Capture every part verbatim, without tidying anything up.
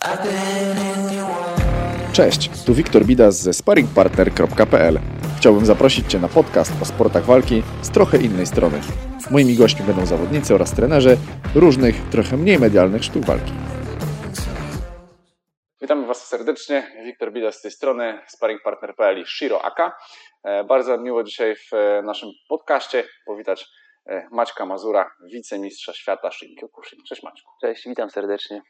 Cześć, tu Wiktor Bidas ze sparring partner kropka p l. Chciałbym zaprosić Cię na podcast o sportach walki z trochę innej strony. Moimi gośćmi będą zawodnicy oraz trenerzy różnych, trochę mniej medialnych sztuk walki. Witamy Was serdecznie. Wiktor Bidas z tej strony, sparring partner kropka p l i Shiro Aka. Bardzo miło dzisiaj w naszym podcaście powitać Maćka Mazura, wicemistrza świata Shinkyōkushin. Cześć Maćku. Cześć, witam serdecznie.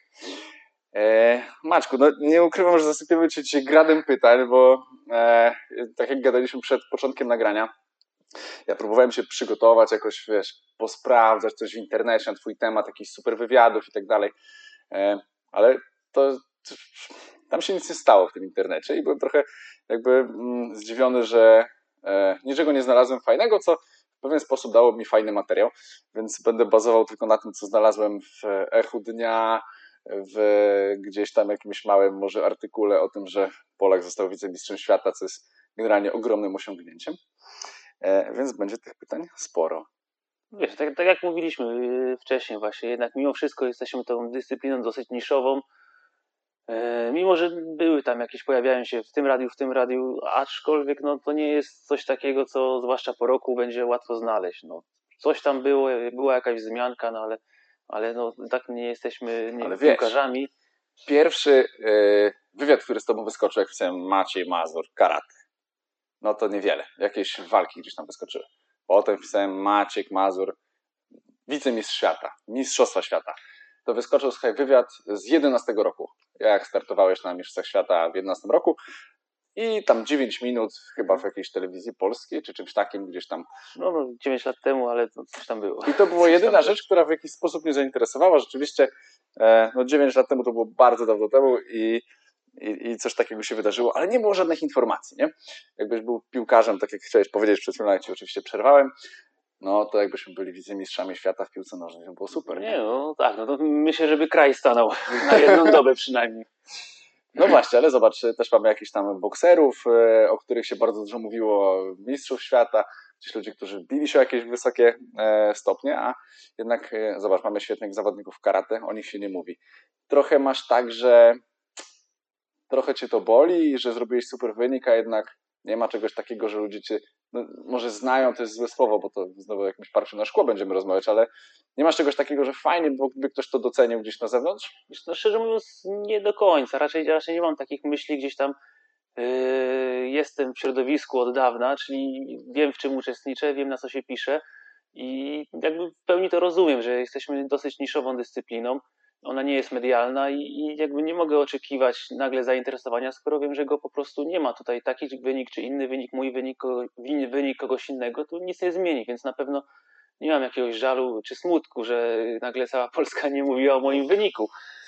E, Maćku, no nie ukrywam, że zasypiemy Cię dzisiaj gradem pytań, bo e, tak jak gadaliśmy przed początkiem nagrania, ja próbowałem się przygotować, jakoś wiesz, posprawdzać coś w internecie na Twój temat, jakichś super wywiadów i tak dalej, e, ale to, to tam się nic nie stało w tym internecie i byłem trochę jakby mm, zdziwiony, że e, niczego nie znalazłem fajnego, co w pewien sposób dało mi fajny materiał, więc będę bazował tylko na tym, co znalazłem w Echu Dnia, w gdzieś tam jakimś małym może artykule o tym, że Polak został wicemistrzem świata, co jest generalnie ogromnym osiągnięciem. E, więc będzie tych pytań sporo. Wiesz, tak, tak jak mówiliśmy wcześniej właśnie, jednak mimo wszystko jesteśmy tą dyscypliną dosyć niszową. E, mimo, że były tam jakieś, pojawiają się w tym radiu, w tym radiu, aczkolwiek no, to nie jest coś takiego, co zwłaszcza po roku będzie łatwo znaleźć. No, coś tam było, była jakaś wzmianka, no ale Ale no tak nie jesteśmy nie, ale wiesz, piłkarzami. Pierwszy yy, wywiad, który z Tobą wyskoczył, jak pisałem Maciej Mazur, karate. No to niewiele. Jakieś walki gdzieś tam wyskoczyły. Potem pisałem Maciek Mazur, wicemistrz świata, mistrzostwa świata. To wyskoczył, słuchaj, wywiad z jedenastego roku. Jak startowałeś na mistrzostwach świata w jedenastym roku. I tam dziewięć minut chyba w jakiejś telewizji polskiej, czy czymś takim gdzieś tam. No, no dziewięć lat temu, ale to coś tam było. I to była jedyna rzecz, która w jakiś sposób mnie zainteresowała. Rzeczywiście e, no dziewięć lat temu to było bardzo dawno temu i, i, i coś takiego się wydarzyło, ale nie było żadnych informacji, nie? Jakbyś był piłkarzem, tak jak chciałeś powiedzieć przed chwilą, jak Ci oczywiście przerwałem, no to jakbyśmy byli wicemistrzami świata w piłce nożnej, to było super. Nie, nie no tak, no to myślę, żeby kraj stanął na jedną dobę przynajmniej. No właśnie, ale zobacz, też mamy jakichś tam bokserów, o których się bardzo dużo mówiło, mistrzów świata, gdzieś ludzi, którzy bili się o jakieś wysokie stopnie, a jednak zobacz, mamy świetnych zawodników karate, o nich się nie mówi. Trochę masz tak, że trochę Cię to boli, że zrobiłeś super wynik, a jednak nie ma czegoś takiego, że ludzie Cię, no, może znają, to jest złe słowo, bo to znowu jakimś parciu na szkło będziemy rozmawiać, ale nie masz czegoś takiego, że fajnie, bo gdyby ktoś to docenił gdzieś na zewnątrz? No, szczerze mówiąc, nie do końca. Raczej, raczej nie mam takich myśli gdzieś tam. Yy, jestem w środowisku od dawna, czyli wiem, w czym uczestniczę, wiem, na co się pisze i jakby w pełni to rozumiem, że jesteśmy dosyć niszową dyscypliną. Ona nie jest medialna i, i jakby nie mogę oczekiwać nagle zainteresowania, skoro wiem, że go po prostu nie ma. Tutaj taki wynik czy inny wynik, mój wynik, wynik kogoś innego, to nic nie zmieni, więc na pewno nie mam jakiegoś żalu czy smutku, że nagle cała Polska nie mówiła o moim wyniku.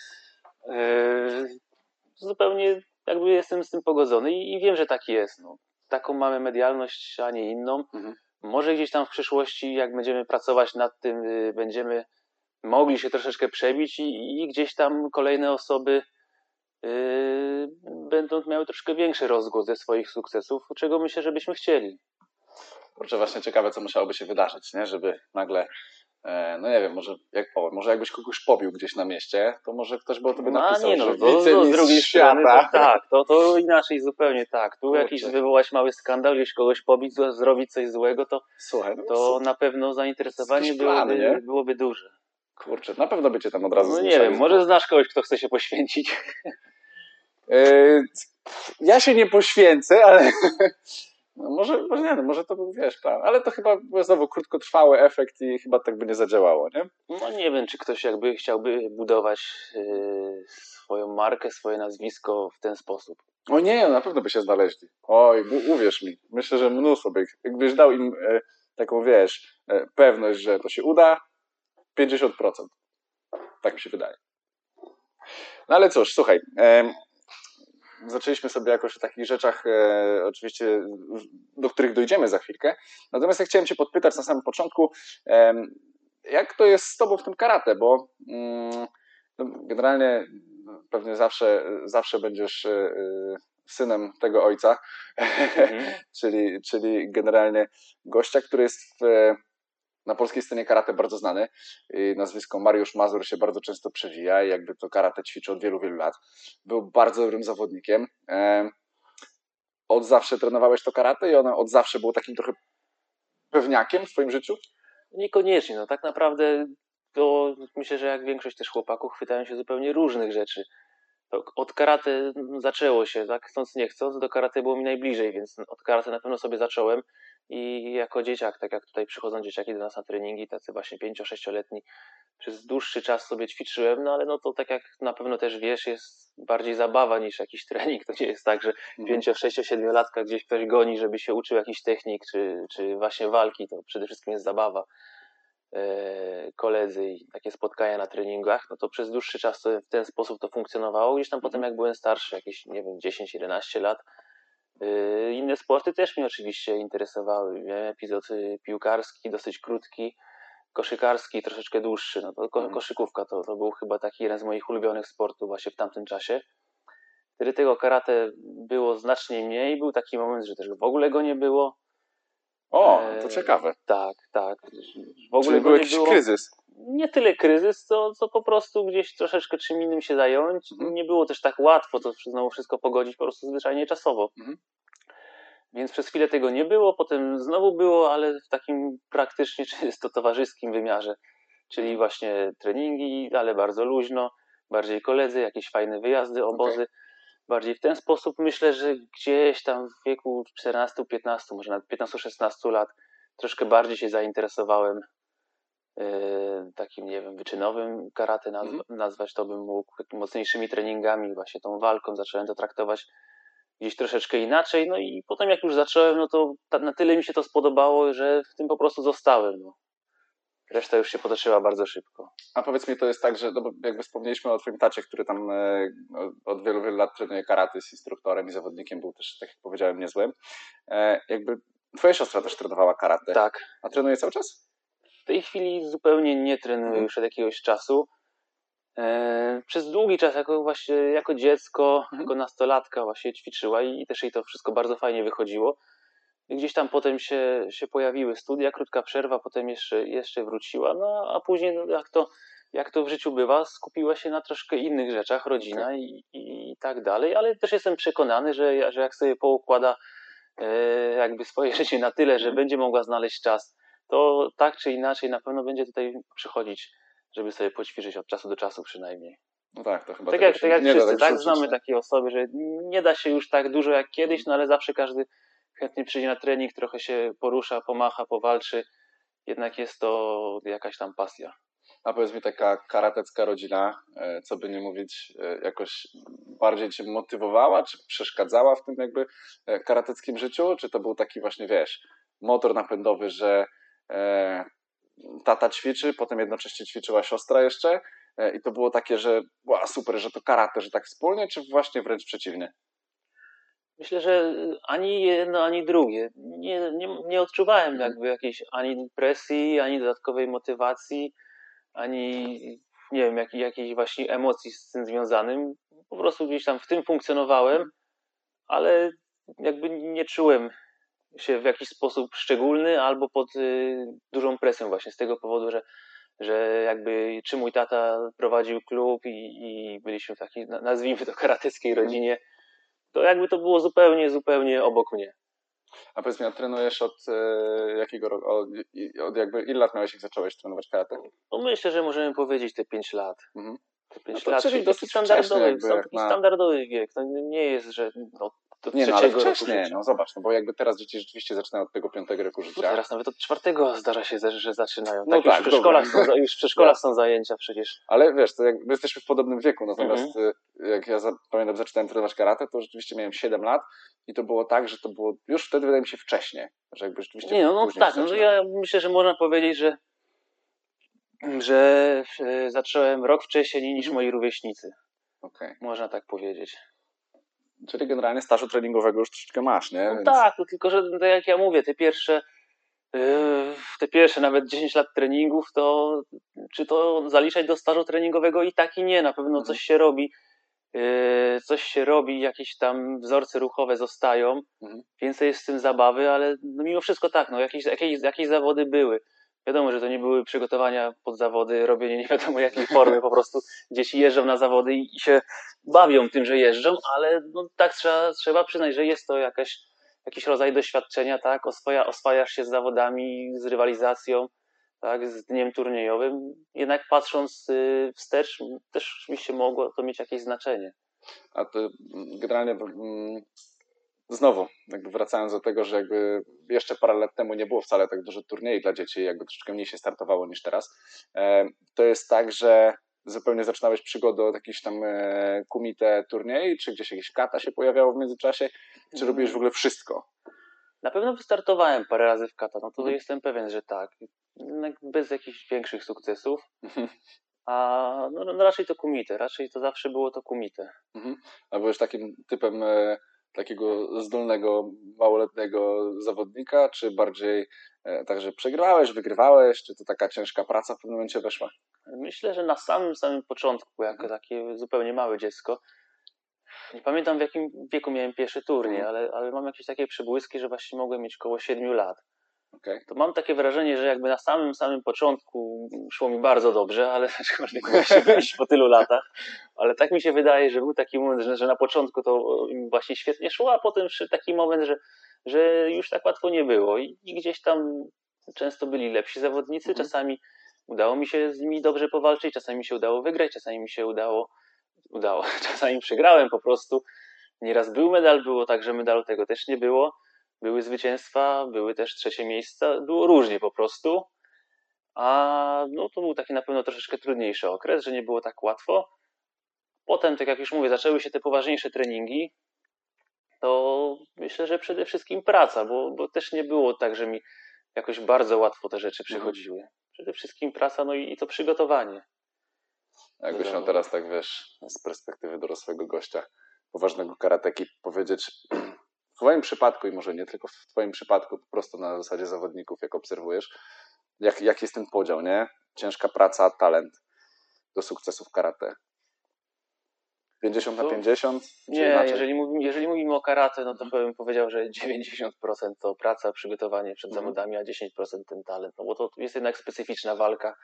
Yy, zupełnie jakby jestem z tym pogodzony i, i wiem, że tak jest. No. Taką mamy medialność, a nie inną. Mhm. Może gdzieś tam w przyszłości, jak będziemy pracować nad tym, yy, będziemy mogli się troszeczkę przebić i, i gdzieś tam kolejne osoby yy, będą miały troszkę większy rozgłos ze swoich sukcesów, czego myślę, że byśmy chcieli. Kurczę, właśnie ciekawe, co musiałoby się wydarzyć, nie? Żeby nagle, e, no nie wiem, może jak powiem, może jakbyś kogoś pobił gdzieś na mieście, to może ktoś by o tobie napisał, no, nie, no, że to, wicemistrz to z drugiej świata. strony, to, tak, to, to inaczej zupełnie tak. Tu Kurczę. jakiś wywołać mały skandal, gdzieś kogoś pobić, zrobić coś złego, to, Słuchaj, no, to na pewno zainteresowanie byłoby, plany, byłoby duże. Kurczę, na pewno by cię tam od razu No nie wiem, może znasz kogoś, kto chce się poświęcić. Yy, ja się nie poświęcę, ale no może, może nie, no może to był, wiesz, plan, ale to chyba znowu krótkotrwały efekt i chyba tak by nie zadziałało, nie? No nie wiem, czy ktoś jakby chciałby budować yy, swoją markę, swoje nazwisko w ten sposób. O nie, na pewno by się znaleźli. Oj, uwierz mi, myślę, że mnóstwo by, jakbyś dał im e, taką, wiesz, e, pewność, że to się uda, pięćdziesiąt procent. Tak mi się wydaje. No ale cóż, słuchaj, e, zaczęliśmy sobie jakoś o takich rzeczach, e, oczywiście, do których dojdziemy za chwilkę. Natomiast ja chciałem cię podpytać na samym początku, e, jak to jest z tobą w tym karate, bo mm, generalnie pewnie zawsze, zawsze będziesz e, synem tego ojca, mhm. czyli, czyli generalnie gościa, który jest w na polskiej scenie karate bardzo znany. Nazwisko Mariusz Mazur się bardzo często przewija i jakby to karate ćwiczy od wielu, wielu lat. Był bardzo dobrym zawodnikiem. Od zawsze trenowałeś to karate i ono od zawsze było takim trochę pewniakiem w twoim życiu? Niekoniecznie. No tak naprawdę to myślę, że jak większość też chłopaków chwytają się zupełnie różnych rzeczy. To od karate zaczęło się, tak chcąc nie chcąc, do karate było mi najbliżej, więc od karate na pewno sobie zacząłem i jako dzieciak, tak jak tutaj przychodzą dzieciaki do nas na treningi, tacy właśnie pięcio-sześcioletni, przez dłuższy czas sobie ćwiczyłem, no ale no to tak jak na pewno też wiesz, jest bardziej zabawa niż jakiś trening. To nie jest tak, że Mhm. pięcio-, sześcio-, siedmiolatka gdzieś ktoś goni, żeby się uczył jakichś technik, czy, czy właśnie walki, to przede wszystkim jest zabawa. Koledzy i takie spotkania na treningach, no to przez dłuższy czas to w ten sposób to funkcjonowało. Gdzieś tam Mhm. potem jak byłem starszy, jakieś nie wiem, dziesięć jedenaście lat, yy, inne sporty też mnie oczywiście interesowały. Miałem epizod piłkarski, dosyć krótki, koszykarski, troszeczkę dłuższy. No to ko- Mhm. koszykówka to, to był chyba taki jeden z moich ulubionych sportów właśnie w tamtym czasie. Wtedy tego karate było znacznie mniej. Był taki moment, że też w ogóle go nie było. O, to ciekawe. E, tak, tak. W ogóle Czyli go był nie jakiś było. kryzys. Nie tyle kryzys, co, co po prostu gdzieś troszeczkę czym innym się zająć. Mhm. Nie było też tak łatwo to znowu wszystko pogodzić po prostu zwyczajnie czasowo. Mhm. Więc przez chwilę tego nie było, potem znowu było, ale w takim praktycznie czysto towarzyskim wymiarze. Czyli Mhm. właśnie treningi, ale bardzo luźno, bardziej koledzy, jakieś fajne wyjazdy, obozy. Okay. Bardziej w ten sposób myślę, że gdzieś tam w wieku czternastu, piętnastu, może nawet piętnastu, szesnastu lat troszkę bardziej się zainteresowałem Yy, takim, nie wiem, wyczynowym karate nazw- Mhm. nazwać to bym mógł, takimi mocniejszymi treningami, właśnie tą walką zacząłem to traktować gdzieś troszeczkę inaczej, no i potem jak już zacząłem, no to ta, na tyle mi się to spodobało, że w tym po prostu zostałem, no. Reszta już się potoczyła bardzo szybko. A powiedz mi, to jest tak, że no bo jakby wspomnieliśmy o twoim tacie, który tam e, od wielu, wielu lat trenuje karate, jest instruktorem i zawodnikiem, był też, tak jak powiedziałem, niezłym. E, jakby twoja siostra też trenowała karate. Tak. A trenuje cały czas? W tej chwili zupełnie nie trenuję Mhm. już od jakiegoś czasu. E, przez długi czas jako właśnie jako dziecko, Mhm. jako nastolatka właśnie ćwiczyła i, i też jej to wszystko bardzo fajnie wychodziło. I gdzieś tam potem się, się pojawiły studia, krótka przerwa, potem jeszcze, jeszcze wróciła, no a później no, jak, to, jak to w życiu bywa, skupiła się na troszkę innych rzeczach, rodzina Okay. i, i tak dalej, ale też jestem przekonany, że, że jak sobie poukłada e, jakby swoje życie na tyle, że Mhm. będzie mogła znaleźć czas, to tak czy inaczej na pewno będzie tutaj przychodzić, żeby sobie poćwiczyć od czasu do czasu przynajmniej. No tak, to chyba Tak tego jak, się tak jak nie wszyscy, da tak tak? rzucić, Znamy nie? takie osoby, że nie da się już tak dużo jak kiedyś, no ale zawsze każdy chętnie przyjdzie na trening, trochę się porusza, pomacha, powalczy. Jednak jest to jakaś tam pasja. A powiedz mi, taka karatecka rodzina, e, co by nie mówić, e, jakoś bardziej cię motywowała, czy przeszkadzała w tym jakby e, karateckim życiu? Czy to był taki właśnie, wiesz, motor napędowy, że e, tata ćwiczy, potem jednocześnie ćwiczyła siostra jeszcze e, i to było takie, że wow, super, że to karate, że tak wspólnie, czy właśnie wręcz przeciwnie? Myślę, że ani jedno, ani drugie. Nie, nie, nie odczuwałem Mhm. jakby jakiejś ani presji, ani dodatkowej motywacji, ani nie wiem, jak, jakiejś właśnie emocji z tym związanym. Po prostu gdzieś tam w tym funkcjonowałem, Mhm. ale jakby nie czułem się w jakiś sposób szczególny albo pod y, dużą presją właśnie z tego powodu, że, że jakby czy mój tata prowadził klub i, i byliśmy w takiej, nazwijmy to, karateckiej Mhm. rodzinie, to jakby to było zupełnie, zupełnie obok mnie. A powiedz mi, a trenujesz od e, jakiego roku, od, od jakby ile lat miałeś, jak zacząłeś trenować karate? No myślę, że możemy powiedzieć te pięć lat. Mhm. Te pięć No to lat, czyli czyli taki dosyć wcześnie standardowy, jakby sam jak taki na- standardowy wiek. To nie jest, że no, do Nie, no ale trzeciego roku wcześniej, życia. no zobacz, no bo jakby teraz dzieci rzeczywiście zaczynają od tego piątego roku No życia. teraz nawet od czwartego zdarza się, że zaczynają. No Tak, już tak, w przedszkolach, dobra. są, już w przedszkolach Ja. są zajęcia przecież. Ale wiesz, to jak, my jesteśmy w podobnym wieku, natomiast Mhm. y, jak ja za, pamiętam, zaczynałem trenować karate, to rzeczywiście miałem siedem lat i to było tak, że to było już wtedy, wydaje mi się, wcześniej, że jakby rzeczywiście Nie, no, no później tak, się no to zaczynało. ja myślę, że można powiedzieć, że, że e, zacząłem rok wcześniej niż Mhm. moi rówieśnicy. Okej. Można tak powiedzieć. Czyli generalnie stażu treningowego już troszeczkę masz, nie? No Więc... tak, no tylko że tak jak ja mówię, te pierwsze yy, te pierwsze nawet dziesięć lat treningów, to czy to zaliczać do stażu treningowego i tak i nie, na pewno Mhm. coś się robi, yy, coś się robi, jakieś tam wzorce ruchowe zostają, Mhm. więcej jest w tym zabawy, ale no mimo wszystko tak, no jakieś, jakieś, jakieś zawody były. Wiadomo, że to nie były przygotowania pod zawody, robienie nie wiadomo jakiej formy, po prostu dzieci jeżdżą na zawody i się bawią tym, że jeżdżą, ale no, tak trzeba, trzeba przyznać, że jest to jakaś, jakiś rodzaj doświadczenia, tak? Oswaja, oswajasz się z zawodami, z rywalizacją, tak? Z dniem turniejowym. Jednak patrząc y, wstecz, też oczywiście mogło to mieć jakieś znaczenie. A to generalnie mm, znowu, jakby wracając do tego, że jakby jeszcze parę lat temu nie było wcale tak dużo turniejów dla dzieci, jakby troszeczkę mniej się startowało niż teraz, e, to jest tak, że zupełnie zaczynałeś przygodę od jakichś tam e, kumite turniej, czy gdzieś jakieś kata się pojawiało w międzyczasie, czy robiłeś w ogóle wszystko? Na pewno wystartowałem parę razy w kata, no to Mhm. jestem pewien, że tak. Jednak bez jakichś większych sukcesów. A no, no raczej to kumite, raczej to zawsze było to kumite. Mhm. A byłeś takim typem e, takiego zdolnego, małoletniego zawodnika, czy bardziej e, tak, że przegrywałeś, wygrywałeś, czy to taka ciężka praca w pewnym momencie weszła? Myślę, że na samym samym początku, jako Mhm. takie zupełnie małe dziecko, nie pamiętam w jakim wieku miałem pierwszy turniej, Mhm. ale, ale mam jakieś takie przebłyski, że właśnie mogłem mieć około siedmiu lat. Okay. To mam takie wrażenie, że jakby na samym samym początku szło mi bardzo dobrze, ale aczkolwiek właśnie byliśmy po tylu latach, ale tak mi się wydaje, że był taki moment, że, że na początku to mi właśnie świetnie szło, a potem przyszedł taki moment, że, że już tak łatwo nie było i, i gdzieś tam często byli lepsi zawodnicy, Mhm. czasami udało mi się z nimi dobrze powalczyć, czasami mi się udało wygrać, czasami mi się udało, udało, czasami przegrałem po prostu. Nieraz był medal, było tak, że medalu tego też nie było. Były zwycięstwa, były też trzecie miejsca, było różnie po prostu. A no to był taki na pewno troszeczkę trudniejszy okres, że nie było tak łatwo. Potem, tak jak już mówię, zaczęły się te poważniejsze treningi. To myślę, że przede wszystkim praca, bo, bo też nie było tak, że mi jakoś bardzo łatwo te rzeczy przychodziły. Mhm. Przede wszystkim praca, no i, i to przygotowanie. Jakbyś miał teraz tak, wiesz, z perspektywy dorosłego gościa, poważnego karateki powiedzieć, w twoim przypadku i może nie tylko w twoim przypadku, po prostu na zasadzie zawodników, jak obserwujesz, jak, jak jest ten podział, nie? Ciężka praca, talent do sukcesów karate. pięćdziesiąt na pięćdziesiąt? Nie, jeżeli mówimy, jeżeli mówimy o karate, no to mhm. bym powiedział, że dziewięćdziesiąt procent to praca, przygotowanie przed mhm. zawodami, a dziesięć procent ten talent, no bo to jest jednak specyficzna walka.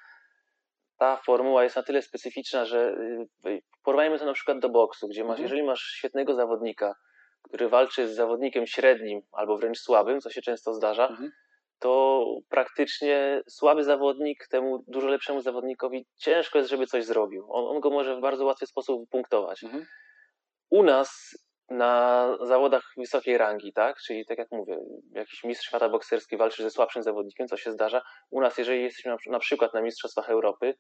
Ta formuła jest na tyle specyficzna, że porównajmy to na przykład do boksu, gdzie masz, mhm. jeżeli masz świetnego zawodnika, który walczy z zawodnikiem średnim albo wręcz słabym, co się często zdarza, mhm. to praktycznie słaby zawodnik temu dużo lepszemu zawodnikowi ciężko jest, żeby coś zrobił. On, on go może w bardzo łatwy sposób wypunktować. Mhm. U nas na zawodach wysokiej rangi, tak, czyli tak jak mówię, jakiś mistrz świata bokserski walczy ze słabszym zawodnikiem, co się zdarza. U nas, jeżeli jesteśmy na przykład na Mistrzostwach Europy,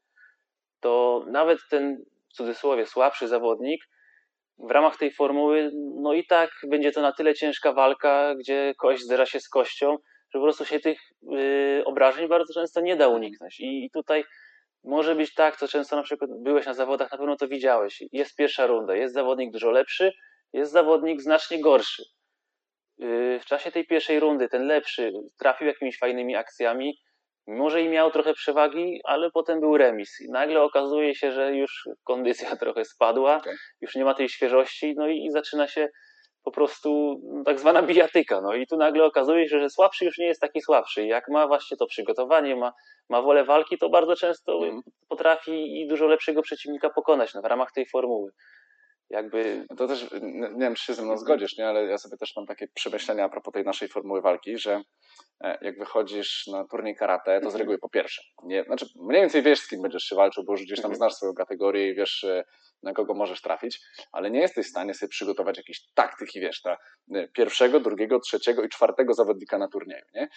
to nawet ten w cudzysłowie słabszy zawodnik w ramach tej formuły, no i tak będzie to na tyle ciężka walka, gdzie kość zderza się z kością, że po prostu się tych yy, obrażeń bardzo często nie da uniknąć. I, I tutaj może być tak, co często na przykład byłeś na zawodach, na pewno to widziałeś. Jest pierwsza runda, jest zawodnik dużo lepszy, jest zawodnik znacznie gorszy. Yy, w czasie tej pierwszej rundy ten lepszy trafił jakimiś fajnymi akcjami, może i miał trochę przewagi, ale potem był remis. I nagle okazuje się, że już kondycja trochę spadła, okay. już nie ma tej świeżości, no i, i zaczyna się po prostu tak zwana bijatyka. No i tu nagle okazuje się, że słabszy już nie jest taki słabszy. Jak ma właśnie to przygotowanie, ma, ma wolę walki, to bardzo często mm. potrafi i dużo lepszego przeciwnika pokonać no, w ramach tej formuły. Jakby... To też, nie wiem, czy się ze mną zgodzisz, nie? Ale ja sobie też mam takie przemyślenia a propos tej naszej formuły walki, że jak wychodzisz na turniej karate, to z reguły po pierwsze, nie, znaczy mniej więcej wiesz, z kim będziesz się walczył, bo już gdzieś tam znasz swoją kategorię i wiesz, na kogo możesz trafić, ale nie jesteś w stanie sobie przygotować jakiejś taktyki, wiesz, ta pierwszego, drugiego, trzeciego i czwartego zawodnika na turnieju, nie?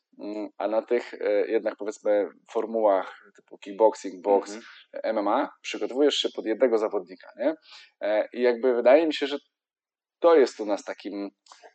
A na tych jednak powiedzmy formułach typu kickboxing, boks, mhm. M M A przygotowujesz się pod jednego zawodnika, nie? I jakby wydaje mi się, że to jest u nas takim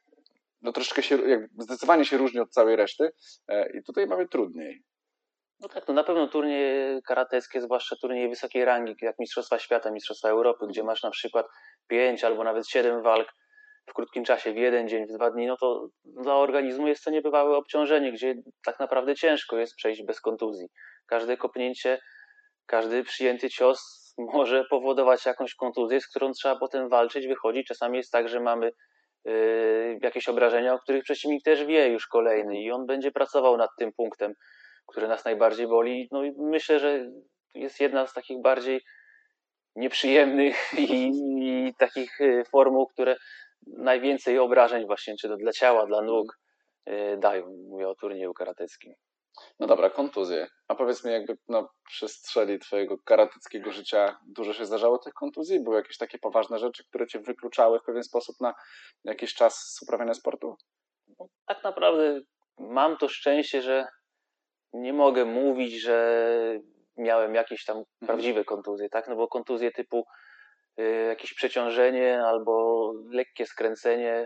no troszeczkę się, jakby zdecydowanie się różni od całej reszty i tutaj mamy trudniej. No tak, no na pewno turnieje karateckie, zwłaszcza turnieje wysokiej rangi, jak Mistrzostwa Świata, Mistrzostwa Europy, gdzie masz na przykład pięć albo nawet siedem walk w krótkim czasie, w jeden dzień, w dwa dni, no to dla organizmu jest to niebywałe obciążenie, gdzie tak naprawdę ciężko jest przejść bez kontuzji. Każde kopnięcie, każdy przyjęty cios może powodować jakąś kontuzję, z którą trzeba potem walczyć, wychodzić. Czasami jest tak, że mamy Yy, jakieś obrażenia, o których przeciwnik też wie już kolejny i on będzie pracował nad tym punktem, które nas najbardziej boli. No i myślę, że jest jedna z takich bardziej nieprzyjemnych i, i takich formuł, które najwięcej obrażeń właśnie, czy to dla ciała, dla nóg dają. Mówię o turnieju karateckim. No dobra, kontuzje. A powiedz mi, jakby na przestrzeni twojego karateckiego życia dużo się zdarzało tych kontuzji? Były jakieś takie poważne rzeczy, które cię wykluczały w pewien sposób na jakiś czas z uprawiania sportu? No, tak naprawdę mam to szczęście, że nie mogę mówić, że miałem jakieś tam mhm. prawdziwe kontuzje, tak? No bo kontuzje typu y, jakieś przeciążenie albo lekkie skręcenie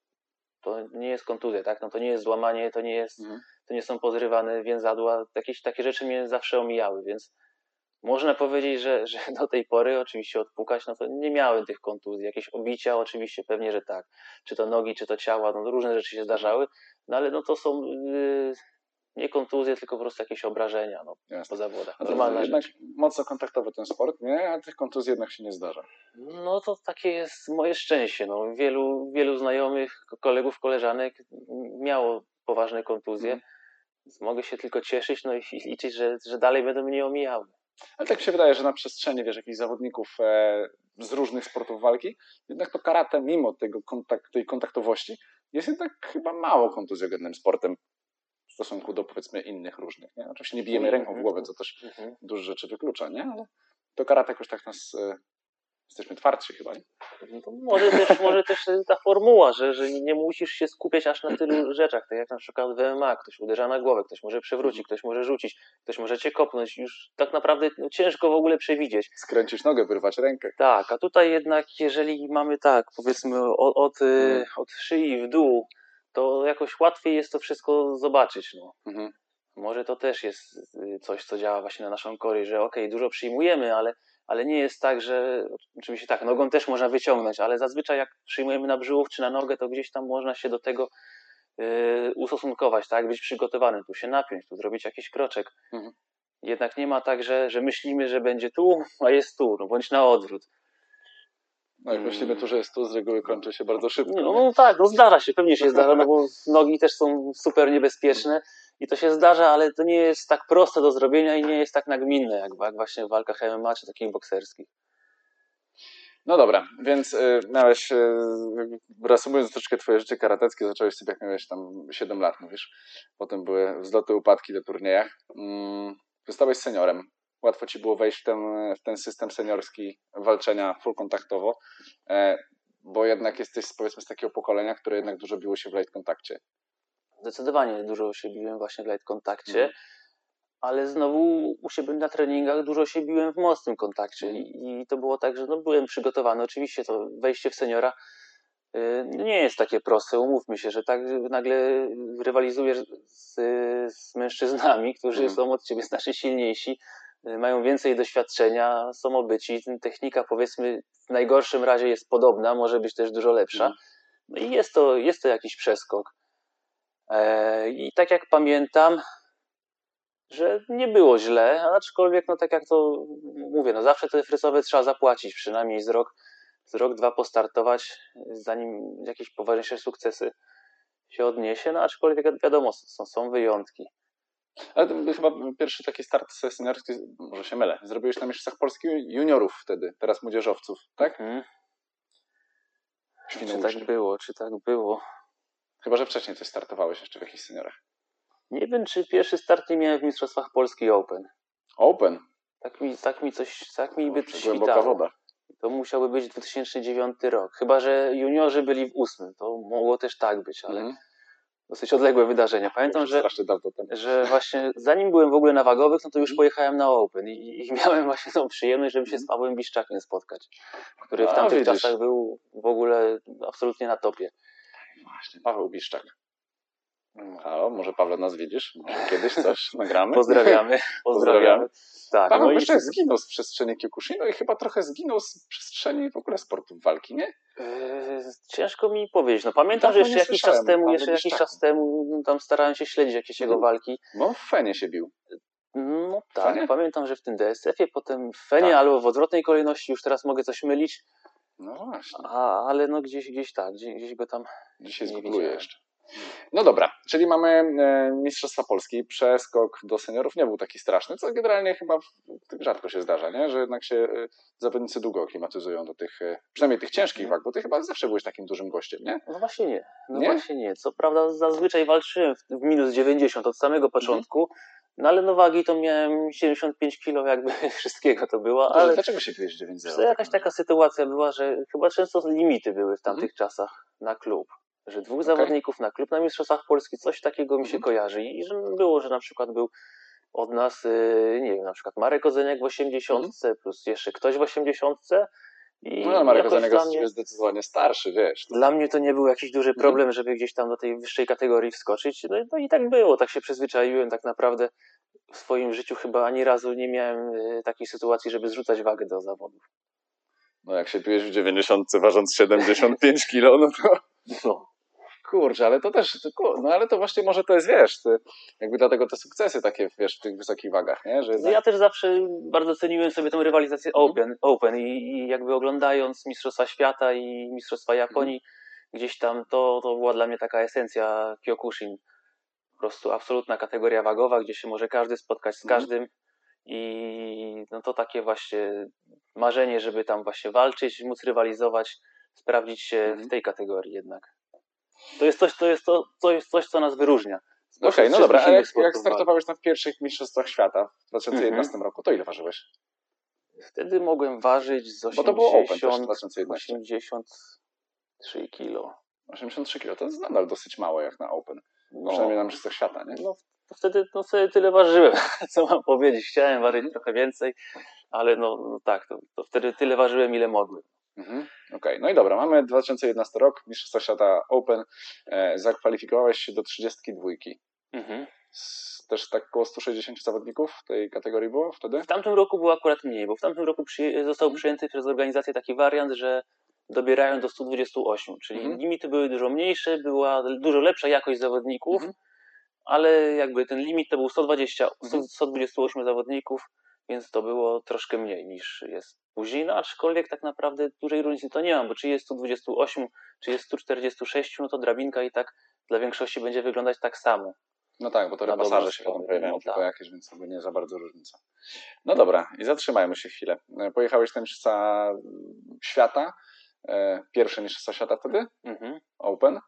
to nie jest kontuzja, tak? No to nie jest złamanie, to nie jest, mhm. to nie są pozrywane więzadła. Jakieś takie rzeczy mnie zawsze omijały, więc można powiedzieć, że, że do tej pory oczywiście odpukać, no to nie miałem tych kontuzji. Jakieś obicia oczywiście pewnie, że tak. Czy to nogi, czy to ciała, no różne rzeczy się zdarzały, no ale no to są yy, nie kontuzje, tylko po prostu jakieś obrażenia no, po zawodach. Normalna jednak rzecz. Mocno kontaktowy ten sport, nie? A tych kontuzji jednak się nie zdarza. No to takie jest moje szczęście. No. Wielu, wielu znajomych, kolegów, koleżanek miało poważne kontuzje. Mm. Więc mogę się tylko cieszyć no i liczyć, że, że dalej będą mnie omijały. Ale tak mi się wydaje, że na przestrzeni, wiesz, jakichś zawodników e, z różnych sportów walki, jednak to karate, mimo tego kontakt, tej kontaktowości, jest jednak chyba mało kontuzjogennym sportem w stosunku do, powiedzmy, innych różnych, nie? Oczywiście nie bijemy ręką w głowę, co też mm-hmm. dużo rzeczy wyklucza, nie? Ale to karate jakoś tak nas... E, jesteśmy twardsi chyba, nie? No może, też, może też ta formuła, że, że nie musisz się skupiać aż na tylu rzeczach, tak jak na przykład w M M A, ktoś uderza na głowę, ktoś może przewrócić, ktoś może rzucić, ktoś może cię kopnąć, już tak naprawdę no, ciężko w ogóle przewidzieć. Skręcić nogę, wyrwać rękę. Tak, a tutaj jednak jeżeli mamy tak, powiedzmy od, od, hmm. od szyi w dół, to jakoś łatwiej jest to wszystko zobaczyć, no. Mhm. Może to też jest coś, co działa właśnie na naszą korzyść, że okej, okay, dużo przyjmujemy, ale ale nie jest tak, że oczywiście tak, nogą też można wyciągnąć, ale zazwyczaj jak przyjmujemy na brzuch czy na nogę, to gdzieś tam można się do tego yy, ustosunkować, tak, być przygotowanym, tu się napiąć, tu zrobić jakiś kroczek. Mhm. Jednak nie ma tak, że, że myślimy, że będzie tu, a jest tu, no bądź na odwrót. No jak myślimy tu, że jest tu, z reguły kończy się bardzo szybko. No, no tak, no zdarza się, pewnie się zdarza, no bo nogi też są super niebezpieczne i to się zdarza, ale to nie jest tak proste do zrobienia i nie jest tak nagminne, jak, jak właśnie w walkach M M A czy takich bokserskich. No dobra, więc y, miałeś, y, reasumując troszeczkę twoje życie karateckie, zacząłeś sobie jak miałeś tam siedem lat, mówisz. Potem były wzloty, upadki na turniejach. Mm, zostałeś seniorem. Łatwo ci było wejść w ten, w ten system seniorski walczenia full kontaktowo, e, bo jednak jesteś, powiedzmy, z takiego pokolenia, które jednak dużo biło się w light kontakcie. Zdecydowanie dużo się biłem właśnie w light kontakcie, mm. ale znowu u siebie na treningach dużo się biłem w mocnym kontakcie mm. i, i to było tak, że no, byłem przygotowany. Oczywiście to wejście w seniora y, nie jest takie proste, umówmy się, że tak nagle rywalizujesz z, z mężczyznami, którzy mm. są od ciebie znacznie silniejsi, mają więcej doświadczenia, są obyci, technika powiedzmy w najgorszym razie jest podobna, może być też dużo lepsza. No i jest to, jest to jakiś przeskok. I tak jak pamiętam, że nie było źle, aczkolwiek no tak jak to mówię, no zawsze te fryzowe trzeba zapłacić, przynajmniej z rok, z rok, dwa postartować, zanim jakieś poważniejsze sukcesy się odniesie, no aczkolwiek wiadomo, są, są wyjątki. Ale to chyba pierwszy taki start seniorski, może się mylę, zrobiłeś na Mistrzostwach Polski juniorów wtedy, teraz młodzieżowców, tak? Mhm. Czy tak było, czy tak było? Chyba że wcześniej coś startowałeś jeszcze w jakichś seniorach. Nie wiem, czy pierwszy start nie miałem w Mistrzostwach Polski Open. Open? Tak mi, tak mi coś, tak mi by świtało. Głęboka woda. To musiałby być dwa tysiące dziewiąty rok. Chyba że juniorzy byli w ósmym. To mogło też tak być, ale mhm. dosyć odległe wydarzenia. Pamiętam, że, że właśnie zanim byłem w ogóle na wagowych, no to już pojechałem na Open i, i miałem właśnie tą przyjemność, żeby się z Pawłem Biszczakiem spotkać, który w tamtych A, czasach był w ogóle absolutnie na topie. Właśnie, Paweł Biszczak. Halo, może Pawle nas widzisz? Może kiedyś coś nagramy? Pozdrawiamy. Pozdrawiamy. Tak, Paweł no Biszczak i... zginął z przestrzeni Kyokushin, no i chyba trochę zginął z przestrzeni w ogóle sportów walki, nie? Yy, ciężko mi powiedzieć. No pamiętam, że jeszcze jakiś czas temu, jeszcze jakiś czas temu tam starałem się śledzić jakieś jego hmm. walki. Bo w Fenie się bił. No tak, Fenie? Pamiętam, że w tym D S F-ie, potem w Fenie, tak. albo w odwrotnej kolejności, już teraz mogę coś mylić. No właśnie. A, ale no gdzieś, gdzieś tak, gdzieś, gdzieś go tam Dzisiaj zgoogluję jeszcze. No dobra, czyli mamy e, Mistrzostwa Polski, przeskok do seniorów nie był taki straszny, co generalnie chyba rzadko się zdarza, nie? Że jednak się e, zawodnicy długo aklimatyzują do tych, e, przynajmniej tych ciężkich wag, bo ty chyba zawsze byłeś takim dużym gościem, nie? No właśnie nie. No Nie? właśnie nie. Co prawda zazwyczaj walczyłem w, w minus dziewięćdziesiąt od samego początku, no ale no wagi to miałem siedemdziesiąt pięć kilo, jakby wszystkiego to było, Boże, ale dlaczego się kryjesz dziewięć zero? to jakaś taka sytuacja była, że chyba często limity były w tamtych Mhm. czasach na klub. Że dwóch Okej. zawodników na klub na Mistrzostwach Polski, coś takiego mi się Mhm. kojarzy. I że było, że na przykład był od nas, yy, nie wiem, na przykład Marek Ozeniak w osiemdziesiątce, plus jeszcze ktoś w osiemdziesiątce. I No ale Marek jakoś Ozeniak dla jest mnie, zdecydowanie starszy, wiesz. To... dla mnie to nie był jakiś duży Mhm. problem, żeby gdzieś tam do tej wyższej kategorii wskoczyć. No, i- no i tak było, tak się przyzwyczaiłem. Tak naprawdę w swoim życiu chyba ani razu nie miałem yy, takiej sytuacji, żeby zrzucać wagę do zawodów. No jak się pijesz w dziewięćdziesiątce ważąc siedemdziesiąt pięć kilo, no to... No. Kurczę, ale to też, to, kur- no ale to właśnie może to jest, wiesz, ty, jakby dlatego te sukcesy takie, wiesz, w tych wysokich wagach, nie? Że No jednak... ja też zawsze bardzo ceniłem sobie tę rywalizację Mhm. Open, open i, i jakby oglądając Mistrzostwa Świata i Mistrzostwa Japonii, gdzieś tam to, to była dla mnie taka esencja Kyokushin. Po prostu absolutna kategoria wagowa, gdzie się może każdy spotkać z Mhm. każdym i no to takie właśnie marzenie, żeby tam właśnie walczyć, móc rywalizować, sprawdzić się Mhm. w tej kategorii jednak. To jest coś, to jest to, to jest coś, co nas wyróżnia. Okej, spośród no dobra, a wszystkich jak, innych jak sportów walki. startowałeś na pierwszych mistrzostwach świata w dwa tysiące jedenastym roku, to ile ważyłeś? Wtedy mogłem ważyć z Bo to było Open też, osiemdziesiąt, dwa tysiące jedenaście. osiemdziesiąt trzy kilo. osiemdziesiąt trzy kilo, to jest nadal dosyć mało jak na Open. No, Przynajmniej na mistrzostwach świata, nie? no to wtedy no, sobie tyle ważyłem, co mam powiedzieć. Chciałem ważyć Mhm. trochę więcej, ale no, no tak, to, to wtedy tyle ważyłem, ile mogłem. Mhm. Okej, no i dobra, mamy dwa tysiące jedenasty rok, mistrzostwa świata Open, e, zakwalifikowałeś się do trzydziestki dwójki. Mhm. S- Też tak około sto sześćdziesiąt zawodników w tej kategorii było wtedy? W tamtym roku było akurat mniej, bo w tamtym roku przyję- został Mhm. przyjęty przez organizację taki wariant, że dobierają do stu dwudziestu ośmiu, czyli Mhm. limity były dużo mniejsze, była dużo lepsza jakość zawodników, Mhm. ale jakby ten limit to był sto dwadzieścia, Mhm. sto dwadzieścia osiem zawodników, więc to było troszkę mniej niż jest później, no aczkolwiek tak naprawdę dużej różnicy to nie mam, bo czy jest sto dwadzieścia osiem, czy jest sto czterdzieści sześć, no to drabinka i tak dla większości będzie wyglądać tak samo. No tak, bo to Na repasaże dobrą się potem sprawę, pojawiają no tylko tak. jakieś, więc to nie za bardzo różnica. No dobra, i zatrzymajmy się chwilę. E, Pojechałeś na mistrzostwa świata, e, pierwsze mistrzostwa świata wtedy, Mhm. Open.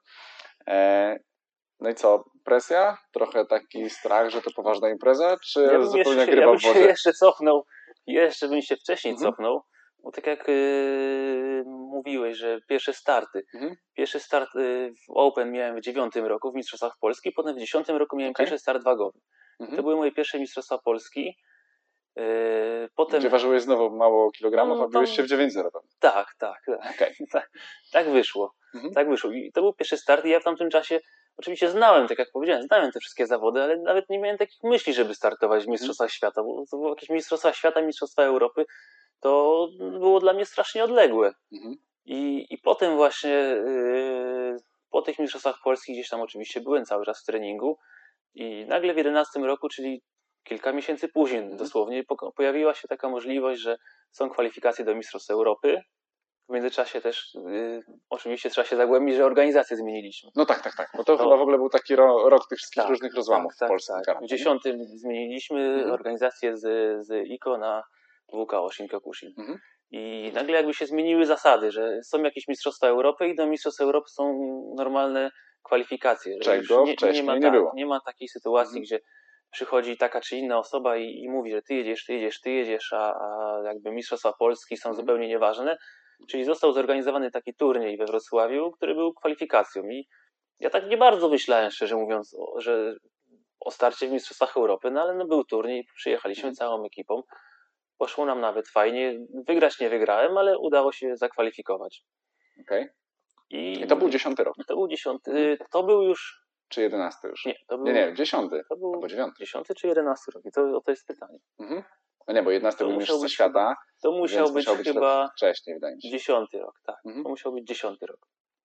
E, No i co, presja? Trochę taki strach, że to poważna impreza, czy Ja bym zupełnie jeszcze, jak się, ja ryba bym w się wodzie? jeszcze cofnął, jeszcze bym się wcześniej Mhm. cofnął, bo tak jak yy, mówiłeś, że pierwsze starty, Mhm. pierwszy start yy, w Open miałem w dziewiątym roku w Mistrzostwach Polski, potem w dziesiątym roku miałem Okej. pierwszy start wagowy. Mhm. To były moje pierwsze Mistrzostwa Polski. Yy, potem, Gdzie ważyłeś znowu mało kilogramów, No, a biłeś tam- się w dziewięć zero pewnie. tak, tak, tak, Okej. tak, tak wyszło. Mhm. Tak wyszło. I to był pierwszy start i ja w tamtym czasie oczywiście znałem, tak jak powiedziałem, znałem te wszystkie zawody, ale nawet nie miałem takich myśli, żeby startować w Mistrzostwach Świata, bo to były jakieś Mistrzostwa Świata, Mistrzostwa Europy, to było dla mnie strasznie odległe. Mhm. I, i potem właśnie yy, po tych Mistrzostwach Polskich gdzieś tam oczywiście byłem cały czas w treningu i nagle w jedenastym roku, czyli kilka miesięcy później Mhm. dosłownie, po, pojawiła się taka możliwość, że są kwalifikacje do Mistrzostw Europy. W międzyczasie też yy, oczywiście trzeba się zagłębić, że organizację zmieniliśmy. No tak, tak, tak. Bo to, To- chyba w ogóle był taki ro, rok tych wszystkich Tak, różnych rozłamów tak, w polskim tak, karate. W dziesiątym zmieniliśmy Mhm. organizację z, z I K O na W K O Shinkokushin. Mhm. I nagle jakby się zmieniły zasady, że są jakieś Mistrzostwa Europy i do Mistrzostw Europy są normalne kwalifikacje. Że już Czego nie, wcześniej nie, ma, nie tak, było. nie ma takiej sytuacji, Mhm. gdzie przychodzi taka czy inna osoba i, i mówi, że ty jedziesz, ty jedziesz, ty jedziesz, a, a jakby Mistrzostwa Polski są Mhm. zupełnie nieważne. Czyli został zorganizowany taki turniej we Wrocławiu, który był kwalifikacją i ja tak nie bardzo myślałem, szczerze mówiąc, o, że o starcie w Mistrzostwach Europy, no ale no był turniej, przyjechaliśmy Mhm. całą ekipą. Poszło nam nawet fajnie. Wygrać nie wygrałem, ale udało się zakwalifikować. Okej. I, I to był dziesiąty rok. i to był dziesiąty. Mhm. To był już. Czy jedenasty już? Nie, to był. Nie, nie, dziesiąty. To był Albo dziewiąty. dziesiąty czy jedenasty rok. I to, to jest pytanie. Mhm. No nie, bo jedenasty To był musiał mistrzostwa być świata, To musiał więc być musiał być chyba lat wcześniej, wydaje mi się. dziesiąty rok, tak. Mhm. To musiał być dziesiąty rok.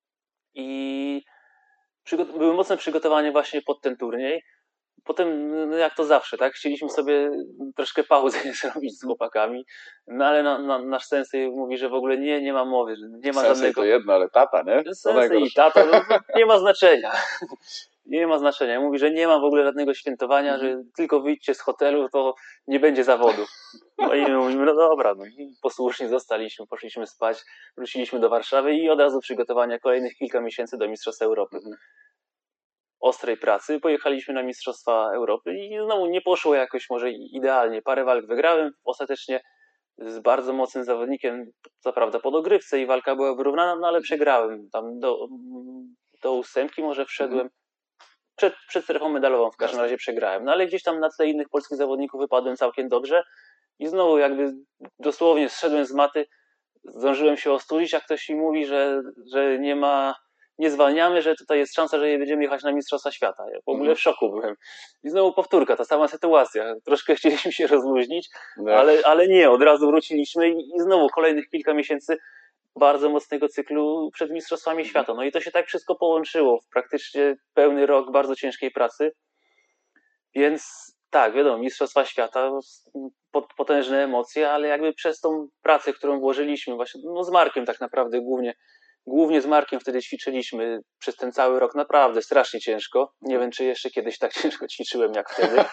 I przygo- były mocne przygotowania właśnie pod ten turniej. Potem, no jak to zawsze, tak? Chcieliśmy sobie troszkę pauzy zrobić z chłopakami, no ale na, na, nasz sensei mówi, że w ogóle nie, nie ma mowy, że nie ma Sensei żadnego... to jedno, ale tata, nie? To Sensei i najgorsze. tato, no, to nie ma znaczenia. nie ma znaczenia. Mówi, że nie ma w ogóle żadnego świętowania, Mhm. że tylko wyjdźcie z hotelu, to nie będzie zawodu. No i my mówimy, no dobra, no i posłusznie zostaliśmy, poszliśmy spać, wróciliśmy do Warszawy i od razu przygotowania kolejnych kilka miesięcy do Mistrzostw Europy. Mhm. Ostrej pracy, pojechaliśmy na Mistrzostwa Europy i znowu nie poszło jakoś może idealnie. Parę walk wygrałem, ostatecznie z bardzo mocnym zawodnikiem, co prawda po dogrywce i walka była wyrównana, no ale przegrałem. Tam do, do ósemki może wszedłem. Przed, przed strefą medalową w każdym Jasne. razie przegrałem. No ale gdzieś tam na tle innych polskich zawodników wypadłem całkiem dobrze i znowu jakby dosłownie zszedłem z maty, zdążyłem się ostudzić, a ktoś mi mówi, że, że nie ma, nie zwalniamy, że tutaj jest szansa, że będziemy jechać na Mistrzostwa Świata. Ja w ogóle Mhm. w szoku byłem. I znowu powtórka, ta sama sytuacja. Troszkę chcieliśmy się rozluźnić, No. ale, ale nie, od razu wróciliśmy i, i znowu kolejnych kilka miesięcy bardzo mocnego cyklu przed Mistrzostwami Mhm. Świata. No i to się tak wszystko połączyło w praktycznie pełny rok bardzo ciężkiej pracy. Więc tak, wiadomo, Mistrzostwa Świata, potężne emocje, ale jakby przez tą pracę, którą włożyliśmy, właśnie no z Markiem tak naprawdę głównie, głównie z Markiem wtedy ćwiczyliśmy przez ten cały rok naprawdę strasznie ciężko. Nie wiem, czy jeszcze kiedyś tak ciężko ćwiczyłem jak wtedy.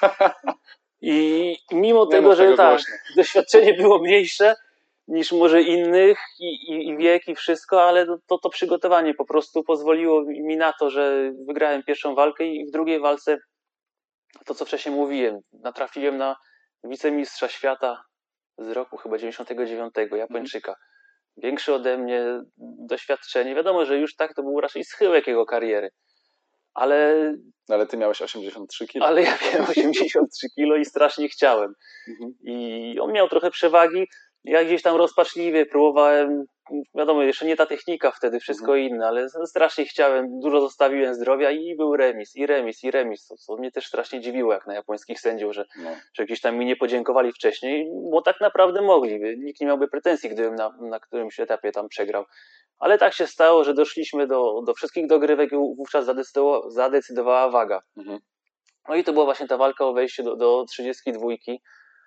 I mimo Nie tego, mów że tego tak, głośno. doświadczenie było mniejsze niż może innych i, i, i wiek i wszystko, ale to, to przygotowanie po prostu pozwoliło mi na to, że wygrałem pierwszą walkę i w drugiej walce to, co wcześniej mówiłem, natrafiłem na wicemistrza świata z roku chyba dziewięćdziesiątego dziewiątego, Japończyka. Większy ode mnie, doświadczenie. Wiadomo, że już tak to był raczej schyłek jego kariery. Ale, No ale ty miałeś osiemdziesiąt trzy kilo. ale ja miałem osiemdziesiąt trzy kilo i strasznie chciałem. Mhm. I on miał trochę przewagi. Ja gdzieś tam rozpaczliwie próbowałem, wiadomo, jeszcze nie ta technika wtedy, wszystko Mhm. inne, ale strasznie chciałem, dużo zostawiłem zdrowia i był remis, i remis, i remis, co, co mnie też strasznie dziwiło, jak na japońskich sędziów, że, No. że gdzieś tam mi nie podziękowali wcześniej, bo tak naprawdę mogli, nikt nie miałby pretensji, gdybym na, na którymś etapie tam przegrał. Ale tak się stało, że doszliśmy do, do wszystkich dogrywek i wówczas zadecydowała, zadecydowała waga. Mhm. No i to była właśnie ta walka o wejście do, do trzydziestki dwójki.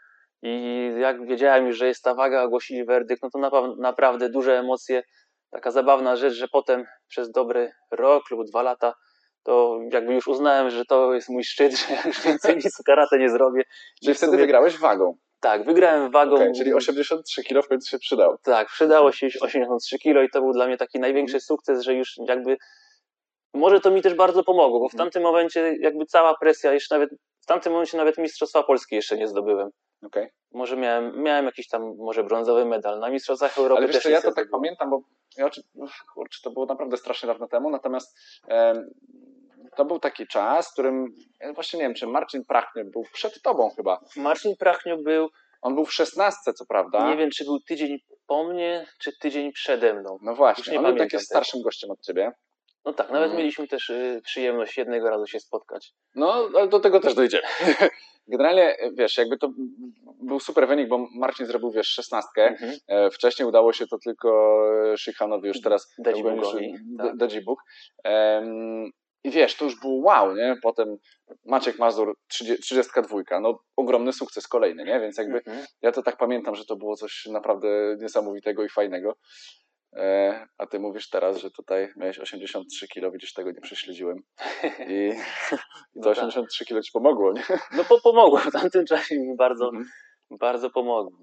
I jak wiedziałem już, że jest ta waga, ogłosili werdykt, no to na, naprawdę duże emocje. Taka zabawna rzecz, że potem przez dobry rok lub dwa lata to jakby już uznałem, że to jest mój szczyt, że ja już więcej nic w karate nie zrobię. Czyli w wtedy sumie, wygrałeś wagą. tak, wygrałem wagą. Okay, czyli osiemdziesiąt trzy kilo w końcu się przydało. Tak, przydało się osiemdziesiąt trzy kilo i to był dla mnie taki największy Mhm. sukces, że już jakby może to mi też bardzo pomogło, bo w tamtym momencie jakby cała presja, jeszcze nawet w tamtym momencie nawet Mistrzostwa Polski jeszcze nie zdobyłem. Okay. Może miałem, miałem jakiś tam może brązowy medal. Na Mistrzostwach Europy ale wiesz też co, ja to tak zdobyłem. pamiętam, bo ja, kurczę, to było naprawdę strasznie dawno temu, natomiast em, to był taki czas, w którym, ja właśnie nie wiem, czy Marcin Prachniuk był przed tobą chyba. Marcin Prachniuk był, On był w szesnastce, co prawda. nie wiem, czy był tydzień po mnie, czy tydzień przede mną. No właśnie, nie on był pamiętam takim tego. starszym gościem od ciebie. No tak, nawet Mm. mieliśmy też y, przyjemność jednego razu się spotkać. No, ale do tego też dojdziemy. Generalnie, wiesz, jakby to był super wynik, bo Marcin zrobił, wiesz, szesnastkę. Mhm. E, wcześniej udało się to tylko Shichanowi, już teraz Dadzibugowi, tak. Dadzibug. Um, I wiesz, to już było wow, nie? Potem Maciek Mazur, trzydziestka dwójka, no ogromny sukces kolejny, nie? Więc jakby Mhm. ja to tak pamiętam, że to było coś naprawdę niesamowitego i fajnego. E, a ty mówisz teraz, że tutaj miałeś osiemdziesiąt trzy kilo, widzisz, tego nie prześledziłem. I, i to No osiemdziesiąt trzy kilo ci pomogło, nie? No po, pomogło, w tamtym czasie mi bardzo, Mhm. bardzo pomogło.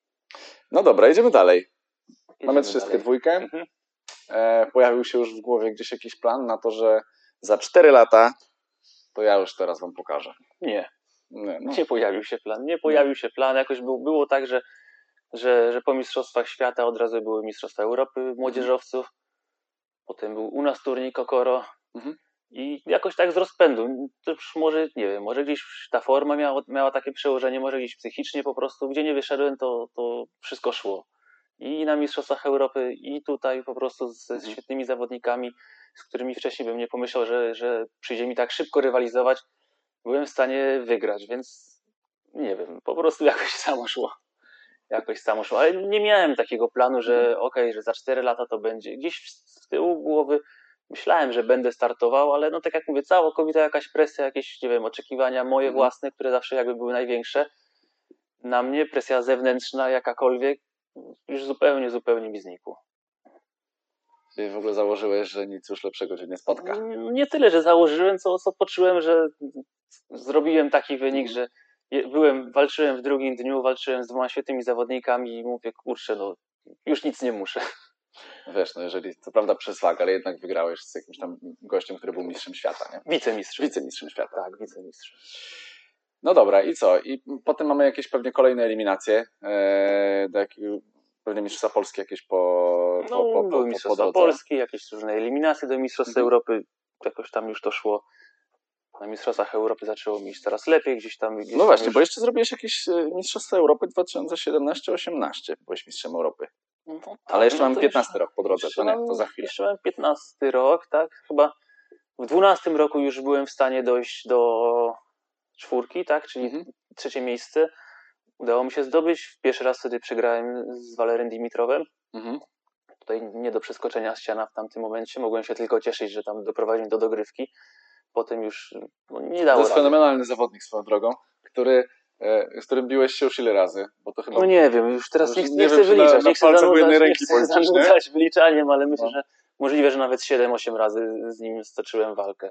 No dobra, idziemy dalej. Jedziemy Mamy trzydziestkę dwójkę. Mhm. E, pojawił się już w głowie gdzieś jakiś plan na to, że za cztery lata to ja już teraz wam pokażę. Nie, Nie, no. nie pojawił się plan, nie pojawił się plan. Jakoś był, było tak, że, że, że po Mistrzostwach Świata od razu były Mistrzostwa Europy młodzieżowców. Potem był u nas turniej Kokoro. Mhm. I jakoś tak z rozpędu, to już może, nie wiem, może gdzieś ta forma miała, miała takie przełożenie, może gdzieś psychicznie po prostu, gdzie nie wyszedłem, to, to wszystko szło. I na Mistrzostwach Europy, i tutaj po prostu ze Mhm. świetnymi zawodnikami, z którymi wcześniej bym nie pomyślał, że, że przyjdzie mi tak szybko rywalizować, byłem w stanie wygrać, więc nie wiem, po prostu jakoś samo szło. Jakoś samo szło, ale nie miałem takiego planu, że Mhm. okej, okay, że za cztery lata to będzie. Gdzieś z tyłu głowy myślałem, że będę startował, ale no tak jak mówię, całkowita jakaś presja, jakieś, nie wiem, oczekiwania moje Mhm. własne, które zawsze jakby były największe. Na mnie presja zewnętrzna, jakakolwiek, już zupełnie, zupełnie mi znikła. I w ogóle założyłeś, że nic już lepszego cię nie spotka. Nie, nie tyle, że założyłem, co, co poczułem, że zrobiłem taki wynik, Mhm. że je- byłem, walczyłem w drugim dniu, walczyłem z dwoma świetnymi zawodnikami i mówię, kurczę, no już nic nie muszę. Wiesz, no jeżeli, to prawda przesłaga, ale jednak wygrałeś z jakimś tam gościem, który był mistrzem świata, nie? Wicemistrzem. Wicemistrzem świata. Tak, wicemistrzem. No dobra, i co? I potem mamy jakieś pewnie kolejne eliminacje, e, do jakiego, pewnie Mistrzostwa Polskie jakieś po, No, po, po, po, były po, po Mistrzostwa drodze. Polski, jakieś różne eliminacje do Mistrzostw Mhm. Europy, jakoś tam już to szło. Na Mistrzostwach Europy zaczęło mi iść coraz lepiej, gdzieś tam... Gdzieś No tam właśnie, już... bo jeszcze zrobiłeś jakieś e, Mistrzostwa Europy dwa tysiące siedemnaście osiemnaście, byłeś mistrzem Europy. No, tak, Ale jeszcze no mamy to piętnasty rok po drodze, jeszcze to nie, mam, to za chwilę. Jeszcze mam piętnasty rok, tak? Chyba w dwunastym roku już byłem w stanie dojść do czwórki, tak? Czyli Mhm. trzecie miejsce. Udało mi się zdobyć. Pierwszy raz wtedy przegrałem z Walerem Dimitrowem. Mhm. Tutaj nie do przeskoczenia ściana w tamtym momencie. Mogłem się tylko cieszyć, że tam doprowadziłem do dogrywki. Potem już no, nie To dało jest rady. fenomenalny zawodnik swoją drogą, który, e, z którym biłeś się już ile razy? Bo to chyba... No nie wiem, już teraz Już nie, nie nie wiem, chcę czy na- wyliczać. na Nie chcę palcach jednej zanudzać, nie ręki chcę policzysz, nie? zanudzać wyliczaniem, ale myślę, No. że możliwe, że nawet siedem osiem razy z nim stoczyłem walkę.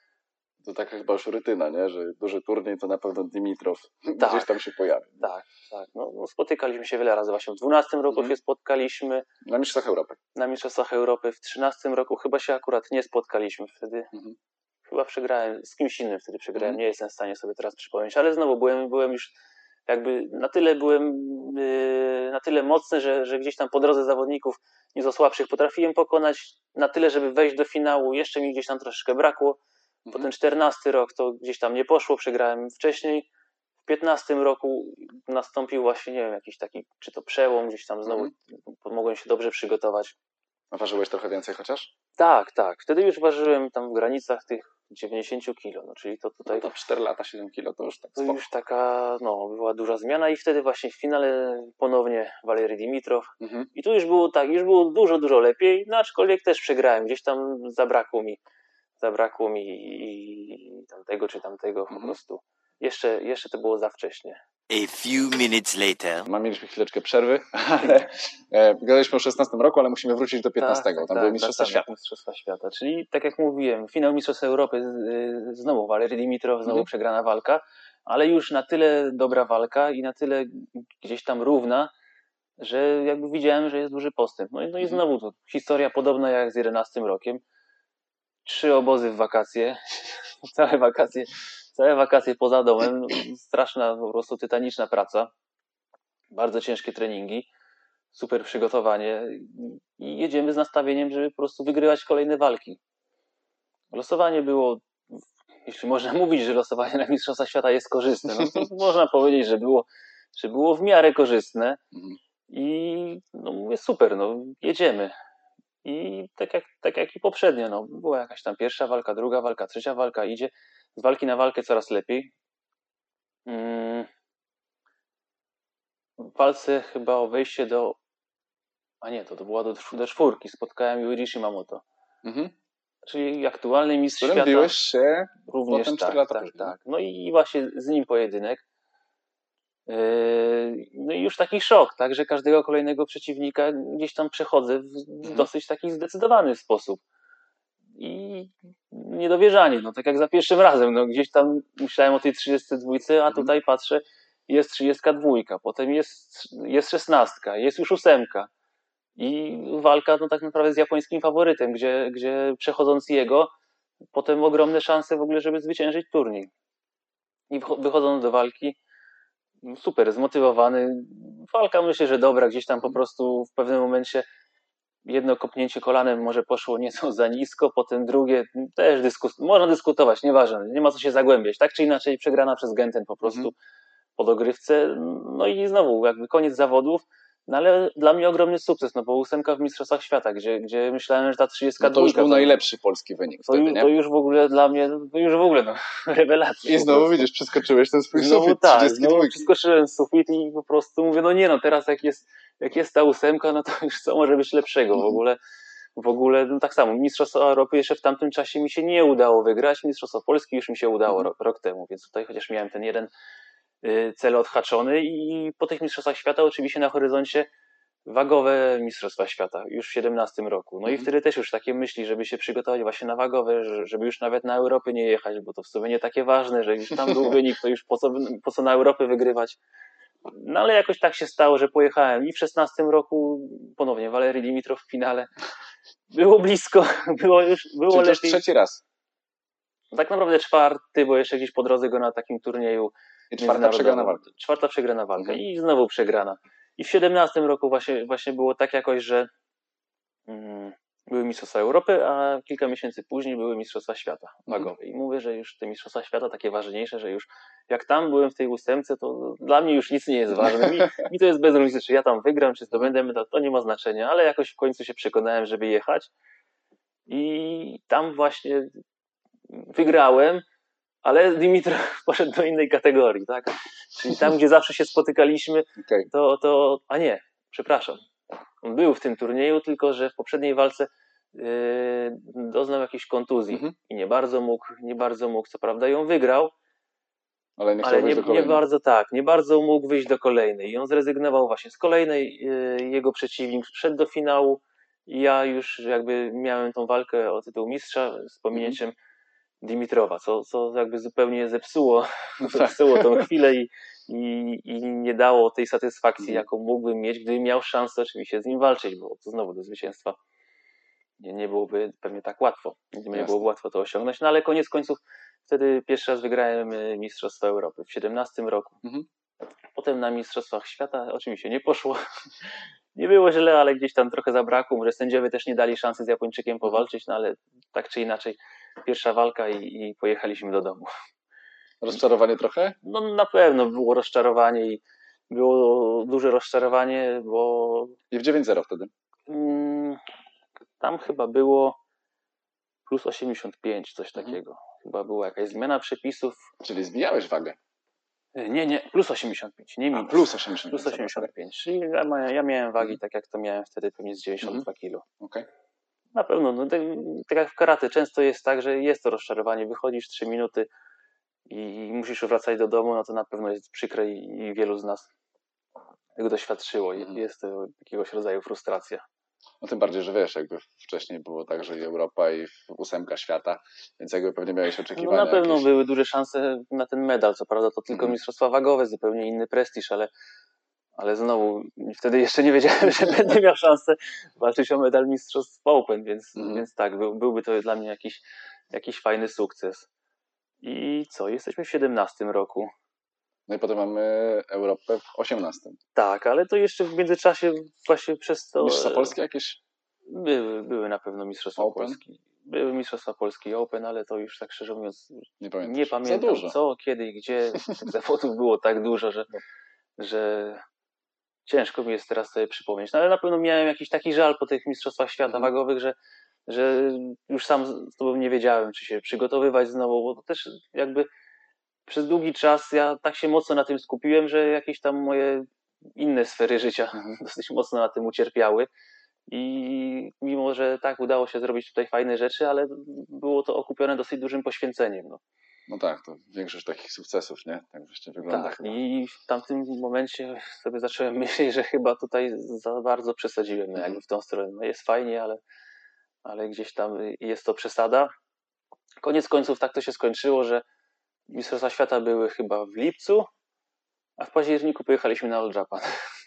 To taka chyba już rutyna, nie? Że duży turniej to na pewno Dimitrow Tak. gdzieś tam się pojawi. Tak, tak. No, no spotykaliśmy się wiele razy. Właśnie w dwunastym roku Mhm. się spotkaliśmy, Na Mistrzostwach Europy. na Mistrzostwach Europy. W trzynastym roku chyba się akurat nie spotkaliśmy wtedy. Mhm. Chyba przegrałem, z kimś innym wtedy przegrałem. Mhm. Nie jestem w stanie sobie teraz przypomnieć, ale znowu byłem, byłem już jakby na tyle byłem yy, na tyle mocny, że, że gdzieś tam po drodze zawodników nieco słabszych potrafiłem pokonać na tyle, żeby wejść do finału. Jeszcze mi gdzieś tam troszeczkę brakło. Mhm. Potem czternasty rok to gdzieś tam nie poszło, przegrałem wcześniej. W piętnastym roku nastąpił właśnie, nie wiem, jakiś taki, czy to przełom, gdzieś tam znowu Mhm. mogłem się dobrze przygotować. A ważyłeś trochę więcej chociaż? Tak, tak. Wtedy już ważyłem tam w granicach tych dziewięćdziesiąt kilo, no czyli to tutaj... No to cztery lata, siedem kilo to już tak To spoko. już taka, no, była duża zmiana i wtedy właśnie w finale ponownie Walery Dimitrow. Mhm. I tu już było tak, już było dużo, dużo lepiej, no aczkolwiek też przegrałem. Gdzieś tam zabrakło mi, zabrakło mi i tamtego czy tamtego Mhm. po prostu. Jeszcze, jeszcze to było za wcześnie. A few minutes later. Ma, mieliśmy chwileczkę przerwy, ale e, gadaliśmy o szesnastym roku, ale musimy wrócić do piętnastego. Tak, Tam tak, były Mistrzostwa wracamy. Świata. Mistrzostwa Świata. Czyli tak jak mówiłem, finał Mistrzostw Europy, y, znowu Walery Dimitrow, znowu Mhm. przegrana walka, ale już na tyle dobra walka i na tyle gdzieś tam równa, że jakby widziałem, że jest duży postęp. No i, no i Mhm. znowu to historia podobna jak z jedenastym rokiem. Trzy obozy w wakacje, całe wakacje, całe wakacje poza domem, straszna, po prostu tytaniczna praca, bardzo ciężkie treningi, super przygotowanie i jedziemy z nastawieniem, żeby po prostu wygrywać kolejne walki. Losowanie było, jeśli można mówić, że losowanie na Mistrzostwa Świata jest korzystne, no to można powiedzieć, że było, że było w miarę korzystne. Mhm. I no mówię, super, no jedziemy. I tak jak, tak jak i poprzednio, no, była jakaś tam pierwsza walka, druga walka, trzecia walka, idzie z walki na walkę coraz lepiej. Mm. W walce chyba o wejście do... A nie, to, to była do, do czwórki. Spotkałem Yuji Shimamoto. Mhm. Czyli aktualny Z mistrz którym świata. biłeś się Również potem tak, cztery lata tak, później. tak. No i właśnie z nim pojedynek. Yy, No i już taki szok, tak, że każdego kolejnego przeciwnika gdzieś tam przechodzę w Mhm. dosyć taki zdecydowany sposób. I niedowierzanie, no tak jak za pierwszym razem, no gdzieś tam myślałem o tej trzydziestce dwójce, a Mhm. tutaj patrzę, jest trzydziestka dwójka, potem jest, jest szesnastka, jest już ósemka. I walka no tak naprawdę z japońskim faworytem, gdzie, gdzie przechodząc jego, potem ogromne szanse w ogóle, żeby zwyciężyć turniej. I wychodząc do walki, super, zmotywowany. Walka myślę, że dobra, gdzieś tam po prostu w pewnym momencie jedno kopnięcie kolanem może poszło nieco za nisko, potem drugie też dyskus- można dyskutować, nieważne, nie ma co się zagłębiać. Tak czy inaczej przegrana przez Genten po prostu Mhm. po dogrywce. No i znowu jakby koniec zawodów, no ale dla mnie ogromny sukces, no bo ósemka w Mistrzostwach Świata, gdzie, gdzie myślałem, że ta trzydziestka No to już dwójka był to, najlepszy polski wynik to, wtedy, już, nie? to już w ogóle dla mnie, to już w ogóle no, rewelacja. I po znowu prostu. widzisz, przeskoczyłeś ten swój Znowu sufit tak, trzydziestki znowu dwójki. przeskoczyłem sufit i po prostu mówię, no nie no, teraz jak jest, jak jest ta ósemka, no to już co może być lepszego w Mhm. ogóle. W ogóle, no tak samo, Mistrzostwa Europy jeszcze w tamtym czasie mi się nie udało wygrać, Mistrzostwo Polski już mi się udało Mhm. rok, rok temu, więc tutaj chociaż miałem ten jeden y, cel odhaczony i po tych Mistrzostwach Świata oczywiście na horyzoncie wagowe Mistrzostwa Świata już w siedemnastym roku. No Mhm. i wtedy też już takie myśli, żeby się przygotować właśnie na wagowe, że- żeby już nawet na Europy nie jechać, bo to w sumie nie takie ważne, że już tam był wynik, to już po co, po co na Europy wygrywać. No ale jakoś tak się stało, że pojechałem i w szesnastym roku ponownie Walerii Dimitrow w finale. Było blisko, było już było Czyli to już lepiej. trzeci raz. Tak naprawdę czwarty, bo jeszcze gdzieś po drodze go na takim turnieju I czwarta przegrana walka. Czwarta przegrana walka Mhm. i znowu przegrana. I w siedemnastym roku właśnie, właśnie było tak jakoś, że mm, były Mistrzostwa Europy, a kilka miesięcy później były Mistrzostwa Świata wagowe. I mówię, że już te Mistrzostwa Świata takie ważniejsze, że już jak tam byłem w tej ósemce, to dla mnie już nic nie jest ważne. Mi, mi to jest bez różnicy, czy ja tam wygram, czy zdobędę medal, to nie ma znaczenia, ale jakoś w końcu się przekonałem, żeby jechać. I tam właśnie wygrałem, ale Dimitrow poszedł do innej kategorii, tak? Czyli tam, gdzie zawsze się spotykaliśmy, Okej. to, to a nie, przepraszam. On był w tym turnieju, tylko że w poprzedniej walce yy, doznał jakiejś kontuzji Mhm. i nie bardzo mógł, nie bardzo mógł, co prawda ją wygrał, Ale nie chciał ale wyjść nie, do nie kolejnej. bardzo tak, nie bardzo mógł wyjść do kolejnej i on zrezygnował właśnie z kolejnej, yy, jego przeciwnik szedł do finału i ja już jakby miałem tą walkę o tytuł mistrza z pominięciem Dimitrowa, co, co jakby zupełnie zepsuło, zepsuło tą chwilę i, i, i nie dało tej satysfakcji, Mhm. jaką mógłbym mieć, gdybym miał szansę oczywiście z nim walczyć, bo to znowu do zwycięstwa nie, nie byłoby pewnie tak łatwo, nie Jasne. byłoby łatwo to osiągnąć, no ale koniec końców wtedy pierwszy raz wygrałem y, Mistrzostwa Europy w siedemnastym roku. Mhm. Potem na Mistrzostwach Świata oczywiście nie poszło. Nie było źle, ale gdzieś tam trochę zabrakło. Może sędziowie też nie dali szansy z Japończykiem powalczyć, no ale tak czy inaczej pierwsza walka i, i pojechaliśmy do domu. Rozczarowanie trochę? No na pewno było rozczarowanie i było duże rozczarowanie, bo I w dziewięć zero wtedy. mm, tam chyba było plus osiemdziesiąt pięć, coś Mhm. takiego. Chyba była jakaś zmiana przepisów. Czyli zbijałeś wagę. Nie, nie, plus osiemdziesiąt pięć, nie A, minus. plus osiemdziesiąt pięć. Plus osiemdziesiąt pięć. Czyli ja, ma- ja miałem wagi Mhm. tak jak to miałem wtedy pewnie z dziewięćdziesiąt dwa kilo. Okej. Na pewno, no, tak, tak jak w karate, często jest tak, że jest to rozczarowanie. Wychodzisz trzy minuty i musisz wracać do domu, no to na pewno jest przykre i, i wielu z nas tego doświadczyło. I Mhm. jest to jakiegoś rodzaju frustracja. No tym bardziej, że wiesz, jakby wcześniej było tak, że i Europa i ósemka świata, więc jakby pewnie miałeś No oczekiwania na pewno jakieś. były duże szanse na ten medal. Co prawda to tylko Mhm. mistrzostwa wagowe, zupełnie inny prestiż, ale, ale znowu wtedy jeszcze nie wiedziałem, że będę miał szansę walczyć o medal mistrzostw Open, więc, Mhm. więc tak, był, byłby to dla mnie jakiś, jakiś fajny sukces. I co, jesteśmy w siedemnastym roku. No i potem mamy Europę w osiemnastym. Tak, ale to jeszcze w międzyczasie właśnie przez to... Mistrzostwa Polskie jakieś? Były, były na pewno Mistrzostwa Open? Polski. Były Mistrzostwa Polski Open, ale to już tak szczerze mówiąc Nie pamiętam. nie Za pamiętam dużo. co, kiedy i gdzie. Tych zawodów było tak dużo, że, że ciężko mi jest teraz sobie przypomnieć. No ale na pewno miałem jakiś taki żal po tych Mistrzostwach Świata Mhm. wagowych, że, że już sam z tobą nie wiedziałem, czy się przygotowywać znowu, bo to też jakby przez długi czas ja tak się mocno na tym skupiłem, że jakieś tam moje inne sfery życia Mhm. dosyć mocno na tym ucierpiały. I mimo, że tak udało się zrobić tutaj fajne rzeczy, ale było to okupione dosyć dużym poświęceniem. No. No tak, to większość takich sukcesów, nie? Tak właśnie wygląda Tak, chyba. i w tamtym momencie sobie zacząłem myśleć, że chyba tutaj za bardzo przesadziłem, no, Mhm. jakby w tą stronę. No jest fajnie, ale, ale gdzieś tam jest to przesada. Koniec końców tak to się skończyło, że Mistrzostwa Świata były chyba w lipcu, a w październiku pojechaliśmy na All Japan.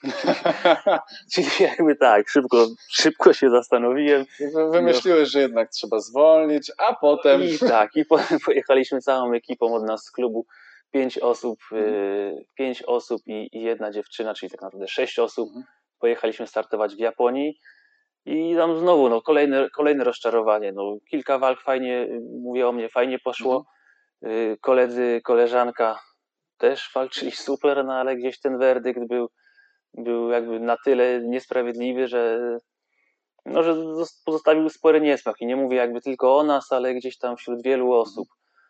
Czyli jakby tak, szybko, szybko się zastanowiłem. Wy- Wymyśliłeś, że jednak trzeba zwolnić, a potem... I tak, i potem pojechaliśmy całą ekipą od nas z klubu. Pięć osób, Mhm. y, pięć osób i, i jedna dziewczyna, czyli tak naprawdę sześć osób. Mhm. Pojechaliśmy startować w Japonii i tam znowu no, kolejne, kolejne rozczarowanie. No, kilka walk fajnie, y, mówię o mnie, fajnie poszło. Y, koledzy, koleżanka też walczyli super, no ale gdzieś ten werdykt był, był jakby na tyle niesprawiedliwy, że no, że zos- pozostawił spory niesmak. I nie mówię jakby tylko o nas, ale gdzieś tam wśród wielu osób.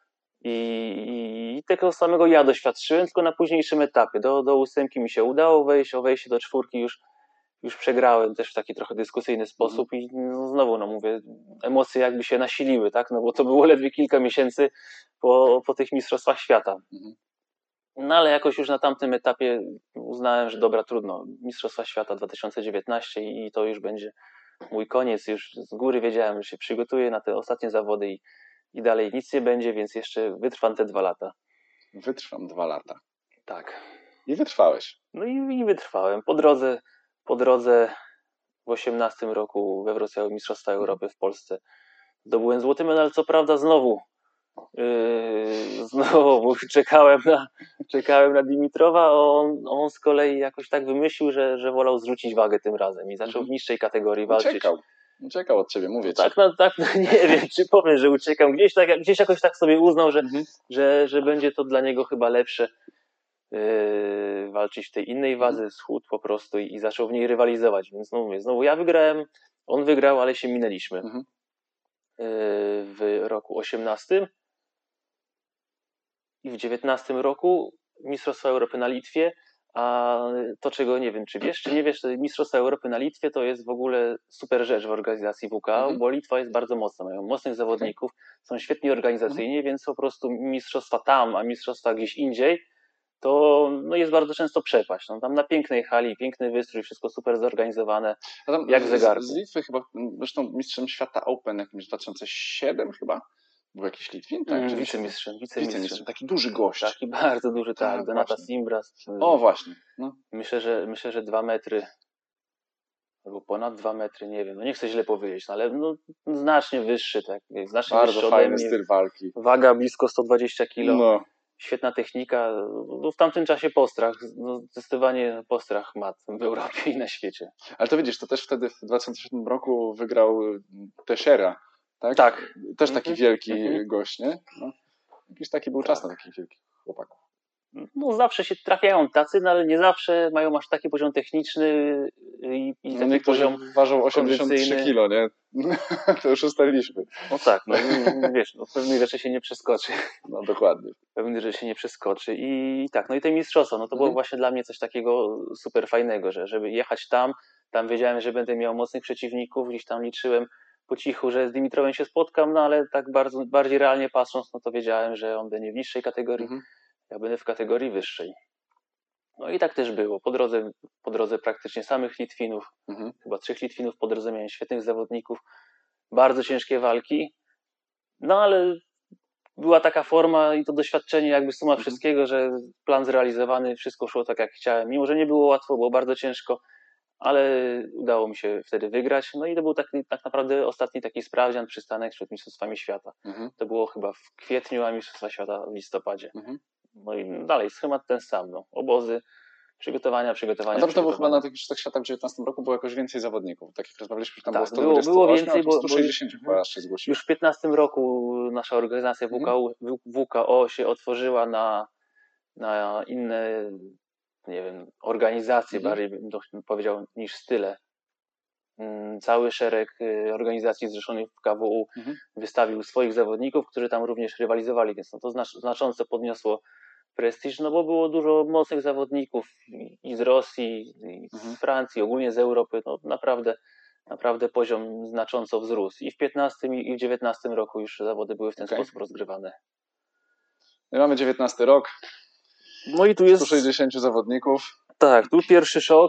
I, i tego samego ja doświadczyłem, tylko na późniejszym etapie. Do, do ósemki mi się udało wejść, o wejście do czwórki już, już przegrałem też w taki trochę dyskusyjny sposób i no, znowu, no mówię, emocje jakby się nasiliły, tak? No bo to było ledwie kilka miesięcy po, po tych mistrzostwach świata. Mhm. No ale jakoś już na tamtym etapie uznałem, że dobra, trudno. Mistrzostwa Świata dwa tysiące dziewiętnaście i to już będzie mój koniec. Już z góry wiedziałem, że się przygotuję na te ostatnie zawody i, i dalej nic nie będzie, więc jeszcze wytrwam te dwa lata. Wytrwam dwa lata. Tak. I wytrwałeś. No i, i wytrwałem. Po drodze, po drodze w osiemnastym roku we Wrocławiu Mistrzostwa Europy w Polsce zdobyłem złoty medal, co prawda znowu Yy, znowu czekałem na, czekałem na Dimitrowa, a on, on z kolei jakoś tak wymyślił, że, że wolał zrzucić wagę tym razem i zaczął w niższej kategorii walczyć. Uciekał. Uciekał od ciebie, mówię ci. Tak, no, tak no, nie wiem, czy powiem, że uciekam. Gdzieś, tak, gdzieś jakoś tak sobie uznał, że, Mhm. że, że będzie to dla niego chyba lepsze yy, walczyć w tej innej wadze, schód po prostu i, i zaczął w niej rywalizować. Więc no mówię, znowu ja wygrałem, on wygrał, ale się minęliśmy. Mhm. Yy, w roku osiemnastym i w dziewiętnastym roku Mistrzostwa Europy na Litwie, a to czego nie wiem, czy wiesz, czy nie wiesz, to Mistrzostwa Europy na Litwie to jest w ogóle super rzecz w organizacji W K, Mhm. bo Litwa jest bardzo mocna, mają mocnych zawodników, są świetni organizacyjnie, Mhm. więc po prostu mistrzostwa tam, a mistrzostwa gdzieś indziej, to no jest bardzo często przepaść. No, tam na pięknej hali, piękny wystrój, wszystko super zorganizowane, A tam jak w zegarku. Z, z Litwy chyba, zresztą mistrzem świata Open jakimś dwa tysiące siedem chyba? Był jakiś Litwin? Tak, Mm, czy wicemistrzem, wicemistrzem. Wicemistrzem, taki duży gość. Taki bardzo duży, tak, Tak, Donata właśnie. Simbras. O, właśnie. No. Myślę, że myślę, że dwa metry albo ponad dwa metry, nie wiem, no nie chcę źle powiedzieć, no ale no, znacznie wyższy, tak, znacznie Bardzo wyższy ode fajny mnie, styl walki. waga blisko sto dwadzieścia kilo, No. świetna technika, no, w tamtym czasie postrach, no, zdecydowanie postrach mat w Europie i na świecie. Ale to widzisz, to też wtedy w dwa tysiące siódmym roku wygrał Teixeira, tak? Tak. Też taki Mhm. wielki Mhm. gość, nie? No. Jakiś taki był Tak. czas na takich wielkich chłopaków. No zawsze się trafiają tacy, no ale nie zawsze mają aż taki poziom techniczny i, i No taki niektórzy poziom ważą osiemdziesiąt trzy kondycyjny. kilo, nie? To już ustaliliśmy. No tak, no wiesz, no, pewnych rzeczy się nie przeskoczy. No dokładnie. Pewnych rzeczy się nie przeskoczy i tak, no i te mistrzostwo, no to było Mhm. właśnie dla mnie coś takiego super fajnego, że żeby jechać tam, tam wiedziałem, że będę miał mocnych przeciwników, gdzieś tam liczyłem po cichu, że z Dimitrowem się spotkam, no ale tak bardzo, bardziej realnie patrząc, no to wiedziałem, że on będzie w niższej kategorii, Mhm. ja będę w kategorii wyższej. No i tak też było, po drodze, po drodze praktycznie samych Litwinów, Mhm. chyba trzech Litwinów po drodze miałem świetnych zawodników, bardzo ciężkie walki, no ale była taka forma i to doświadczenie, jakby suma Mhm. wszystkiego, że plan zrealizowany, wszystko szło tak jak chciałem. Mimo, że nie było łatwo, było bardzo ciężko, ale udało mi się wtedy wygrać. No i to był taki, tak naprawdę ostatni taki sprawdzian, przystanek przed Mistrzostwami Świata. Mhm. To było chyba w kwietniu, a Mistrzostwa Świata w listopadzie. Mhm. No i dalej, schemat ten sam. No. Obozy, przygotowania, przygotowania, A tam to było chyba przygotowania. na tych Mistrzostwach Świata w dziewiętnastym roku było jakoś więcej zawodników. Tak jak rozmawialiśmy, że tam Tak, było sto było- dwadzieścia było osiem, więcej, a tu bo- sto sześćdziesiąt bo- chyba aż się zgłosiło. Już w piętnastym roku nasza organizacja W K O, W K O się otworzyła na, na inne, nie wiem, organizacje, Mhm. bardziej bym to powiedział, niż style. Mm, Cały szereg y, organizacji zrzeszonych w K W U Mhm. wystawił swoich zawodników, którzy tam również rywalizowali, więc no to znacz- znacząco podniosło prestiż, no bo było dużo mocnych zawodników i- i z Rosji, i z Mhm. Francji, ogólnie z Europy, no naprawdę, naprawdę poziom znacząco wzrósł. I w piętnastym i w dziewiętnastym roku już zawody były w ten Okej. sposób rozgrywane. My mamy dziewiętnasty rok, No i tu sto jest, sześćdziesiąt zawodników. tak, tu pierwszy szok.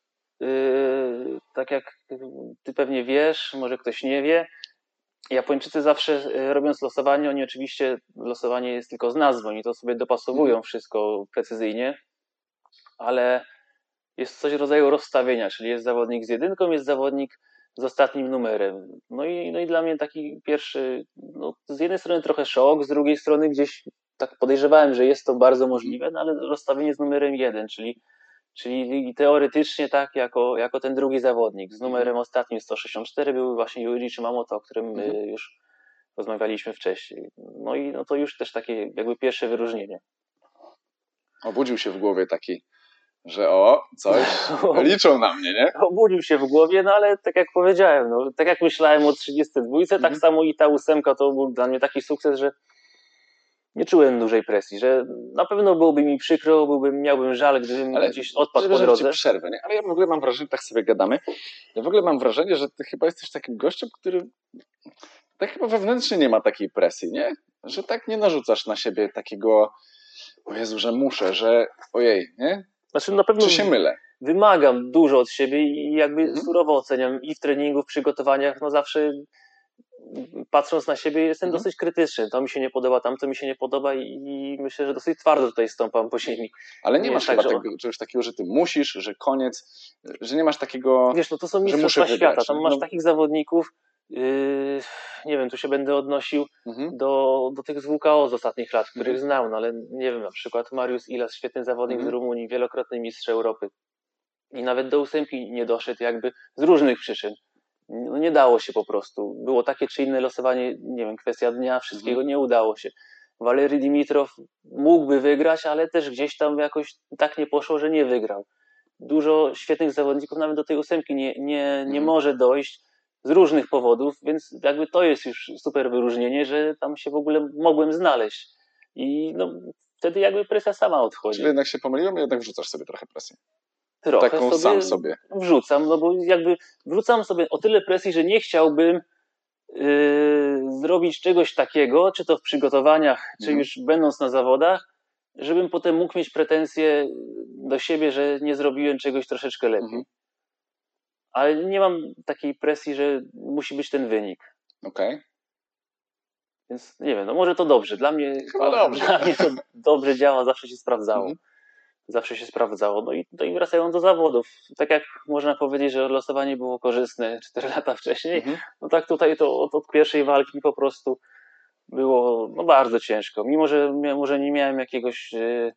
Yy, tak jak ty pewnie wiesz, może ktoś nie wie, Japończycy zawsze yy, robiąc losowanie, oni oczywiście, losowanie jest tylko z nazwą i to sobie dopasowują Mhm. wszystko precyzyjnie, ale jest coś w rodzaju rozstawienia, czyli jest zawodnik z jedynką, jest zawodnik z ostatnim numerem. No i, no i dla mnie taki pierwszy, no z jednej strony trochę szok, z drugiej strony gdzieś tak podejrzewałem, że jest to bardzo możliwe, no ale rozstawienie z numerem jeden, czyli, czyli teoretycznie tak jako, jako ten drugi zawodnik. Z numerem Mhm. ostatnim sto sześćdziesiąt cztery był właśnie Yuji Shimamoto, o którym Mhm. y, już rozmawialiśmy wcześniej. No i no to już też takie jakby pierwsze wyróżnienie. Obudził się w głowie taki, że o, coś, liczą na mnie, nie? Obudził się w głowie, no ale tak jak powiedziałem, no, tak jak myślałem o trzydziestce dwójce, tak Mhm. samo i ta ósemka to był dla mnie taki sukces, że nie czułem dużej presji, że na pewno byłoby mi przykro, byłbym, miałbym żal, gdybym Ale gdzieś odpadł po przepraszam, ci drodze. przerwę, nie? Ale ja w ogóle mam wrażenie, tak sobie gadamy, ja w ogóle mam wrażenie, że ty chyba jesteś takim gościem, który tak chyba wewnętrznie nie ma takiej presji, nie? Że tak nie narzucasz na siebie takiego o Jezu, że muszę, że ojej, nie? Znaczy na pewno Czy się mylę? wymagam dużo od siebie i jakby Mhm. surowo oceniam i w treningu, w przygotowaniach, no zawsze patrząc na siebie jestem Mhm. dosyć krytyczny. To mi się nie podoba, tamto mi się nie podoba i, i myślę, że dosyć twardo tutaj stąpam po ziemi. Ale nie, Nie masz jest chyba tak, że- tego, czegoś takiego, że ty musisz, że koniec, że nie masz takiego, Wiesz, no to są że muszę mistrzostwa wygrać. świata, tam masz No, takich zawodników, yy, nie wiem, tu się będę odnosił mhm. do, do tych z W K O z ostatnich lat, których Mhm. znał, no ale nie wiem, na przykład Mariusz Ilas, świetny zawodnik Mhm. z Rumunii, wielokrotny mistrz Europy i nawet do ósemki nie doszedł jakby z różnych przyczyn. No nie dało się po prostu. Było takie czy inne losowanie, nie wiem, kwestia dnia, wszystkiego Mhm. nie udało się. Walery Dimitrow mógłby wygrać, ale też gdzieś tam jakoś tak nie poszło, że nie wygrał. Dużo świetnych zawodników nawet do tej ósemki nie, nie, nie Mhm. może dojść z różnych powodów, więc jakby to jest już super wyróżnienie, że tam się w ogóle mogłem znaleźć. I no, wtedy jakby presja sama odchodzi. Czyli jednak się pomyliłem i jednak wrzucasz sobie trochę presję. Trochę Taką sobie, sam sobie. wrzucam, no bo jakby wrzucam sobie o tyle presji, że nie chciałbym yy, zrobić czegoś takiego, czy to w przygotowaniach, czy Mhm. już będąc na zawodach, żebym potem mógł mieć pretensje do siebie, że nie zrobiłem czegoś troszeczkę lepiej. Mhm. Ale nie mam takiej presji, że musi być ten wynik. Okej. Więc nie wiem, no może to dobrze. Dla mnie, Chyba dobrze. Dla mnie to dobrze działa, zawsze się sprawdzało. Mhm. Zawsze się sprawdzało. No i tutaj wracając do zawodów. Tak jak można powiedzieć, że losowanie było korzystne cztery lata wcześniej, Mhm. no tak tutaj to od, od pierwszej walki po prostu było no, bardzo ciężko. Mimo, że mia- może nie miałem jakiegoś e,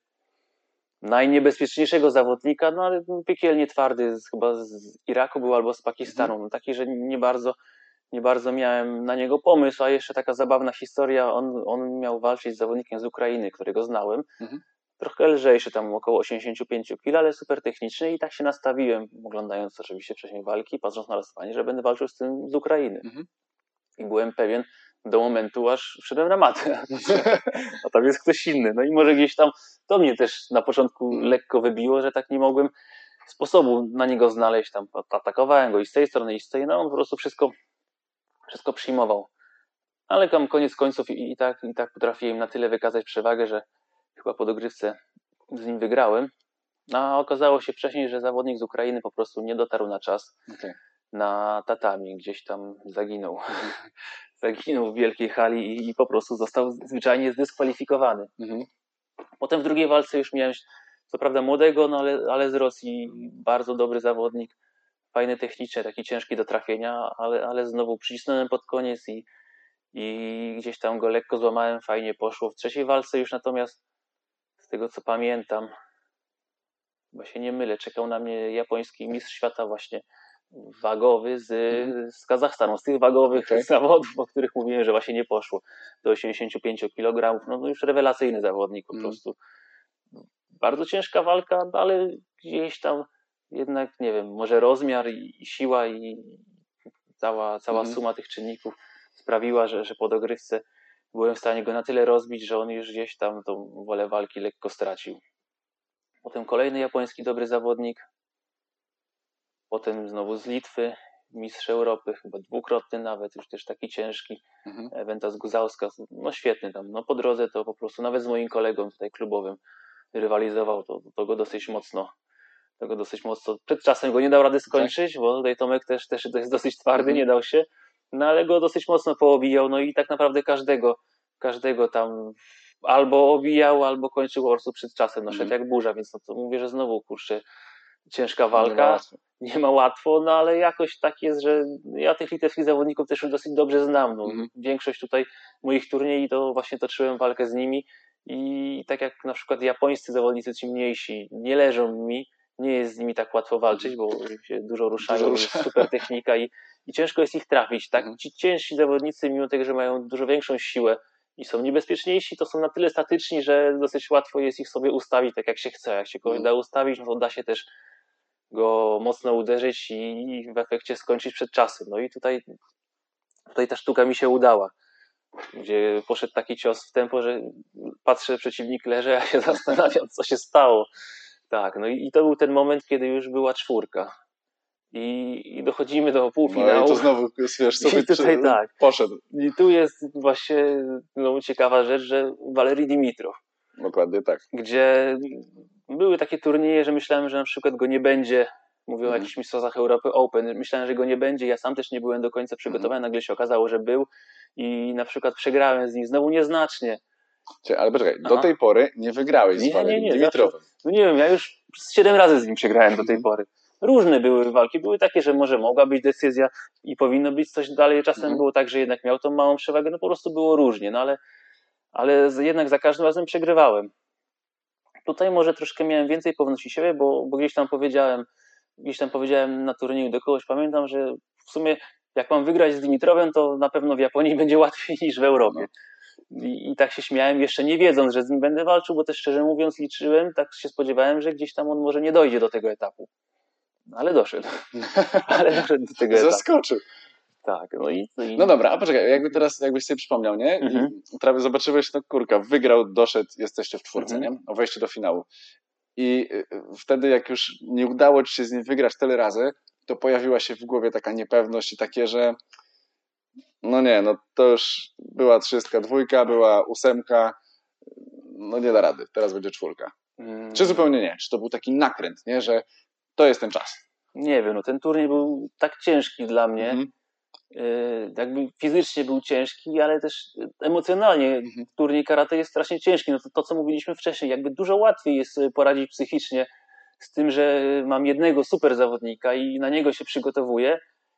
najniebezpieczniejszego zawodnika, no ale piekielnie twardy z, chyba z Iraku był albo z Pakistanu. No, taki, że nie bardzo, nie bardzo miałem na niego pomysł, a jeszcze taka zabawna historia, on, on miał walczyć z zawodnikiem z Ukrainy, którego znałem. Mhm. Trochę lżejszy, tam około osiemdziesiąt pięć kilo, ale super techniczny i tak się nastawiłem, oglądając oczywiście wcześniej walki, patrząc na losowanie, że będę walczył z tym z Ukrainy. Mhm. I byłem pewien do momentu, aż wszedłem na matę. A tam jest ktoś inny. No i może gdzieś tam to mnie też na początku Mhm. lekko wybiło, że tak nie mogłem sposobu na niego znaleźć. Tam atakowałem go i z tej strony, i z tej. No on po prostu wszystko, wszystko przyjmował. Ale tam koniec końców i, i, tak, i tak potrafiłem na tyle wykazać przewagę, że chyba po dogrywce z nim wygrałem. A okazało się wcześniej, że zawodnik z Ukrainy po prostu nie dotarł na czas Okej. na tatami, gdzieś tam zaginął. Zaginął w wielkiej hali i, i po prostu został zwyczajnie zdyskwalifikowany. Mhm. Potem w drugiej walce już miałem, co prawda młodego, no ale, ale z Rosji bardzo dobry zawodnik, fajny technicznie, taki ciężki do trafienia, ale, ale znowu przycisnąłem pod koniec i, i gdzieś tam go lekko złamałem, fajnie poszło. W trzeciej walce już natomiast, z tego co pamiętam, chyba się nie mylę, czekał na mnie japoński mistrz świata właśnie wagowy z, Mhm. z Kazachstanu, z tych wagowych Okej. zawodów, o których mówiłem, że właśnie nie poszło do osiemdziesiąt pięć kilogramów, no, no już rewelacyjny zawodnik po Mhm. prostu. Bardzo ciężka walka, ale gdzieś tam jednak, nie wiem, może rozmiar i, i siła i cała, cała Mhm. suma tych czynników sprawiła, że, że po dogrywce byłem w stanie go na tyle rozbić, że on już gdzieś tam tą wolę walki lekko stracił. Potem kolejny japoński dobry zawodnik, potem znowu z Litwy, mistrz Europy, chyba dwukrotny nawet, już też taki ciężki, Mhm. Ventas Guzauskas, no świetny tam, no po drodze to po prostu nawet z moim kolegą tutaj klubowym rywalizował, to, to go dosyć mocno, to go dosyć mocno, przed czasem go nie dał rady skończyć, bo tutaj Tomek też, też to jest dosyć twardy, Mhm. nie dał się, no ale go dosyć mocno poobijał, no i tak naprawdę każdego, każdego tam albo obijał, albo kończył po prostu przed czasem, no szedł Mhm. jak burza, więc no to mówię, że znowu, kurczę, ciężka Nie ma walka, łatwo. nie ma łatwo, no ale jakoś tak jest, że ja tych litewskich zawodników też już dosyć dobrze znam. No. Mhm. Większość tutaj moich turniejów to właśnie toczyłem walkę z nimi i tak jak na przykład japońscy zawodnicy, ci mniejsi, nie leżą mi, nie jest z nimi tak łatwo walczyć, bo się dużo ruszają, Dużo jest rusza. super technika i, i ciężko jest ich trafić. Tak? Mhm. Ci ciężsi zawodnicy, mimo tego, że mają dużo większą siłę i są niebezpieczniejsi, to są na tyle statyczni, że dosyć łatwo jest ich sobie ustawić tak jak się chce. Jak się kogoś Mhm. da ustawić, no to da się też go mocno uderzyć i w efekcie skończyć przed czasem. No i tutaj, tutaj ta sztuka mi się udała, gdzie poszedł taki cios w tempo, że patrzę, przeciwnik leży, a ja się zastanawiam, co się stało. Tak, no i, i to był ten moment, kiedy już była czwórka. I, i dochodzimy do No półfinału. i to znowu, wiesz, sobie I tutaj tak. poszedł. I tu jest właśnie no, ciekawa rzecz, że Walery Dimitrow. Dokładnie tak. gdzie były takie turnieje, że myślałem, że na przykład go nie będzie. Mówię Mhm. o jakichś mistrzostwach Europy Open. Myślałem, że go nie będzie. Ja sam też nie byłem do końca przygotowany. Mhm. Nagle się okazało, że był i na przykład przegrałem z nim znowu nieznacznie. Czyli, ale poczekaj, Aha. do tej pory nie wygrałeś z Nie, nie, Walerim nie. Dimitrowem. Zawsze, no nie wiem, ja już z siedem razy z nim przegrałem do tej Mhm. pory. Różne były walki. Były takie, że może mogła być decyzja i powinno być coś dalej. Czasem Mhm. było tak, że jednak miał tą małą przewagę. No po prostu było różnie. No ale, ale z- jednak za każdym razem przegrywałem. Tutaj może troszkę miałem więcej pewności siebie, bo, bo gdzieś tam powiedziałem, gdzieś tam powiedziałem na turnieju do kogoś, pamiętam, że w sumie jak mam wygrać z Dimitrowem, to na pewno w Japonii będzie łatwiej niż w Europie. I, I tak się śmiałem, jeszcze nie wiedząc, że z nim będę walczył, bo też szczerze mówiąc liczyłem, tak się spodziewałem, że gdzieś tam on może nie dojdzie do tego etapu. Ale doszedł. Ale doszedł do tego etapu. Zaskoczył. Tak, no i, no i... No dobra, a poczekaj, jakby teraz, jakbyś sobie przypomniał, nie? Mhm. I prawie zobaczyłeś, no kurka, wygrał, doszedł, jesteście w czwórce, Mhm. nie? O wejście do finału. I y, wtedy, jak już nie udało ci się z nim wygrać tyle razy, to pojawiła się w głowie taka niepewność i takie, że no nie, no to już była trzystka, dwójka, była ósemka, no nie da rady, teraz będzie czwórka. Mm, Czy zupełnie nie? Czy to był taki nakręt, nie? Że to jest ten czas? Nie wiem, no ten turniej był tak ciężki dla mnie, Mhm. Yy, jakby fizycznie był ciężki, ale też emocjonalnie Mhm. turniej karate jest strasznie ciężki. No to, to, co mówiliśmy wcześniej, jakby dużo łatwiej jest sobie poradzić psychicznie z tym, że mam jednego super zawodnika i na niego się przygotowuję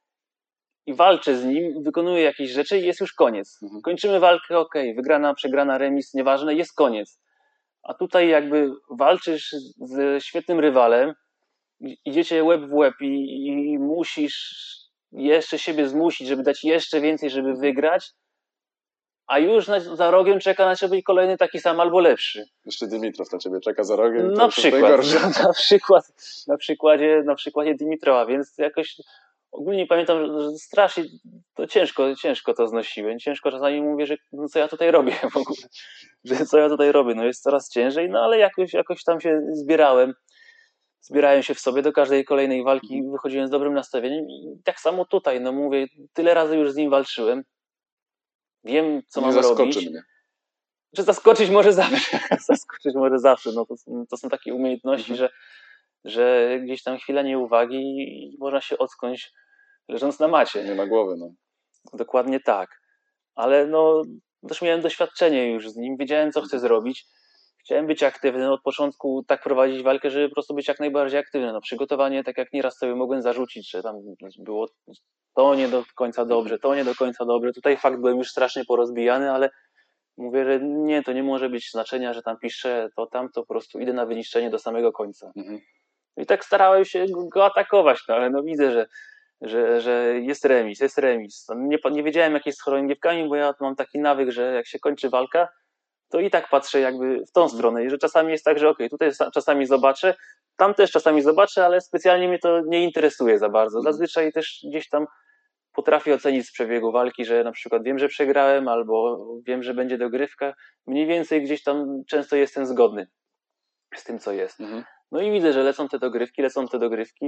i walczę z nim, wykonuję jakieś rzeczy i jest już koniec. Mhm. Kończymy walkę, okej, okay, wygrana, przegrana, remis, nieważne, jest koniec. A tutaj jakby walczysz z świetnym rywalem, idziecie łeb w łeb i, i musisz jeszcze siebie zmusić, żeby dać jeszcze więcej, żeby wygrać, a już na, za rogiem czeka na ciebie kolejny taki sam albo lepszy. Jeszcze Dimitrow na ciebie czeka za rogiem. Na to już przykład, najgorsze. na, przykład na, przykładzie, na przykładzie Dimitrowa, więc jakoś ogólnie pamiętam, że strasznie to ciężko, ciężko to znosiłem. Ciężko czasami mówię, że no co ja tutaj robię w ogóle, że co ja tutaj robię, no jest coraz ciężej, no ale jakoś, jakoś tam się zbierałem. Zbierałem się w sobie do każdej kolejnej walki, wychodziłem z dobrym nastawieniem i tak samo tutaj, no mówię, tyle razy już z nim walczyłem, wiem co Nie mam zaskoczy robić. mnie. Czy zaskoczyć może zawsze, zaskoczyć może zawsze, no to, to są takie umiejętności, Mhm. że, że gdzieś tam chwila nieuwagi i można się ocknąć leżąc na macie. Nie ma głowy, no. Dokładnie tak, ale no też miałem doświadczenie już z nim, wiedziałem co chcę zrobić. Chciałem być aktywny, od początku tak prowadzić walkę, żeby po prostu być jak najbardziej aktywny. No, przygotowanie, tak jak nieraz sobie mogłem zarzucić, że tam było to nie do końca dobrze, to nie do końca dobrze. Tutaj fakt byłem już strasznie porozbijany, ale mówię, że nie, to nie może być znaczenia, że tam piszę to tam, to po prostu idę na wyniszczenie do samego końca. Mhm. I tak starałem się go atakować, no ale no widzę, że, że, że jest remis, jest remis. Nie, nie wiedziałem jak jest z chorągiewkami, bo ja mam taki nawyk, że jak się kończy walka, to i tak patrzę jakby w tą stronę i że czasami jest tak, że okej, okay, tutaj czasami zobaczę, tam też czasami zobaczę, ale specjalnie mnie to nie interesuje za bardzo. Zazwyczaj też gdzieś tam potrafię ocenić z przebiegu walki, że na przykład wiem, że przegrałem albo wiem, że będzie dogrywka. Mniej więcej gdzieś tam często jestem zgodny z tym, co jest. Mhm. No i widzę, że lecą te dogrywki, lecą te dogrywki.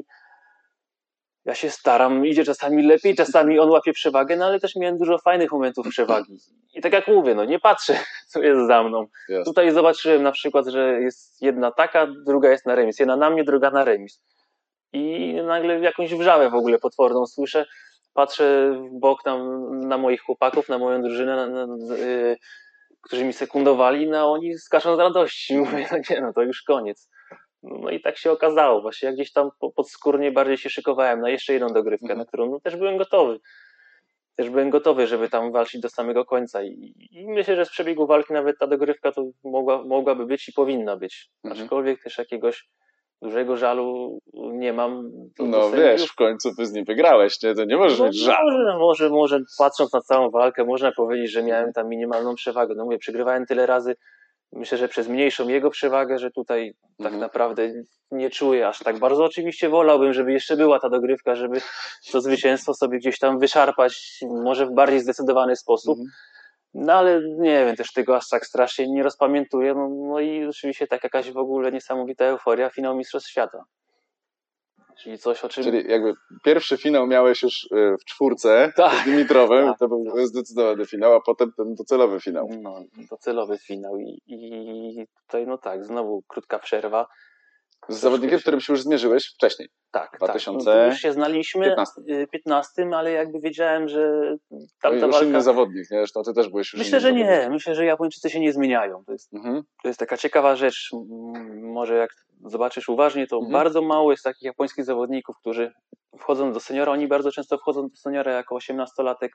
Ja się staram, idzie czasami lepiej, czasami on łapie przewagę, no ale też miałem dużo fajnych momentów przewagi. I tak jak mówię, no nie patrzę, co jest za mną. Jasne. Tutaj zobaczyłem na przykład, że jest jedna taka, druga jest na remis. Jedna na mnie, druga na remis. I nagle jakąś wrzawę w ogóle potworną słyszę. Patrzę w bok tam na moich chłopaków, na moją drużynę, na, na, yy, którzy mi sekundowali, no oni skaczą z radości. Mówię, no nie, no to już koniec. No i tak się okazało. Właśnie ja gdzieś tam podskórnie bardziej się szykowałem na jeszcze jedną dogrywkę, Mhm. na którą no, też byłem gotowy. Też byłem gotowy, żeby tam walczyć do samego końca. I, i myślę, że z przebiegu walki nawet ta dogrywka to mogła, mogłaby być i powinna być. Mhm. Aczkolwiek też jakiegoś dużego żalu nie mam. Do, No do wiesz, sędziów. w końcu ty z nim wygrałeś, nie? To nie możesz No, mieć żalu. może, może, może patrząc na całą walkę, można powiedzieć, że miałem Mhm. tam minimalną przewagę. No mówię, przegrywałem tyle razy. Myślę, że przez mniejszą jego przewagę, że tutaj tak Mhm. naprawdę nie czuję aż tak bardzo. Oczywiście wolałbym, żeby jeszcze była ta dogrywka, żeby to zwycięstwo sobie gdzieś tam wyszarpać, może w bardziej zdecydowany sposób. Mhm. No ale nie wiem, też tego aż tak strasznie nie rozpamiętuję. No, no i oczywiście tak jakaś w ogóle niesamowita euforia, finał Mistrzostw Świata. Czyli coś, o czym... Czyli jakby pierwszy finał miałeś już y, w czwórce Tak. z Dimitrowem, Tak, to był tak. zdecydowany finał, a potem ten docelowy finał. No, docelowy finał i, i tutaj no tak, znowu krótka przerwa. Z zawodnikiem, się- którym się już zmierzyłeś wcześniej. Tak, dwa tak. tysiące No, to już się znaliśmy piętnastym. y, piętnastym, ale jakby wiedziałem, że To tamta już walka... inny zawodnik, nie? Zresztą ty też byłeś już Myślę, innym że nie. zawodnikiem. Myślę, że Japończycy się nie zmieniają. To jest, Mhm. to jest taka ciekawa rzecz. M, Może jak zobaczysz uważnie, to Mhm. bardzo mało jest takich japońskich zawodników, którzy wchodzą do seniora. Oni bardzo często wchodzą do seniora jako osiemnastolatek.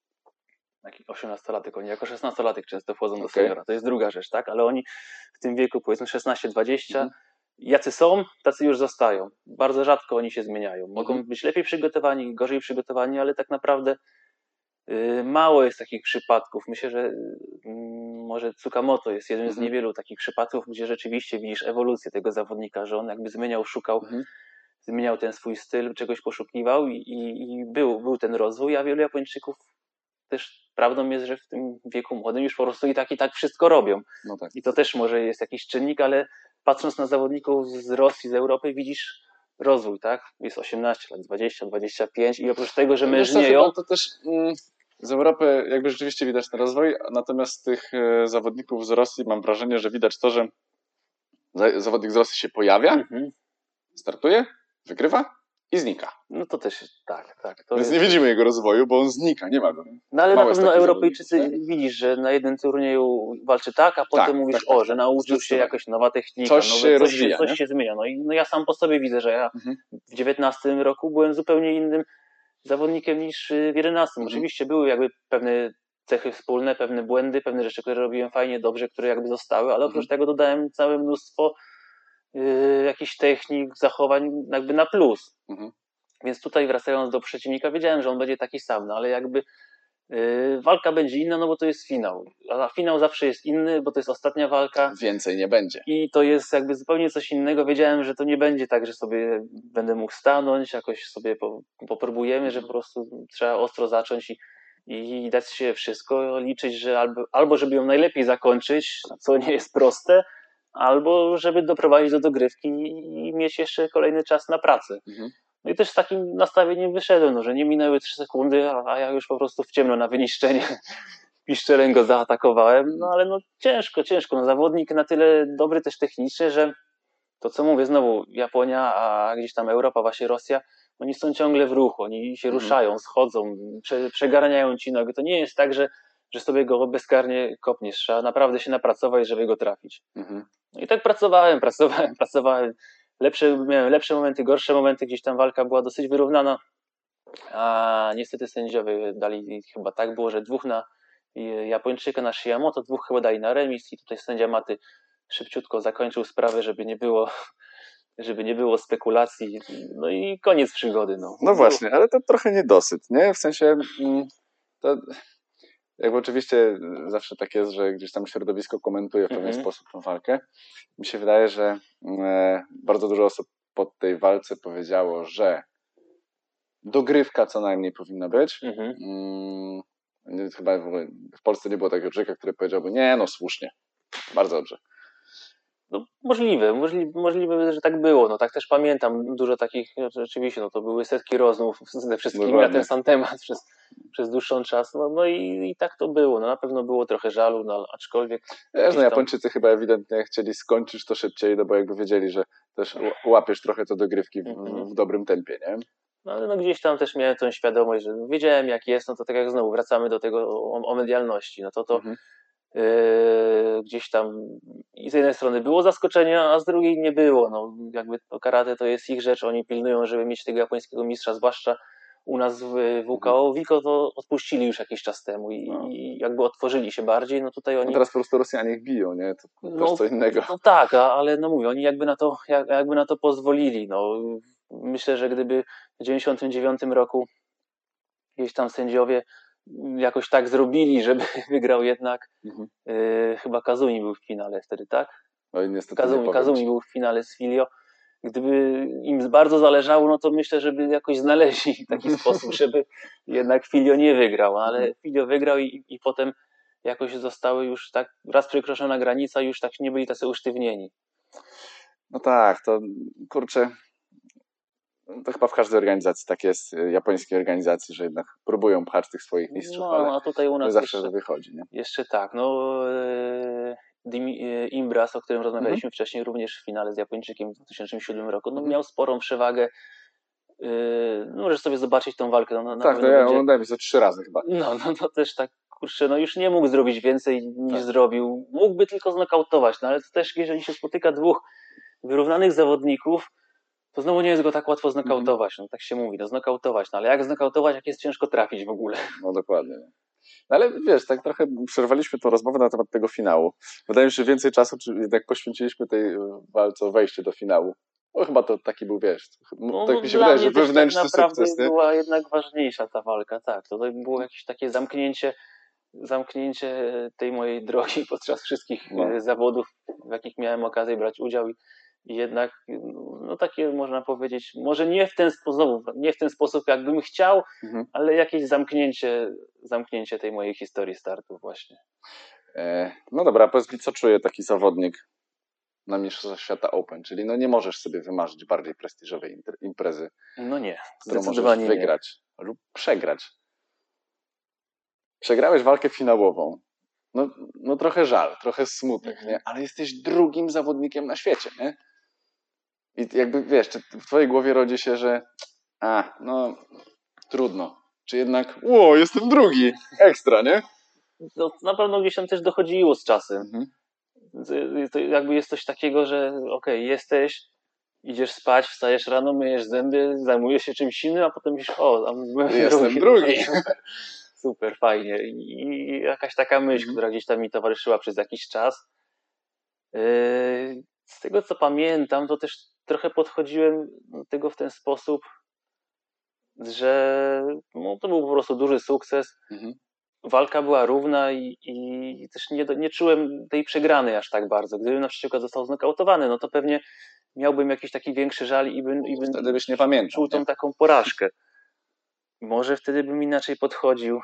Jaki osiemnastolatek, oni jako szesnastolatek często wchodzą do Okej. seniora. To jest druga rzecz, tak? Ale oni w tym wieku, powiedzmy szesnaście dwadzieścia, Mhm. jacy są, tacy już zostają. Bardzo rzadko oni się zmieniają. Mogą Mhm. być lepiej przygotowani, gorzej przygotowani, ale tak naprawdę y, mało jest takich przypadków. Myślę, że y, może Tsukamoto jest jednym z Mhm. niewielu takich przypadków, gdzie rzeczywiście widzisz ewolucję tego zawodnika, że on jakby zmieniał, szukał, Mhm. zmieniał ten swój styl, czegoś poszukiwał i, i, i był, był ten rozwój, a wielu Japończyków też prawdą jest, że w tym wieku młodym już po prostu i tak i tak wszystko robią. No tak. I to też może jest jakiś czynnik, ale patrząc na zawodników z Rosji, z Europy, widzisz rozwój, tak? Jest osiemnaście lat, dwadzieścia, dwadzieścia pięć i oprócz tego, że Wiesz co, mężnieją... chyba to też mm, z Europy jakby rzeczywiście widać ten rozwój, natomiast z tych e, zawodników z Rosji mam wrażenie, że widać to, że za- zawodnik z Rosji się pojawia, Mhm. startuje, wygrywa i znika. No to też tak, tak. To Więc jest... nie widzimy jego rozwoju, bo on znika, nie ma go. No ale Mało na jest pewno takich Europejczycy zawodników, widzisz, że na jednym turnieju walczy tak, a potem Tak, mówisz, tak, tak, o, że tak. nauczył się Zdecydowanie. jakaś nowa technika, Coś nowe, się coś, rozwija, coś nie? się zmienia. No i no ja sam po sobie widzę, że ja Mhm. w dziewiętnastym roku byłem zupełnie innym zawodnikiem niż w jedenastym. Mhm. Oczywiście były jakby pewne cechy wspólne, pewne błędy, pewne rzeczy, które robiłem fajnie, dobrze, które jakby zostały, ale oprócz Mhm. tego dodałem całe mnóstwo yy, jakichś technik, zachowań jakby na plus. Mhm. Więc tutaj wracając do przeciwnika, wiedziałem, że on będzie taki sam, no ale jakby yy, walka będzie inna, no bo to jest finał. A finał zawsze jest inny, bo to jest ostatnia walka. Więcej nie będzie. I to jest jakby zupełnie coś innego. Wiedziałem, że to nie będzie tak, że sobie będę mógł stanąć, jakoś sobie po, popróbujemy, że po prostu trzeba ostro zacząć i, i dać się wszystko, liczyć, że albo, albo żeby ją najlepiej zakończyć, co nie jest proste, albo żeby doprowadzić do dogrywki i mieć jeszcze kolejny czas na pracę. Mhm. No i też z takim nastawieniem wyszedłem, no, że nie minęły trzy sekundy, a, a ja już po prostu w ciemno na wyniszczenie piszczelem go zaatakowałem, no ale no ciężko, ciężko. No, zawodnik na tyle dobry też technicznie, że to co mówię znowu, Japonia, a gdzieś tam Europa, właśnie Rosja, oni są ciągle w ruchu, oni się Mhm. ruszają, schodzą, prze, przegarniają ci nogę. To nie jest tak, że, że sobie go bezkarnie kopniesz. Trzeba naprawdę się napracować, żeby go trafić. Mhm. No i tak pracowałem, pracowałem, pracowałem. Lepsze, miałem lepsze momenty, gorsze momenty, gdzieś tam walka była dosyć wyrównana, a niestety sędziowie dali, chyba tak było, że dwóch na Japończyka, na Shiamoto, dwóch chyba dali na remis i tutaj sędzia Maty szybciutko zakończył sprawę, żeby nie było, żeby nie było spekulacji. No i koniec przygody. No, No właśnie, ale to trochę niedosyt, nie? W sensie mm, to jakby oczywiście zawsze tak jest, że gdzieś tam środowisko komentuje w pewien Mhm. sposób tę walkę. Mi się wydaje, że e, bardzo dużo osób po tej walce powiedziało, że dogrywka co najmniej powinna być. Mhm. Mm, nie, chyba w, ogóle w Polsce nie było takiego człowieka, który powiedziałby, nie no słusznie, bardzo dobrze. No, możliwe, możliwe, możliwe, że tak było. No, tak też pamiętam dużo takich, no, rzeczywiście, no, to były setki rozmów ze wszystkimi Dokładnie. na ten sam temat przez, przez dłuższy czas. No, no i, i tak to było. No, na pewno było trochę żalu, no, aczkolwiek. Wiesz, no gdzieś tam- Japończycy chyba ewidentnie chcieli skończyć to szybciej, no bo jakby wiedzieli, że też ł- łapiesz trochę te dogrywki w, Mhm. w dobrym tempie, nie? No ale no gdzieś tam też miałem tą świadomość, że wiedziałem jak jest, no to tak jak znowu wracamy do tego o, o medialności, no to to Mhm. yy, gdzieś tam i z jednej strony było zaskoczenie, a z drugiej nie było, no jakby to karate to jest ich rzecz, oni pilnują, żeby mieć tego japońskiego mistrza, zwłaszcza u nas w W K O, Wiko to odpuścili już jakiś czas temu i, No. i jakby otworzyli się bardziej, no tutaj No oni... teraz po prostu Rosjanie ich biją, nie? To No, też co innego. No tak, a- ale no mówię, oni jakby na to, jak- jakby na to pozwolili. No, myślę, że gdyby w dziewięćdziesiątym dziewiątym roku gdzieś tam sędziowie jakoś tak zrobili, żeby wygrał jednak, Mhm. yy, chyba Kazumi był w finale wtedy, tak? No i niestety nie Kazumi, powiem Kazumi ci. był w finale z Filio. Gdyby im bardzo zależało, no to myślę, żeby jakoś znaleźli taki sposób, żeby jednak Filio nie wygrał, ale Mhm. Filio wygrał i, i potem jakoś zostały już tak, raz przekroczona granica, już tak nie byli tacy usztywnieni. No tak, to kurczę, to chyba w każdej organizacji tak jest, japońskiej organizacji, że jednak próbują pchać tych swoich mistrzów, No, ale a tutaj u nie nas zawsze jeszcze, to wychodzi, nie? jeszcze tak, no e, Dimi- e, Imbras, o którym rozmawialiśmy Mhm. wcześniej, również w finale z Japończykiem w dwa tysiące siódmym roku, no Mhm. miał sporą przewagę. E, no, możesz sobie zobaczyć tą walkę, no, na na Tak, to pewno ja będzie. oglądałem to trzy razy chyba. No, no to też tak, kurczę, no już nie mógł zrobić więcej niż Tak. zrobił. Mógłby tylko znokautować, no ale to też, jeżeli się spotyka dwóch wyrównanych zawodników, to znowu nie jest go tak łatwo znokautować. No tak się mówi, no znokautować. No ale jak znokautować, jak jest ciężko trafić w ogóle? No dokładnie. Nie? No, ale wiesz, tak trochę przerwaliśmy tą rozmowę na temat tego finału. Wydaje mi się, że więcej czasu czy jednak poświęciliśmy tej e, walce o wejście do finału. Bo chyba to taki był, wiesz, No, tak no, mi się dla wydaje, mnie że też wewnętrzny tak naprawdę sukces, nie? była jednak ważniejsza ta walka, tak. To było jakieś takie zamknięcie, zamknięcie tej mojej drogi podczas wszystkich No. e, zawodów, w jakich miałem okazję brać udział i, i jednak, no takie można powiedzieć, może nie w ten sposób, nie w ten sposób jakbym chciał, Mhm. ale jakieś zamknięcie, zamknięcie tej mojej historii startu właśnie. E, no dobra, powiedz mi, co czuje taki zawodnik na Mistrzostwach Świata Open, czyli no nie możesz sobie wymarzyć bardziej prestiżowej impre- imprezy, No nie, którą możesz zdecydowanie nie. wygrać lub przegrać. Przegrałeś walkę finałową. No, no trochę żal, trochę smutek, Mhm. nie? Ale jesteś drugim zawodnikiem na świecie, nie? I jakby, wiesz, czy w twojej głowie rodzi się, że a, no trudno. Czy jednak, ło, jestem drugi, ekstra, nie? No, na pewno gdzieś tam też dochodziło z czasem. Mhm. To jakby jest coś takiego, że okej, okay, jesteś, idziesz spać, wstajesz rano, myjesz zęby, zajmujesz się czymś innym, a potem myślisz, o, tam byłem Jestem drugi. Super, super, fajnie. I jakaś taka myśl, Mhm. która gdzieś tam mi towarzyszyła przez jakiś czas. Yy, z tego co pamiętam, to też trochę podchodziłem do tego w ten sposób, że no, to był po prostu duży sukces. Mhm. Walka była równa i, i też nie, nie czułem tej przegranej aż tak bardzo. Gdybym na przykład został znokautowany, no to pewnie miałbym jakiś taki większy żal i bym, i bym Wtedy byś nie pamiętał, czuł tą nie? taką porażkę. Może wtedy bym inaczej podchodził.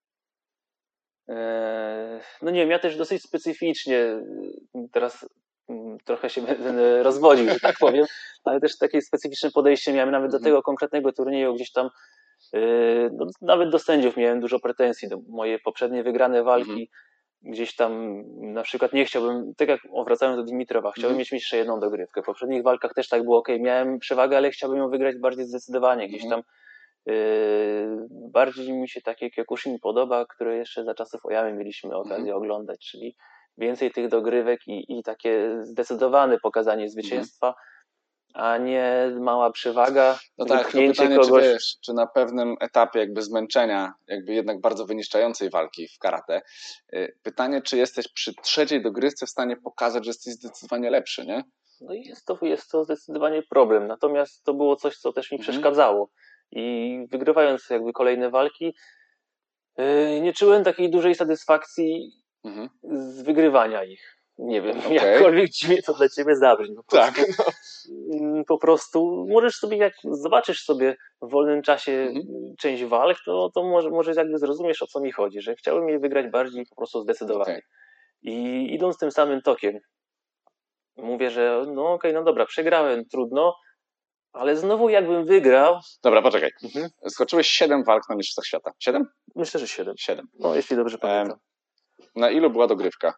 Eee, no nie wiem, ja też dosyć specyficznie teraz mm, trochę się będę rozwodził, że tak powiem, ale też takie specyficzne podejście miałem nawet do Mhm. tego konkretnego turnieju, gdzieś tam no, nawet do sędziów miałem dużo pretensji, do moje poprzednie wygrane walki, Mhm. gdzieś tam na przykład nie chciałbym, tak jak o, wracając do Dimitrowa, chciałbym Mhm. mieć jeszcze jedną dogrywkę. W poprzednich walkach też tak było, ok, miałem przewagę, ale chciałbym ją wygrać bardziej zdecydowanie, gdzieś Mhm. tam yy, bardziej mi się takie Kyokushin podoba, które jeszcze za czasów Oyamy mieliśmy okazję Mhm. oglądać, czyli więcej tych dogrywek i, i takie zdecydowane pokazanie zwycięstwa, a nie mała przewaga, No tak, to wypchnięcie pytanie, kogoś. czy wiesz, czy na pewnym etapie jakby zmęczenia, jakby jednak bardzo wyniszczającej walki w karate, y, pytanie, czy jesteś przy trzeciej dogrywce w stanie pokazać, że jesteś zdecydowanie lepszy, nie? No i jest to, jest to zdecydowanie problem. Natomiast to było coś, co też mi Mhm. przeszkadzało. I wygrywając jakby kolejne walki, yy, nie czułem takiej dużej satysfakcji Mhm. z wygrywania ich. Nie wiem, Okej. jakkolwiek dziwnie to dla ciebie zabrzmi. Po prostu, Tak. No. mm, po prostu możesz sobie, jak zobaczysz sobie w wolnym czasie Mhm. część walk, to, to może, może jakby zrozumiesz, o co mi chodzi, że chciałem je wygrać bardziej po prostu zdecydowanie. Okej. I idąc tym samym tokiem, mówię, że no okej, no dobra, przegrałem, trudno, ale znowu jakbym wygrał. Dobra, poczekaj. Mhm. Skoczyłeś siedem walk na Mistrzostwach Świata. Siedem? Myślę, że siedem. Siedem. No, jeśli dobrze pamiętam. Na ilu była dogrywka?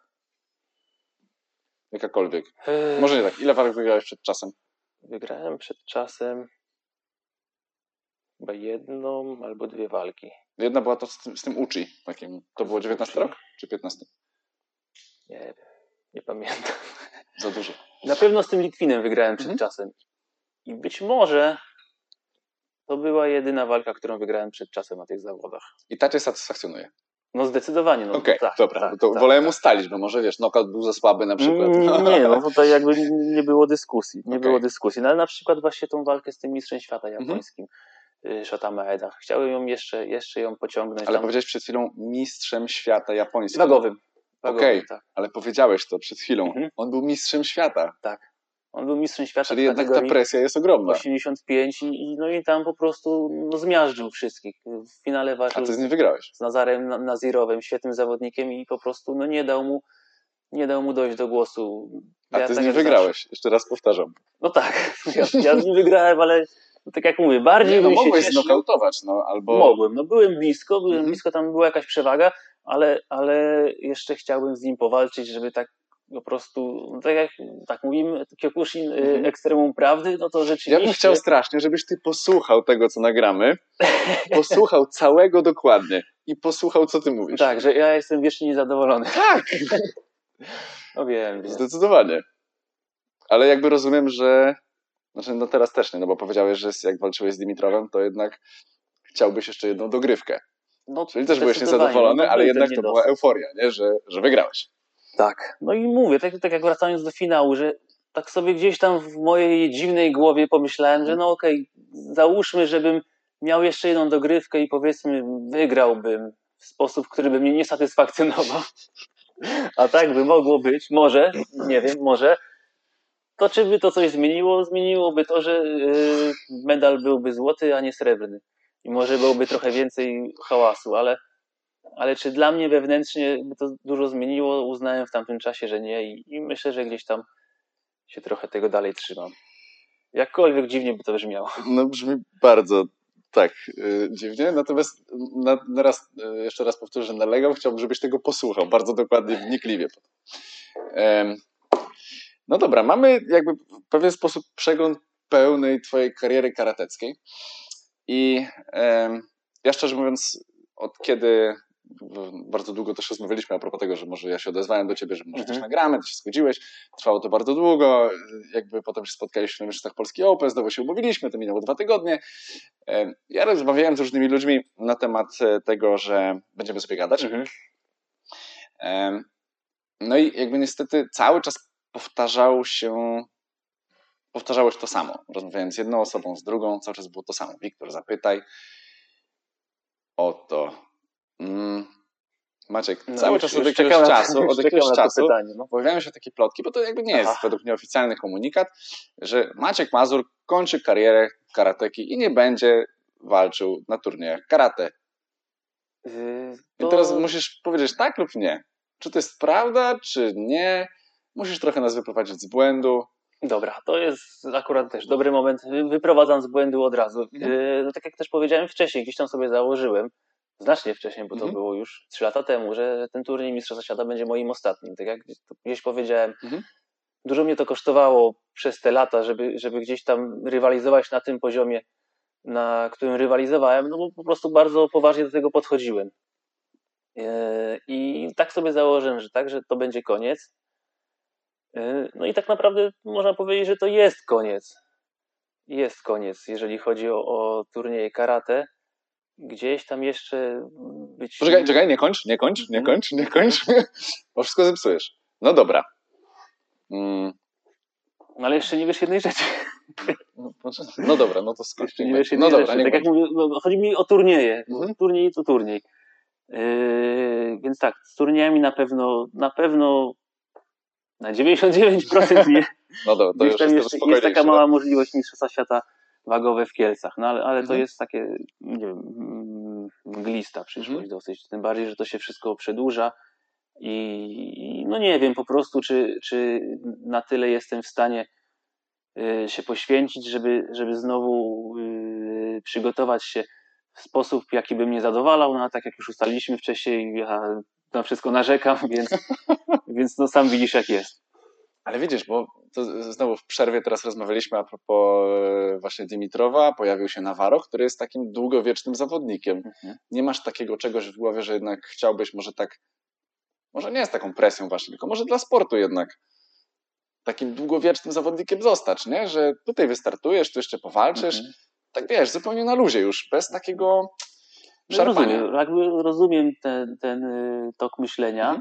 Jakakolwiek. Eee, Może nie tak. Ile walk wygrałeś przed czasem? Wygrałem przed czasem chyba jedną albo dwie walki. Jedna była to z tym, z tym Uchi. Takim. To było dziewiętnasty rok? Czy piętnasty? Nie wiem, nie pamiętam. Za dużo. Na pewno z tym Litwinem wygrałem przed Mhm. czasem. I być może to była jedyna walka, którą wygrałem przed czasem na tych zawodach. I ta cię satysfakcjonuje. No zdecydowanie. No, Okej, tak, dobra. tak, to tak, wolałem tak. ustalić, bo może wiesz, knockout był za słaby na przykład. Nie, nie, no tutaj jakby nie było dyskusji. Nie Okej. było dyskusji. No ale na przykład właśnie tą walkę z tym mistrzem świata japońskim, mhm. Shota Maeda. Chciałem ją jeszcze, jeszcze ją pociągnąć. Ale tam... powiedziałeś przed chwilą mistrzem świata japońskim. Wagowym. Wagowym, Okej, tak. ale powiedziałeś to przed chwilą. Mhm. On był mistrzem świata. Tak. On był mistrzem świata. Czyli w jednak ta kategorii presja jest ogromna. osiemdziesiąt pięć i, i, no i tam po prostu no, zmiażdżył wszystkich. W finale A walczył ty z nim z, wygrałeś. z Nazarem Na- Nazirowem, świetnym zawodnikiem i po prostu no, nie dał mu nie dał mu dojść do głosu. A Ja ty z tak nim jak wygrałeś. zawsze- Jeszcze raz powtarzam. No tak, ja, ja z nim wygrałem, ale No, tak jak mówię, bardziej Nie, no bym się mogłeś cieszył. znokautować, no albo... Mogłem, no byłem blisko, byłem Mhm. blisko, tam była jakaś przewaga, ale, ale jeszcze chciałbym z nim powalczyć, żeby tak po prostu, no tak jak tak mówimy, Kyokushin, Mhm. y, ekstremum prawdy, no to rzeczywiście... Ja bym chciał strasznie, żebyś ty posłuchał tego, co nagramy, posłuchał całego dokładnie i posłuchał, co ty mówisz. Tak, że ja jestem wiecznie niezadowolony. Tak, No wiem, wiem. zdecydowanie. Ale jakby rozumiem, że... Znaczy, no teraz też nie, no bo powiedziałeś, że jak walczyłeś z Dimitrowem, to jednak chciałbyś jeszcze jedną dogrywkę. No, Czyli też byłeś zdecydowanie, niezadowolony, no, ale był jednak ten to była niedosyt. euforia, nie? Że, że wygrałeś. Tak, no i mówię, tak, tak jak wracając do finału, że tak sobie gdzieś tam w mojej dziwnej głowie pomyślałem, że no okej, załóżmy, żebym miał jeszcze jedną dogrywkę i powiedzmy wygrałbym w sposób, który by mnie nie satysfakcjonował, a tak by mogło być, może, nie wiem, może, to czy by to coś zmieniło? Zmieniłoby to, że yy, medal byłby złoty, a nie srebrny i może byłoby trochę więcej hałasu, ale ale czy dla mnie wewnętrznie by to dużo zmieniło? Uznałem w tamtym czasie, że nie i, i myślę, że gdzieś tam się trochę tego dalej trzymam. Jakkolwiek dziwnie by to brzmiało. No brzmi bardzo tak yy, dziwnie, natomiast na, na raz, yy, jeszcze raz powtórzę, że nalegam, chciałbym, żebyś tego posłuchał bardzo dokładnie, wnikliwie. Ym, no dobra, mamy jakby w pewien sposób przegląd pełnej twojej kariery karateckiej i ym, ja szczerze mówiąc, od kiedy bardzo długo też rozmawialiśmy a propos tego, że może ja się odezwałem do ciebie, że może Mhm. coś nagramy, ty się zgodziłeś. Trwało to bardzo długo, jakby potem się spotkaliśmy na mistrzostwach Polski Open, znowu się umówiliśmy, to minęło dwa tygodnie. Ja rozmawiałem z różnymi ludźmi na temat tego, że będziemy sobie gadać. Mhm. No i jakby niestety cały czas powtarzał się powtarzało się to samo. Rozmawiałem z jedną osobą, z drugą, cały czas było to samo. Wiktor, zapytaj o to. Mm. Maciek, No cały już- czas już od jakiegoś czekam na- czasu, już od czekam jakiegoś na to czasu pytanie, no. pojawiają się takie plotki, bo to jakby nie jest Aha. według mnie oficjalny komunikat, że Maciek Mazur kończy karierę karateki i nie będzie walczył na turniejach karate. Yy, I to- teraz musisz powiedzieć tak lub nie. Czy to jest prawda, czy nie? Musisz trochę nas wyprowadzić z błędu. Dobra, to jest akurat też dobry moment. Wy- Wyprowadzam z błędu od razu. Mhm. Yy, no tak jak też powiedziałem wcześniej, gdzieś tam sobie założyłem, znacznie wcześniej, bo to Mhm. było już trzy lata temu, że ten turniej Mistrzostwa Świata będzie moim ostatnim. Tak jak gdzieś powiedziałem, Mhm. dużo mnie to kosztowało przez te lata, żeby, żeby gdzieś tam rywalizować na tym poziomie, na którym rywalizowałem, no bo po prostu bardzo poważnie do tego podchodziłem. Yy, I tak sobie założyłem, że tak, że to będzie koniec. Yy, No i tak naprawdę można powiedzieć, że to jest koniec. Jest koniec, jeżeli chodzi o, o turnieje karate. Gdzieś tam jeszcze być... Poczekaj, czekaj, nie kończ, nie kończ, nie Mhm. kończ, nie kończ. Bo wszystko zepsujesz. No dobra. Mm. No ale jeszcze nie wiesz jednej rzeczy. No, poczekaj. No dobra, no to skończ. Jeszcze nie niech wiesz będzie. No jednej dobra, rzeczy. nie Tak jak mówię, no, chodzi mi o turnieje. Mhm. Turniej to turniej. Yy, więc tak, z turniejami na pewno, na pewno na dziewięćdziesiąt dziewięć procent nie. No dobra, to Gdzieś już tam jest jeszcze jest taka spokojniejsze. mała możliwość Mistrzostwa Świata wagowe w Kielcach, no ale, ale to Mhm. jest takie, nie wiem, mm, mglista przyszłość Mhm. dosyć, tym bardziej, że to się wszystko przedłuża i i no nie wiem po prostu, czy, czy na tyle jestem w stanie y, się poświęcić, żeby, żeby znowu y, przygotować się w sposób, jaki by mnie zadowalał, no a tak jak już ustaliliśmy wcześniej, ja na wszystko narzekam, więc, więc no sam widzisz jak jest. Ale widzisz, bo to znowu w przerwie teraz rozmawialiśmy a propos e, właśnie Dimitrowa, pojawił się Navarro, który jest takim długowiecznym zawodnikiem. Mhm. Nie masz takiego czegoś w głowie, że jednak chciałbyś może tak, może nie z taką presją właśnie, tylko może dla sportu jednak takim długowiecznym zawodnikiem zostać, nie? Że tutaj wystartujesz, tu jeszcze powalczysz, Mhm. tak wiesz, zupełnie na luzie już, bez takiego No szarpania. rozumiem, jakby rozumiem ten, ten y, tok myślenia Mhm.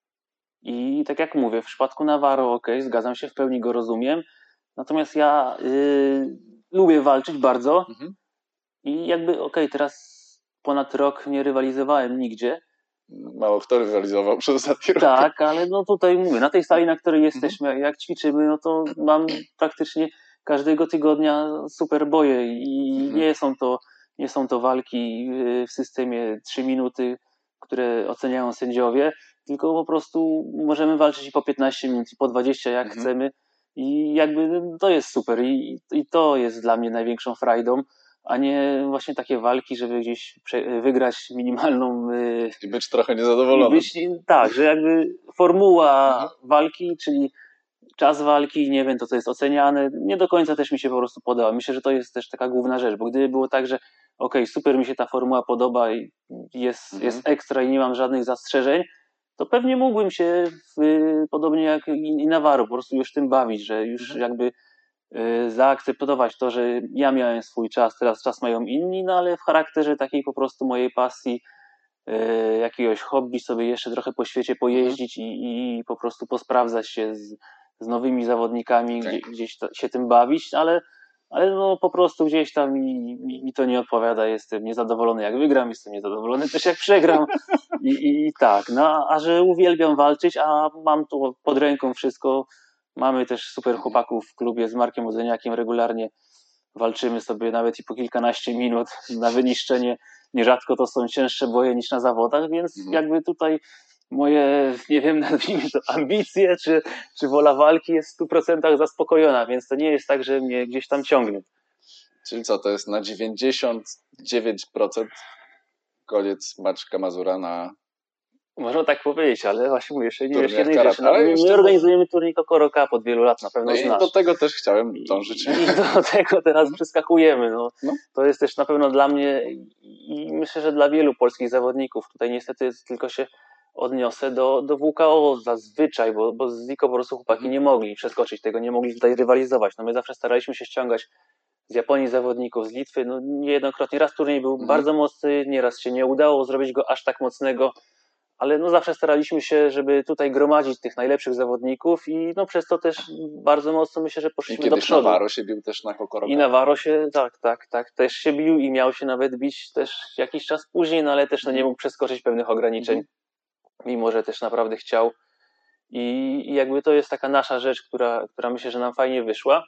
i tak jak mówię, w przypadku Navarro, ok, zgadzam się, w pełni go rozumiem, natomiast ja y, lubię walczyć bardzo Mhm. i jakby ok, teraz ponad rok nie rywalizowałem nigdzie, Mało kto rywalizował przez ostatni rok. tak, ale no tutaj mówię, na tej sali, na której jesteśmy, jak, jak ćwiczymy, no to mam praktycznie każdego tygodnia super boje i Mhm. nie są to, nie są to walki y, w systemie trzy minuty, które oceniają sędziowie, tylko po prostu możemy walczyć i po piętnaście minut, i po dwadzieścia jak Mhm. chcemy, i jakby to jest super i, i to jest dla mnie największą frajdą, a nie właśnie takie walki, żeby gdzieś prze, wygrać minimalną... Yy, I być trochę niezadowolony. I być, tak, że jakby formuła Mhm. walki, czyli czas walki, nie wiem, to co jest oceniane, nie do końca też mi się po prostu podoba. Myślę, że to jest też taka główna rzecz, bo gdyby było tak, że okej, okay, super mi się ta formuła podoba i jest, Mhm. jest ekstra i nie mam żadnych zastrzeżeń, to pewnie mógłbym się w, podobnie jak i, i Navarro po prostu już tym bawić, że już Mhm. jakby y, zaakceptować to, że ja miałem swój czas, teraz czas mają inni, no ale w charakterze takiej po prostu mojej pasji, y, jakiegoś hobby sobie jeszcze trochę po świecie pojeździć mhm. i, i po prostu posprawdzać się z, z nowymi zawodnikami, okay. gdzie, gdzieś to, się tym bawić, ale ale no po prostu gdzieś tam mi, mi, mi to nie odpowiada, jestem niezadowolony jak wygram, jestem niezadowolony też jak przegram i, i, i tak, no a że uwielbiam walczyć, a mam tu pod ręką wszystko, mamy też super chłopaków w klubie z Markiem Odzeniakiem, regularnie walczymy sobie nawet i po kilkanaście minut na wyniszczenie, nierzadko to są cięższe boje niż na zawodach, więc mhm. jakby tutaj moje, nie wiem, nazwijmy to ambicje, czy, czy wola walki jest w stu procentach zaspokojona, więc to nie jest tak, że mnie gdzieś tam ciągnie. Czyli co, to jest na dziewięćdziesiąt dziewięć procent koniec Maćka Mazura na... Można tak powiedzieć, ale właśnie mówię, jeszcze nie wiesz jednej karat, rzeczy. No, my my organizujemy turniej Kokoro Cup od wielu lat, na pewno no i znasz. do tego też chciałem dążyć. I, i do tego teraz no. przeskakujemy. No. No. To jest też na pewno dla mnie i myślę, że dla wielu polskich zawodników. Tutaj niestety tylko się odniosę do, do W K O zazwyczaj, bo, bo z Ziko po prostu chłopaki mhm. nie mogli przeskoczyć tego, nie mogli tutaj rywalizować. No my zawsze staraliśmy się ściągać z Japonii zawodników, z Litwy. No niejednokrotnie raz turniej był mhm. bardzo mocny, nieraz się nie udało zrobić go aż tak mocnego, ale no zawsze staraliśmy się, żeby tutaj gromadzić tych najlepszych zawodników i no przez to też bardzo mocno myślę, że poszliśmy do przodu. I Navarro się bił też na Kokoro Cup. I Navarro się, tak, tak, tak, też się bił i miał się nawet bić też jakiś czas później, no ale też no, nie mógł przeskoczyć pewnych ograniczeń, mhm. mimo że też naprawdę chciał. I, I jakby to jest taka nasza rzecz, która, która myślę, że nam fajnie wyszła.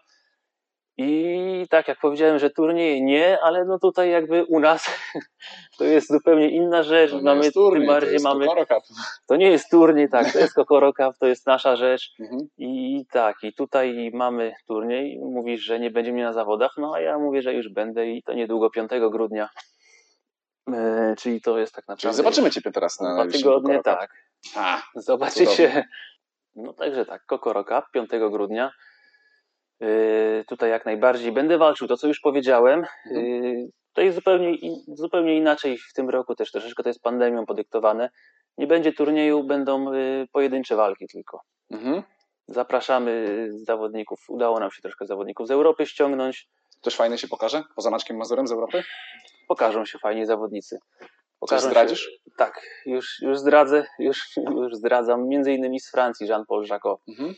I tak jak powiedziałem, że turniej nie, ale no tutaj jakby u nas to jest zupełnie inna rzecz. To nie mamy jest turniej, tym bardziej to jest mamy. Kokoro Cup. To nie jest turniej, tak, to jest Kokoro Cup, to jest nasza rzecz. Mhm. I tak, i tutaj mamy turniej. Mówisz, że nie będzie mnie na zawodach, no a ja mówię, że już będę i to niedługo piątego grudnia. Yy, czyli to jest tak naprawdę. Czyli zobaczymy Ciebie teraz na dwa tygodnie, Kokoro Cup. tak. A, zobaczycie. No także tak, Kokoro Cup piątego grudnia. Yy, tutaj jak najbardziej będę walczył, to co już powiedziałem. Yy, to jest zupełnie, in, zupełnie inaczej w tym roku też, troszeczkę to jest pandemią podyktowane. Nie będzie turnieju, będą yy, pojedyncze walki tylko. Mhm. Zapraszamy zawodników, udało nam się troszkę zawodników z Europy ściągnąć. Coś fajne się pokaże poza Maćkiem Mazurem z Europy? Pokażą się fajnie zawodnicy. Pokażą Coś zdradzisz? Się, tak, już, już zdradzę, już, już zdradzam. Między innymi z Francji Jean-Paul Jacot. Mhm.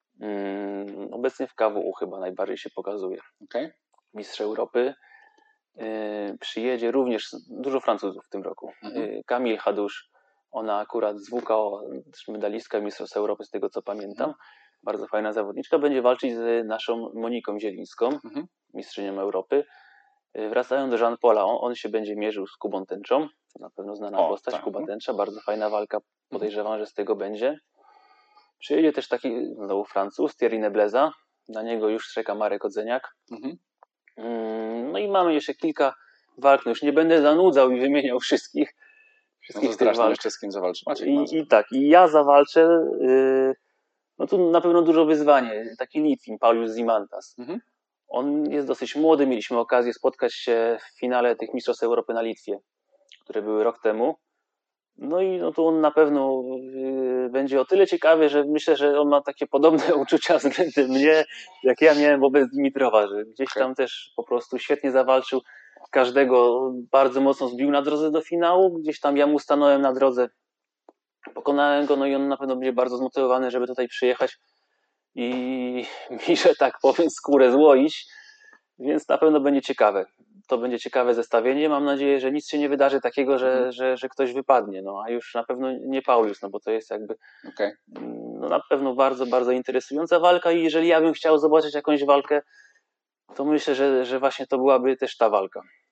Hmm, obecnie w K W U chyba najbardziej się pokazuje. Okay. Mistrz Europy. Yy, przyjedzie również dużo Francuzów w tym roku. Mhm. Yy, Kamil Hadusz, ona akurat z W K O, medalistka Mistrzostw Europy z tego co pamiętam. Mhm. Bardzo fajna zawodniczka. Będzie walczyć z naszą Moniką Zielińską, mhm. mistrzynią Europy. Yy, wracając do Jean-Paula, on, on się będzie mierzył z Kubą Tęczą. To na pewno znana o, postać, tak. Kuba Tęcza. Bardzo fajna walka. Podejrzewam, mhm. że z tego będzie. Przyjedzie też taki znowu Francuz, Thierry Nebleza. Na niego już czeka Marek Odzeniak. Mhm. No i mamy jeszcze kilka walk. No już nie będę zanudzał i wymieniał wszystkich. Wszystkich no tych walk. Jeszcze z kim zawalczy Maciek I, I tak, i ja zawalczę. Yy, no tu na pewno dużo wyzwanie. Taki Litwin, Paulius Zimantas. Mhm. On jest dosyć młody. Mieliśmy okazję spotkać się w finale tych Mistrzostw Europy na Litwie, które były rok temu. No i no to on na pewno yy, będzie o tyle ciekawy, że myślę, że on ma takie podobne uczucia względem mnie, jak ja miałem wobec Dimitrowa, że gdzieś okay. tam też po prostu świetnie zawalczył, każdego bardzo mocno zbił na drodze do finału, gdzieś tam ja mu stanąłem na drodze, pokonałem go, no i on na pewno będzie bardzo zmotywowany, żeby tutaj przyjechać i mi, że tak powiem, skórę złoić, więc na pewno będzie ciekawe. To będzie ciekawe zestawienie. Mam nadzieję, że nic się nie wydarzy takiego, że, mhm. że, że ktoś wypadnie. No, a już na pewno nie Paulius, no bo to jest jakby okay. no, na pewno bardzo, bardzo interesująca walka i jeżeli ja bym chciał zobaczyć jakąś walkę, to myślę, że, że właśnie to byłaby też ta walka.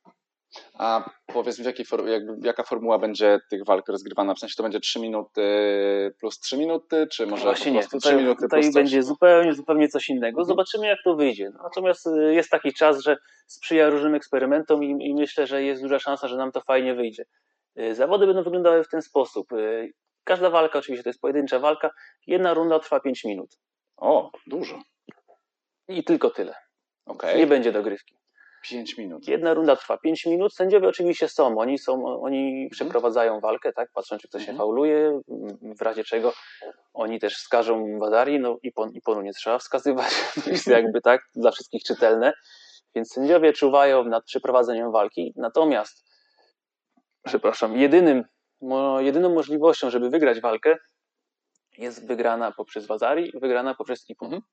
A powiedz mi, w jakiej for, jakby, jaka formuła będzie tych walk rozgrywana? W sensie to będzie trzy minuty plus trzy minuty, czy może Właśnie po nie, prostu trzy tutaj, minuty tutaj plus coś? będzie zupełnie, zupełnie coś innego. Mhm. Zobaczymy, jak to wyjdzie. Natomiast y, jest taki czas, że sprzyja różnym eksperymentom i, i myślę, że jest duża szansa, że nam to fajnie wyjdzie. Y, Zawody będą wyglądały w ten sposób. Y, Każda walka, oczywiście to jest pojedyncza walka, jedna runda trwa pięć minut. O, dużo. I tylko tyle. Okej. Nie będzie dogrywki. pięć minut. Jedna runda trwa pięć minut. Sędziowie oczywiście są. Oni są, oni przeprowadzają walkę, tak? Patrzą, czy ktoś się Mhm. fauluje. W razie czego oni też wskażą Wadarii, no i pon, i ponu nie trzeba wskazywać. To jest jakby tak dla wszystkich czytelne. Więc sędziowie czuwają nad przeprowadzeniem walki. Natomiast, przepraszam, jedynym, mo, jedyną możliwością, żeby wygrać walkę, jest wygrana poprzez Wadarii, wygrana poprzez Ipon. Mhm.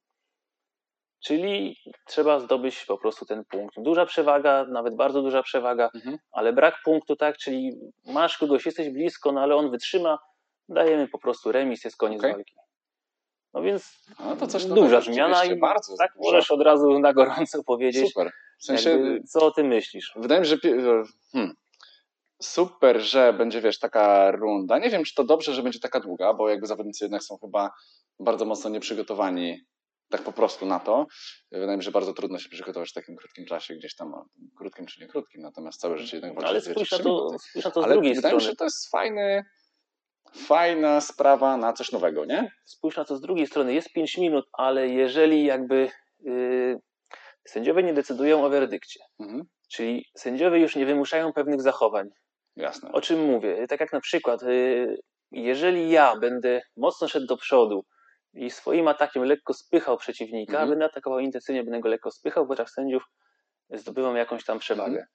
Czyli trzeba zdobyć po prostu ten punkt. Duża przewaga, nawet bardzo duża przewaga, Mhm. ale brak punktu, tak, czyli masz kogoś, jesteś blisko, no ale on wytrzyma, dajemy po prostu remis, jest koniec Okej. walki. No więc No to coś duża nowego, zmiana rzeczywiście, i bardzo tak duża. możesz od razu na gorąco powiedzieć, Super. W sensie, jakby, co o tym myślisz. wydaje mi się, że pi- że- hmm, super, że będzie, wiesz, taka runda. Nie wiem, czy to dobrze, że będzie taka długa, bo jakby zawodnicy jednak są chyba bardzo mocno nieprzygotowani tak po prostu na to. Wydaje mi się, że bardzo trudno się przygotować w takim krótkim czasie, gdzieś tam, no, krótkim czy nie krótkim, natomiast całe życie jednak walczyć Ale wiecie, spójrz na, trzy to, minuty. spójrz na to z Ale drugiej wydaje mi strony. się, że to jest fajny, fajna sprawa na coś nowego, nie? Spójrz na to z drugiej strony. Jest pięć minut, ale jeżeli jakby yy, sędziowie nie decydują o werdykcie, Mhm. czyli sędziowie już nie wymuszają pewnych zachowań. Jasne. O czym mówię? Tak jak na przykład, y, jeżeli ja będę mocno szedł do przodu i swoim atakiem lekko spychał przeciwnika, Mhm. będę atakował intensywnie, będę go lekko spychał, w oczach sędziów zdobywam jakąś tam przewagę. Mhm.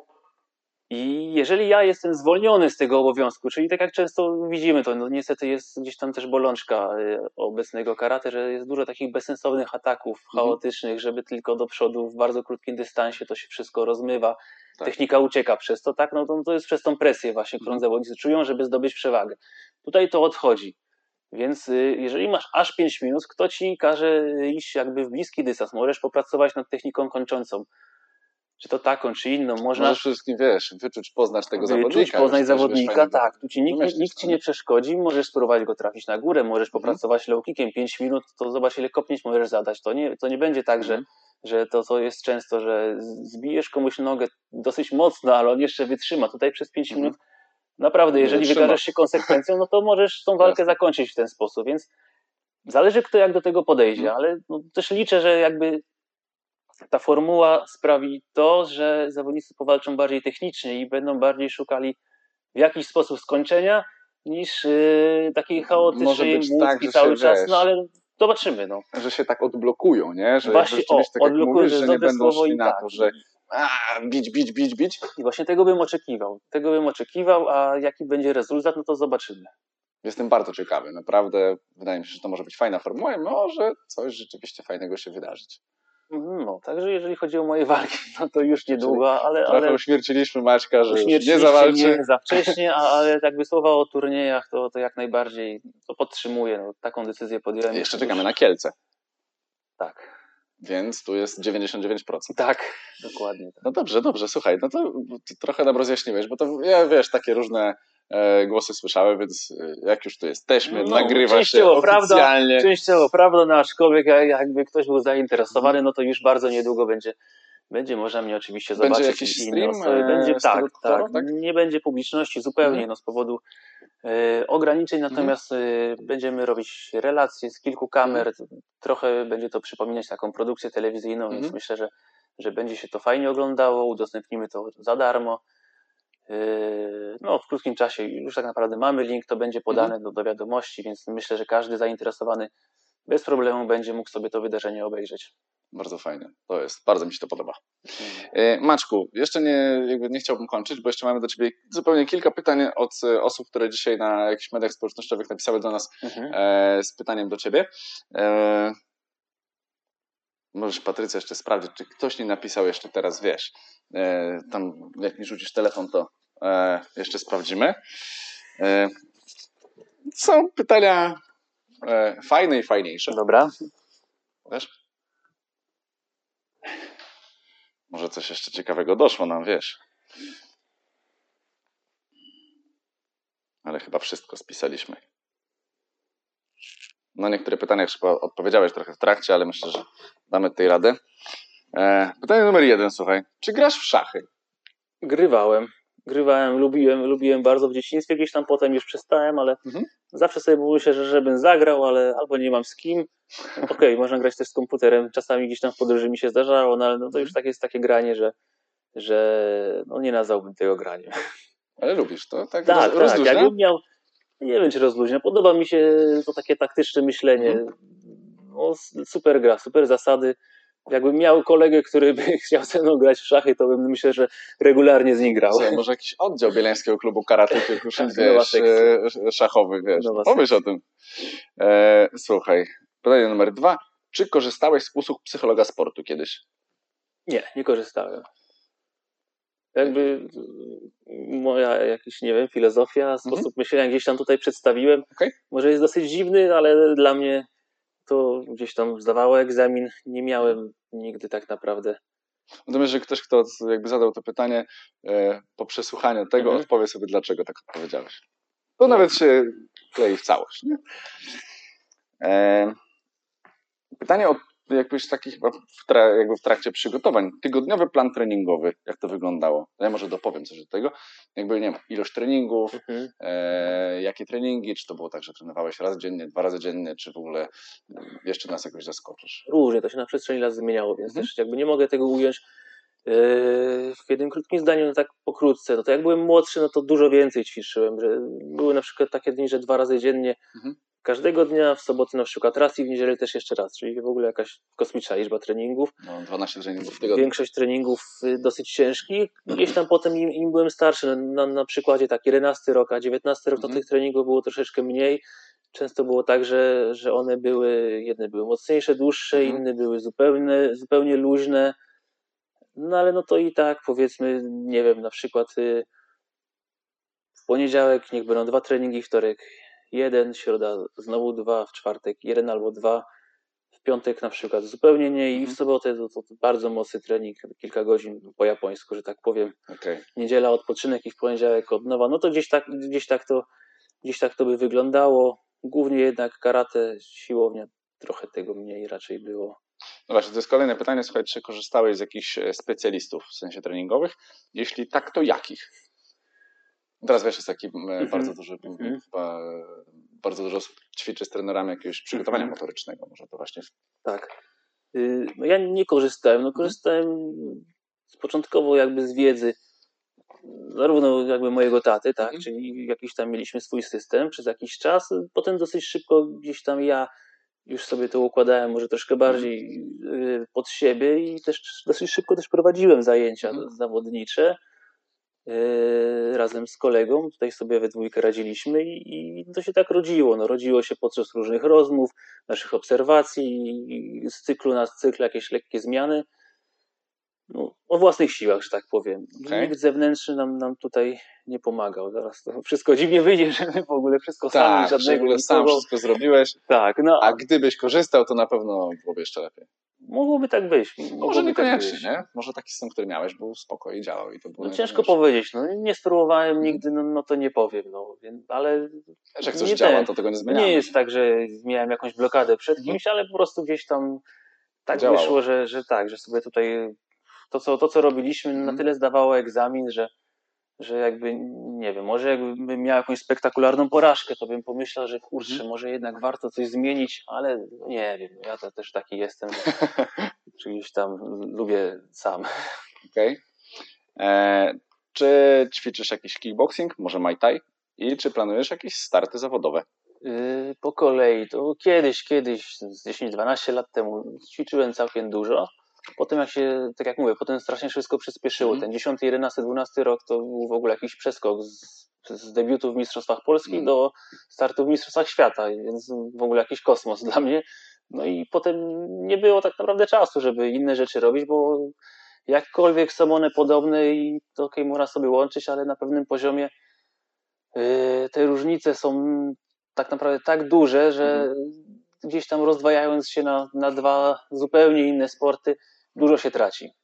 I jeżeli ja jestem zwolniony z tego obowiązku, czyli tak jak często widzimy to, no niestety jest gdzieś tam też bolączka y, obecnego karate, że jest dużo takich bezsensownych ataków, Mhm. chaotycznych, żeby tylko do przodu w bardzo krótkim dystansie to się wszystko rozmywa. Tak. Technika ucieka przez to, tak? No to, to jest przez tą presję właśnie, którą Mhm. zawodnicy czują, żeby zdobyć przewagę. Tutaj to odchodzi. Więc y, jeżeli masz aż pięć minut, kto ci każe iść jakby w bliski dystans? Możesz popracować nad techniką kończącą. Czy to taką, czy inną. Można Możesz przede wszystkim, wiesz, wyczuć, poznać tego wyczuć, zawodnika. poznać już coś, wiesz, zawodnika, fajnego tak. Tu ci nikt, wymyślić, nikt ci no nie przeszkodzi, możesz spróbować go trafić na górę, możesz Mhm. popracować low kickiem pięć minut, to zobacz ile kopnięć możesz zadać. To nie, to nie będzie tak, Mhm. że, że to, co jest często, że zbijesz komuś nogę dosyć mocno, ale on jeszcze wytrzyma. Tutaj przez pięć Mhm. minut naprawdę, Nie jeżeli wytrzyma. wykażesz się konsekwencją, no to możesz tą walkę Jasne. zakończyć w ten sposób, więc zależy kto jak do tego podejdzie, Mhm. ale no, też liczę, że jakby ta formuła sprawi to, że zawodnicy powalczą bardziej technicznie i będą bardziej szukali w jakiś sposób skończenia niż yy, takiej Może chaotycznej być mucki tak, że cały się, czas, wiesz, no ale zobaczymy. No. że się tak odblokują, nie? Że Właśnie, jakby rzeczywiście, o, tak jak odblokują, mówisz, to jest że nie dobre będą słowo szli i na tak. to, że a, bić, bić, bić, bić. I właśnie tego bym oczekiwał. Tego bym oczekiwał, a jaki będzie rezultat, no to zobaczymy. Jestem bardzo ciekawy, naprawdę wydaje mi się, że to może być fajna formuła i może coś rzeczywiście fajnego się wydarzyć. No, także jeżeli chodzi o moje walki, no to już niedługo, ale, Trochę ale uśmierciliśmy Maćka, że już nie uśmierciliście zawalczy. mnie za wcześnie, a, ale jakby słowa o turniejach, to, to jak najbardziej to podtrzymuję. No, taką decyzję podjąłem. Jeszcze już- czekamy na Kielce, Tak, więc tu jest dziewięćdziesiąt dziewięć procent. tak, dokładnie. Tak. No dobrze, dobrze, słuchaj, no to, to trochę nam rozjaśniłeś, bo to ja, wiesz, takie różne e, głosy słyszałem, więc e, jak już tu jesteśmy, No, nagrywa się częściowo prawda, oficjalnie. Częściowo prawda, no aczkolwiek jak- jakby ktoś był zainteresowany, Mhm. no to już bardzo niedługo będzie, będzie można mnie oczywiście Będzie zobaczyć. jakiś i inne stream, osoby. e, Będzie z tak, tego tak, forum, tak? nie będzie publiczności zupełnie, Mhm. no z powodu e, ograniczeń, natomiast e, będziemy robić relacje z kilku kamer, trochę będzie to przypominać taką produkcję telewizyjną, więc Mhm. myślę, że, że będzie się to fajnie oglądało, udostępnimy to za darmo. Yy, No, w krótkim czasie już tak naprawdę mamy link, to będzie podane do, do wiadomości, więc myślę, że każdy zainteresowany bez problemu będzie mógł sobie to wydarzenie obejrzeć. Bardzo fajnie, to jest, bardzo mi się to podoba. E, Maćku, jeszcze nie, jakby nie chciałbym kończyć, bo jeszcze mamy do Ciebie zupełnie kilka pytań od e, osób, które dzisiaj na jakichś mediach społecznościowych napisały do nas Mhm. e, z pytaniem do Ciebie. E, możesz, Patrycja, jeszcze sprawdzić, czy ktoś nie napisał jeszcze teraz, wiesz, e, tam jak mi rzucisz telefon, to e, jeszcze sprawdzimy. E, są pytania e, fajne i fajniejsze. Dobra. Wiesz? Może coś jeszcze ciekawego doszło nam, wiesz. Ale chyba wszystko spisaliśmy. No niektóre pytania już chyba odpowiedziałeś trochę w trakcie, ale myślę, że damy tej radę. E, pytanie numer jeden, słuchaj. Czy grasz w szachy? Grywałem. Grywałem, lubiłem, lubiłem bardzo w dzieciństwie, gdzieś tam potem już przestałem, ale Mhm. zawsze sobie myślę, że żebym zagrał, ale albo nie mam z kim. Okej, okay, można grać też z komputerem, czasami gdzieś tam w podróży mi się zdarzało, no ale no to już tak jest takie granie, że, że no nie nazwałbym tego graniem. Ale lubisz to? Tak, Tak, roz, tak, rozluźnia? jakbym miał, nie wiem czy rozluźnia, podoba mi się to takie taktyczne myślenie. Mhm. No, super gra, super zasady. Jakbym miał kolegę, który by chciał ze mną grać w szachy, to bym myślę, że regularnie z nim grał. Co, może jakiś oddział Bielańskiego Klubu Karate, tylko Tak, wiesz, e, szachowy, wiesz. Nowa Pomyśl o tym. E, słuchaj, pytanie numer dwa. Czy korzystałeś z usług psychologa sportu kiedyś? Nie, nie korzystałem. Jakby moja jakaś, nie wiem, filozofia, sposób mhm. myślenia gdzieś tam tutaj przedstawiłem. Okay. Może jest dosyć dziwny, ale dla mnie to gdzieś tam zdawało egzamin. Nie miałem nigdy tak naprawdę. Natomiast, że ktoś, kto jakby zadał to pytanie e, po przesłuchaniu tego, mhm. odpowie sobie, dlaczego tak odpowiedziałeś. To no. nawet się klei w całość. Nie? E, pytanie o jakbyś takich w, tra, jakby w trakcie przygotowań. Tygodniowy plan treningowy, jak to wyglądało? Ja może dopowiem coś do tego. Jakby, nie wiem, ilość treningów, mhm. e, jakie treningi, czy to było tak, że trenowałeś raz dziennie, dwa razy dziennie, czy w ogóle jeszcze nas jakoś zaskoczysz? Różnie, to się na przestrzeni lat zmieniało, więc mhm. też jakby nie mogę tego ująć yy, w jednym krótkim zdaniu, no tak pokrótce. No to jak byłem młodszy, no to dużo więcej ćwiczyłem, że były na przykład takie dni, że dwa razy dziennie, mhm. każdego dnia, w sobotę na przykład raz i w niedzielę też jeszcze raz, czyli w ogóle jakaś kosmiczna liczba treningów. No, dwanaście treningów w tygodniu. Większość treningów dosyć ciężkich. Gdzieś tam potem im, im byłem starszy, na, na przykładzie tak jedenasty rok, a dziewiętnasty rok, to mhm. tych treningów było troszeczkę mniej. Często było tak, że, że one były, jedne były mocniejsze, dłuższe, mhm. inne były zupełnie, zupełnie luźne. No ale no to i tak powiedzmy, nie wiem, na przykład y, w poniedziałek niech będą dwa treningi, wtorek jeden, środa znowu dwa, w czwartek jeden albo dwa, w piątek na przykład zupełnie nie i w sobotę to, to, to bardzo mocny trening, kilka godzin po japońsku, że tak powiem. Okay. Niedziela odpoczynek i w poniedziałek od nowa. No to gdzieś tak, gdzieś tak to gdzieś tak to by wyglądało. Głównie jednak karate, siłownia, trochę tego mniej raczej było. No właśnie, to jest kolejne pytanie. Słuchaj, czy korzystałeś z jakichś specjalistów w sensie treningowych? Jeśli tak, to jakich? Teraz wiesz, jest taki mm-hmm. bardzo duży, mm-hmm. chyba bardzo dużo osób ćwiczy z trenerami jakiegoś przygotowania mm-hmm. motorycznego. Może to właśnie... Tak. Yy, no ja nie korzystałem. No korzystałem mm-hmm. z początkowo jakby z wiedzy zarówno jakby mojego taty, tak, mm-hmm. czyli jakiś tam mieliśmy swój system przez jakiś czas. Potem dosyć szybko gdzieś tam ja już sobie to układałem może troszkę bardziej mm-hmm. pod siebie i też dosyć szybko też prowadziłem zajęcia mm-hmm. zawodnicze. Yy, razem z kolegą, tutaj sobie we dwójkę radziliśmy i, i to się tak rodziło. No, rodziło się podczas różnych rozmów, naszych obserwacji, z cyklu na cykl jakieś lekkie zmiany. No, o własnych siłach, że tak powiem. Okay. Nikt zewnętrzny nam, nam tutaj nie pomagał. Zaraz to wszystko dziwnie wyjdzie, że my w ogóle wszystko tak, sami, żadnego w ogóle sam wszystko zrobiłeś. Tak, no. A gdybyś korzystał, to na pewno byłoby jeszcze lepiej. Mogłoby tak być. Mogłoby Może niekoniecznie, tak być. nie? Może taki system, który miałeś, był spoko i działał. I to było no ciężko powiedzieć. No, nie spróbowałem hmm. nigdy, no, no to nie powiem. No, więc, ale Wiesz, jak coś nie działa, ten, to tego nie zmieniamy. Nie jest tak, że miałem jakąś blokadę przed hmm. kimś, ale po prostu gdzieś tam tak działało. Wyszło, że, że tak, że sobie tutaj to, co, to, co robiliśmy, hmm. na tyle zdawało egzamin, że że jakby, nie wiem, może jakbym miał jakąś spektakularną porażkę, to bym pomyślał, że kurczę, mm. może jednak warto coś zmienić, ale nie wiem, ja to też taki jestem, że gdzieś tam lubię sam. Okej. Okay. Czy ćwiczysz jakiś kickboxing, może Muay Thai i czy planujesz jakieś starty zawodowe? Yy, po kolei, to kiedyś, kiedyś, z dziesięć dwanaście lat temu ćwiczyłem całkiem dużo. Potem jak się, tak jak mówię, potem strasznie wszystko przyspieszyło. Mm. Ten dziesiąty, jedenasty, dwunasty rok to był w ogóle jakiś przeskok z, z debiutu w Mistrzostwach Polski mm. do startu w Mistrzostwach Świata, więc w ogóle jakiś kosmos dla mnie. No i potem nie było tak naprawdę czasu, żeby inne rzeczy robić, bo jakkolwiek są one podobne i to okej, okay, można sobie łączyć, ale na pewnym poziomie yy, te różnice są tak naprawdę tak duże, że mm. gdzieś tam rozdwajając się na, na dwa zupełnie inne sporty, dużo się traci.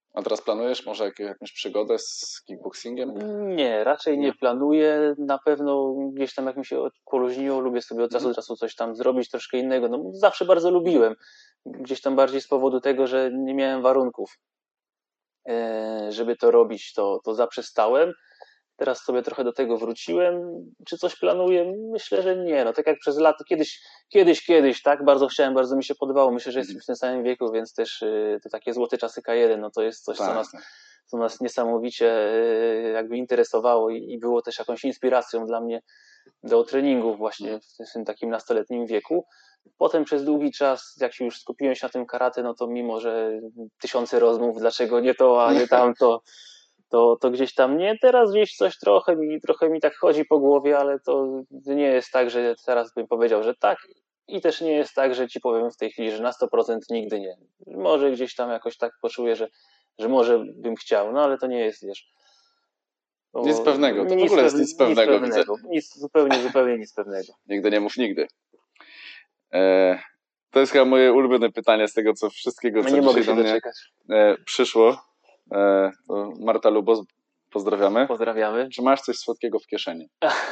A teraz planujesz może jakieś, jakąś przygodę z kickboxingiem? Nie, raczej nie, Nie. planuję. Na pewno gdzieś tam jak mi się poluźniło, lubię sobie od czasu Mhm. do czasu coś tam zrobić, troszkę innego. No, zawsze bardzo lubiłem. Gdzieś tam bardziej z powodu tego, że nie miałem warunków, e, żeby to robić, to, to zaprzestałem. Teraz sobie trochę do tego wróciłem. Czy coś planuję? Myślę, że nie. No tak jak przez lata, kiedyś, kiedyś, kiedyś, tak, bardzo chciałem, bardzo mi się podobało. Myślę, że Mhm. jesteśmy w tym samym wieku, więc też y, te takie złote czasy K jeden, no to jest coś, co Tak, nas, tak. co nas niesamowicie y, jakby interesowało i, i było też jakąś inspiracją dla mnie do treningów właśnie w, w tym takim nastoletnim wieku. Potem przez długi czas, jak się już skupiłem się na tym karate, no to mimo, że tysiące rozmów, dlaczego nie to, a nie tamto, to, to gdzieś tam nie. Teraz gdzieś coś trochę mi, trochę mi tak chodzi po głowie, ale to nie jest tak, że teraz bym powiedział, że tak. I też nie jest tak, że ci powiem w tej chwili, że na sto procent nigdy nie. Może gdzieś tam jakoś tak poczuję, że, że może bym chciał, no ale to nie jest, wiesz. To Nic pewnego, to w nic ogóle jest pew- nic pewnego, nic widzę. pewnego. Nic, zupełnie, zupełnie nic pewnego. Nigdy nie mów nigdy. E, to jest chyba moje ulubione pytanie z tego, co wszystkiego, No co nie mogę dzisiaj się do mnie doczekać. e, przyszło. E, to Marta Lubos, pozdrawiamy. Pozdrawiamy. Czy masz coś słodkiego w kieszeni?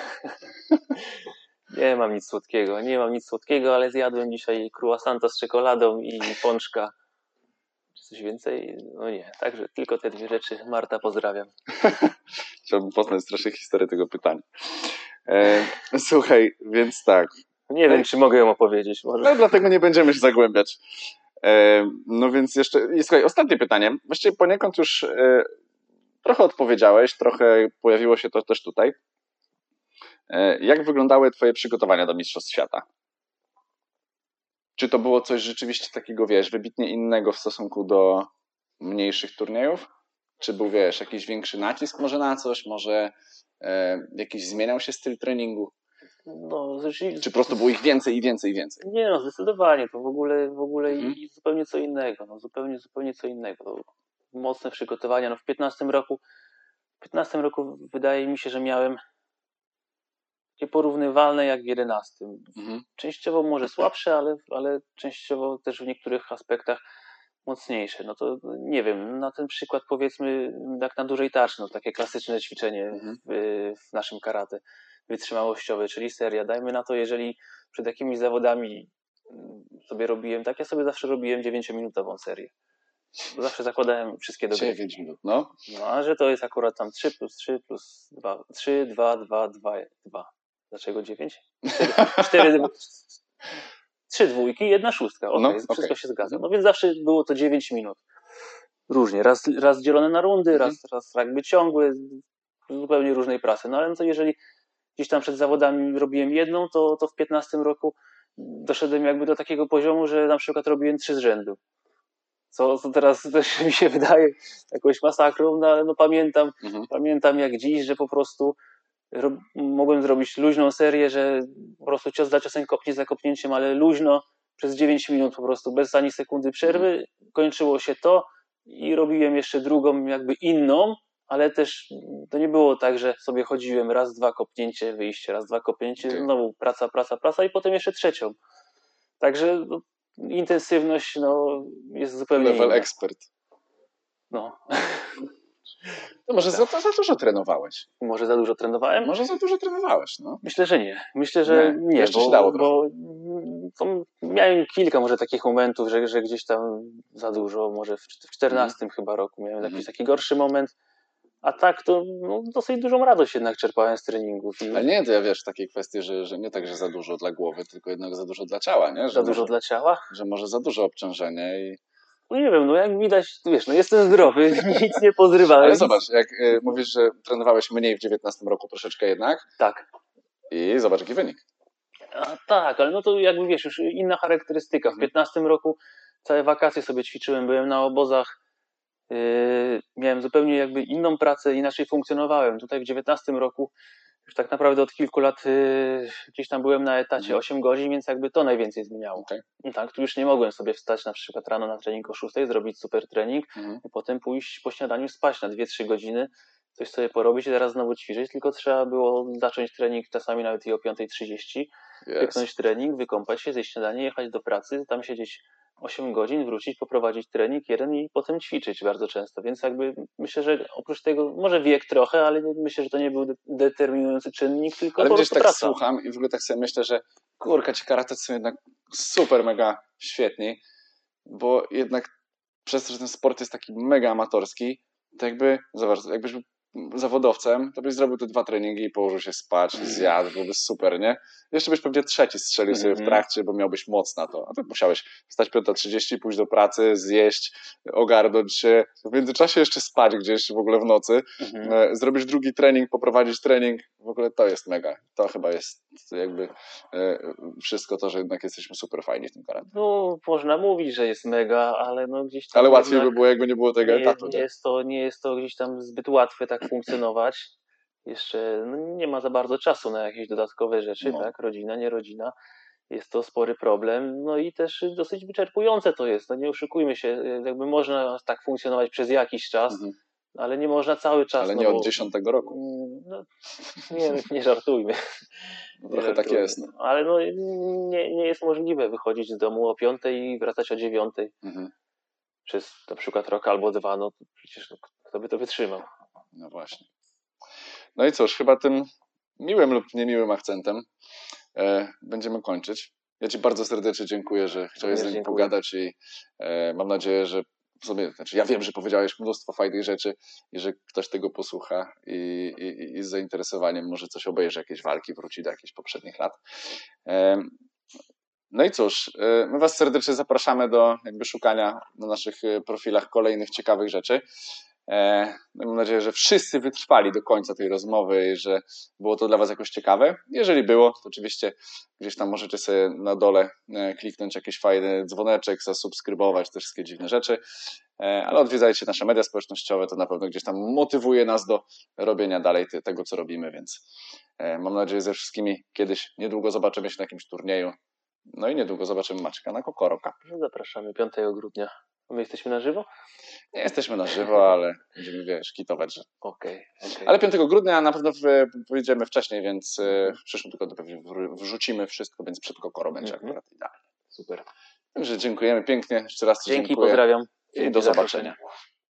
Nie mam nic słodkiego, nie mam nic słodkiego, ale zjadłem dzisiaj croissanta z czekoladą i pączka. Czy coś więcej? No nie, także tylko te dwie rzeczy. Marta, pozdrawiam. Chciałbym poznać troszkę historię tego pytania. E, słuchaj, więc tak. Nie wiem, czy mogę ją opowiedzieć. Może. No dlatego nie będziemy się zagłębiać. E, no więc jeszcze, i słuchaj, ostatnie pytanie. Właściwie poniekąd już e, trochę odpowiedziałeś, trochę pojawiło się to też tutaj. E, jak wyglądały twoje przygotowania do Mistrzostw Świata? Czy to było coś rzeczywiście takiego, wiesz, wybitnie innego w stosunku do mniejszych turniejów? Czy był, wiesz, jakiś większy nacisk może na coś? Może e, jakiś zmieniał się styl treningu? No, rzeczywiście. Czy po prostu było ich więcej i więcej i więcej? Nie no, zdecydowanie. To w ogóle, w ogóle Mhm. i zupełnie co innego. No, zupełnie, zupełnie co innego. To mocne przygotowania. No, w piętnastym roku, w piętnastym roku wydaje mi się, że miałem takie porównywalne jak w jedenastym. Mhm. Częściowo może słabsze, ale, ale częściowo też w niektórych aspektach mocniejsze. No to nie wiem, na ten przykład powiedzmy jak na dużej tarczy, no takie klasyczne ćwiczenie Mhm. w, w naszym karate wytrzymałościowe, czyli seria. Dajmy na to, jeżeli przed jakimiś zawodami sobie robiłem, tak ja sobie zawsze robiłem dziewięciominutową serię. Zawsze zakładałem wszystkie do gry. dziewięć minut, no. No a że to jest akurat tam trzy plus trzy plus dwa, trzy, dwa, dwa, dwa, dwa. Dlaczego dziewięć? cztery, trzy dwójki, jedna szóstka. Okej, No, okay, wszystko okej. się zgadza. No więc zawsze było to dziewięć minut. Różnie. Raz, raz dzielone na rundy, Mhm. raz, raz jakby ciągły, zupełnie różnej prasy. No ale no to jeżeli gdzieś tam przed zawodami robiłem jedną, to, to w piętnastym roku doszedłem jakby do takiego poziomu, że na przykład robiłem trzy z rzędu. Co, co teraz też mi się wydaje jakąś masakrą, no ale no pamiętam, Mhm. pamiętam jak dziś, że po prostu ro- mogłem zrobić luźną serię, że po prostu cios za ciosem, kopnięcie za kopnięciem, ale luźno przez dziewięć minut po prostu, bez ani sekundy przerwy. Mhm. Kończyło się to i robiłem jeszcze drugą jakby inną, ale też to nie było tak, że sobie chodziłem raz, dwa kopnięcie, wyjście, raz, dwa kopnięcie, Okay. znowu praca, praca, praca i potem jeszcze trzecią. Także no, intensywność no, jest zupełnie Level inna. ekspert. No. To może za, za dużo trenowałeś. Może za dużo trenowałem? Może za dużo trenowałeś, no. Myślę, że nie. Myślę, że Nie. nie, Jeszcze bo, się dało trochę. bo to miałem kilka może takich momentów, że, że gdzieś tam za dużo, może w w czternastym Mhm. chyba roku miałem Mhm. jakiś taki gorszy moment, a tak to no, dosyć dużą radość jednak czerpałem z treningów. I Ale nie, to ja wiesz, w takiej kwestii, że, że nie tak, że za dużo dla głowy, tylko jednak za dużo dla ciała, nie? Że za dużo może, dla ciała. że może za dużo obciążenia i... No nie wiem, no jak widać, wiesz, no jestem zdrowy, nic nie pozrywałem. Ale zobacz, jak y, mówisz, że trenowałeś mniej w dziewiętnastym roku troszeczkę jednak Tak. i zobacz jaki wynik. A, tak, ale no to jakby wiesz, już inna charakterystyka. W Mhm. piętnastym roku całe wakacje sobie ćwiczyłem, byłem na obozach, yy, miałem zupełnie jakby inną pracę, inaczej funkcjonowałem. Tutaj w dziewiętnastym roku już tak naprawdę od kilku lat yy, gdzieś tam byłem na etacie Mhm. osiem godzin, więc jakby to najwięcej zmieniało. Okay. I tak, tu już nie mogłem sobie wstać na przykład rano na trening o szóstej, zrobić super trening Mhm. i potem pójść po śniadaniu spać na dwie trzy godziny, coś sobie porobić i teraz znowu ćwiczyć, tylko trzeba było zacząć trening czasami nawet i o piąta trzydzieści, Yes. pyknąć trening, wykąpać się, zjeść śniadanie, jechać do pracy, tam siedzieć osiem godzin, wrócić, poprowadzić trening jeden i potem ćwiczyć bardzo często, więc jakby myślę, że oprócz tego, może wiek trochę, ale nie- myślę, że to nie był de- determinujący czynnik, tylko Ale po gdzieś prostu tak praca. słucham i w ogóle tak sobie myślę, że kurka, ci karate są jednak super, mega świetni, bo jednak przez to, że ten sport jest taki mega amatorski, to jakby, zobacz, jakbyś był zawodowcem, to byś zrobił te dwa treningi i położył się spać, zjadł, byłoby super, nie? Jeszcze byś pewnie trzeci strzelił sobie w Mhm. trakcie, bo miałbyś moc na to. A to musiałeś wstać piąta trzydzieści, pójść do pracy, zjeść, ogarnąć się, w międzyczasie jeszcze spać gdzieś w ogóle w nocy, Mhm. e, zrobić drugi trening, poprowadzić trening, w ogóle to jest mega. To chyba jest jakby e, wszystko to, że jednak jesteśmy super fajni w tym karate. No, można mówić, że jest mega, ale no gdzieś tam Ale łatwiej jednak by było, jakby nie było tego nie, etatu, nie, nie? jest to, nie jest to gdzieś tam zbyt łatwe tak funkcjonować. Jeszcze no, nie ma za bardzo czasu na jakieś dodatkowe rzeczy, No. tak? Rodzina, nie rodzina. Jest to spory problem, no i też dosyć wyczerpujące to jest. No nie oszukujmy się, jakby można tak funkcjonować przez jakiś czas, Mhm. ale nie można cały czas. Ale no nie bo, od dziesiątego roku. No, nie, nie żartujmy. No Nie trochę tak żartujmy. jest. No. Ale no, nie, nie jest możliwe wychodzić z domu o piątej i wracać o dziewiątej Mhm. przez na przykład rok albo dwa, no to przecież no, kto by to wytrzymał. No właśnie. No i cóż, chyba tym miłym lub niemiłym akcentem e, będziemy kończyć. Ja Ci bardzo serdecznie dziękuję, że chciałeś z nami dziękuję. pogadać i e, mam nadzieję, że w sumie, znaczy ja wiem, że powiedziałeś mnóstwo fajnych rzeczy i że ktoś tego posłucha i, i, i z zainteresowaniem może coś obejrzy, jakieś walki, wróci do jakichś poprzednich lat. E, No i cóż, e, my Was serdecznie zapraszamy do jakby szukania na naszych e, profilach kolejnych ciekawych rzeczy. E, no mam nadzieję, że wszyscy wytrwali do końca tej rozmowy i że było to dla Was jakoś ciekawe. Jeżeli było, to oczywiście gdzieś tam możecie sobie na dole e, kliknąć jakiś fajny dzwoneczek, zasubskrybować te wszystkie dziwne rzeczy, e, ale odwiedzajcie nasze media społecznościowe, to na pewno gdzieś tam motywuje nas do robienia dalej te, tego, co robimy, więc e, mam nadzieję, że ze wszystkimi kiedyś niedługo zobaczymy się na jakimś turnieju. No i niedługo zobaczymy Maćka na Kokoro Cup. No zapraszamy piątego grudnia. A my jesteśmy na żywo? Nie jesteśmy na żywo, ale będziemy, wiesz, kitować, że Okej, okej. ale piątego grudnia na pewno wyjdziemy wcześniej, więc e, w przyszłym tygodniu pewnie wr- wrzucimy wszystko, więc przed Kokoro będzie Mhm. akurat idealnie. Super. Także dziękujemy pięknie, jeszcze raz Ci Dzięki, dziękuję pozdrawiam. i Dzięki do za zobaczenia. zaproszenie.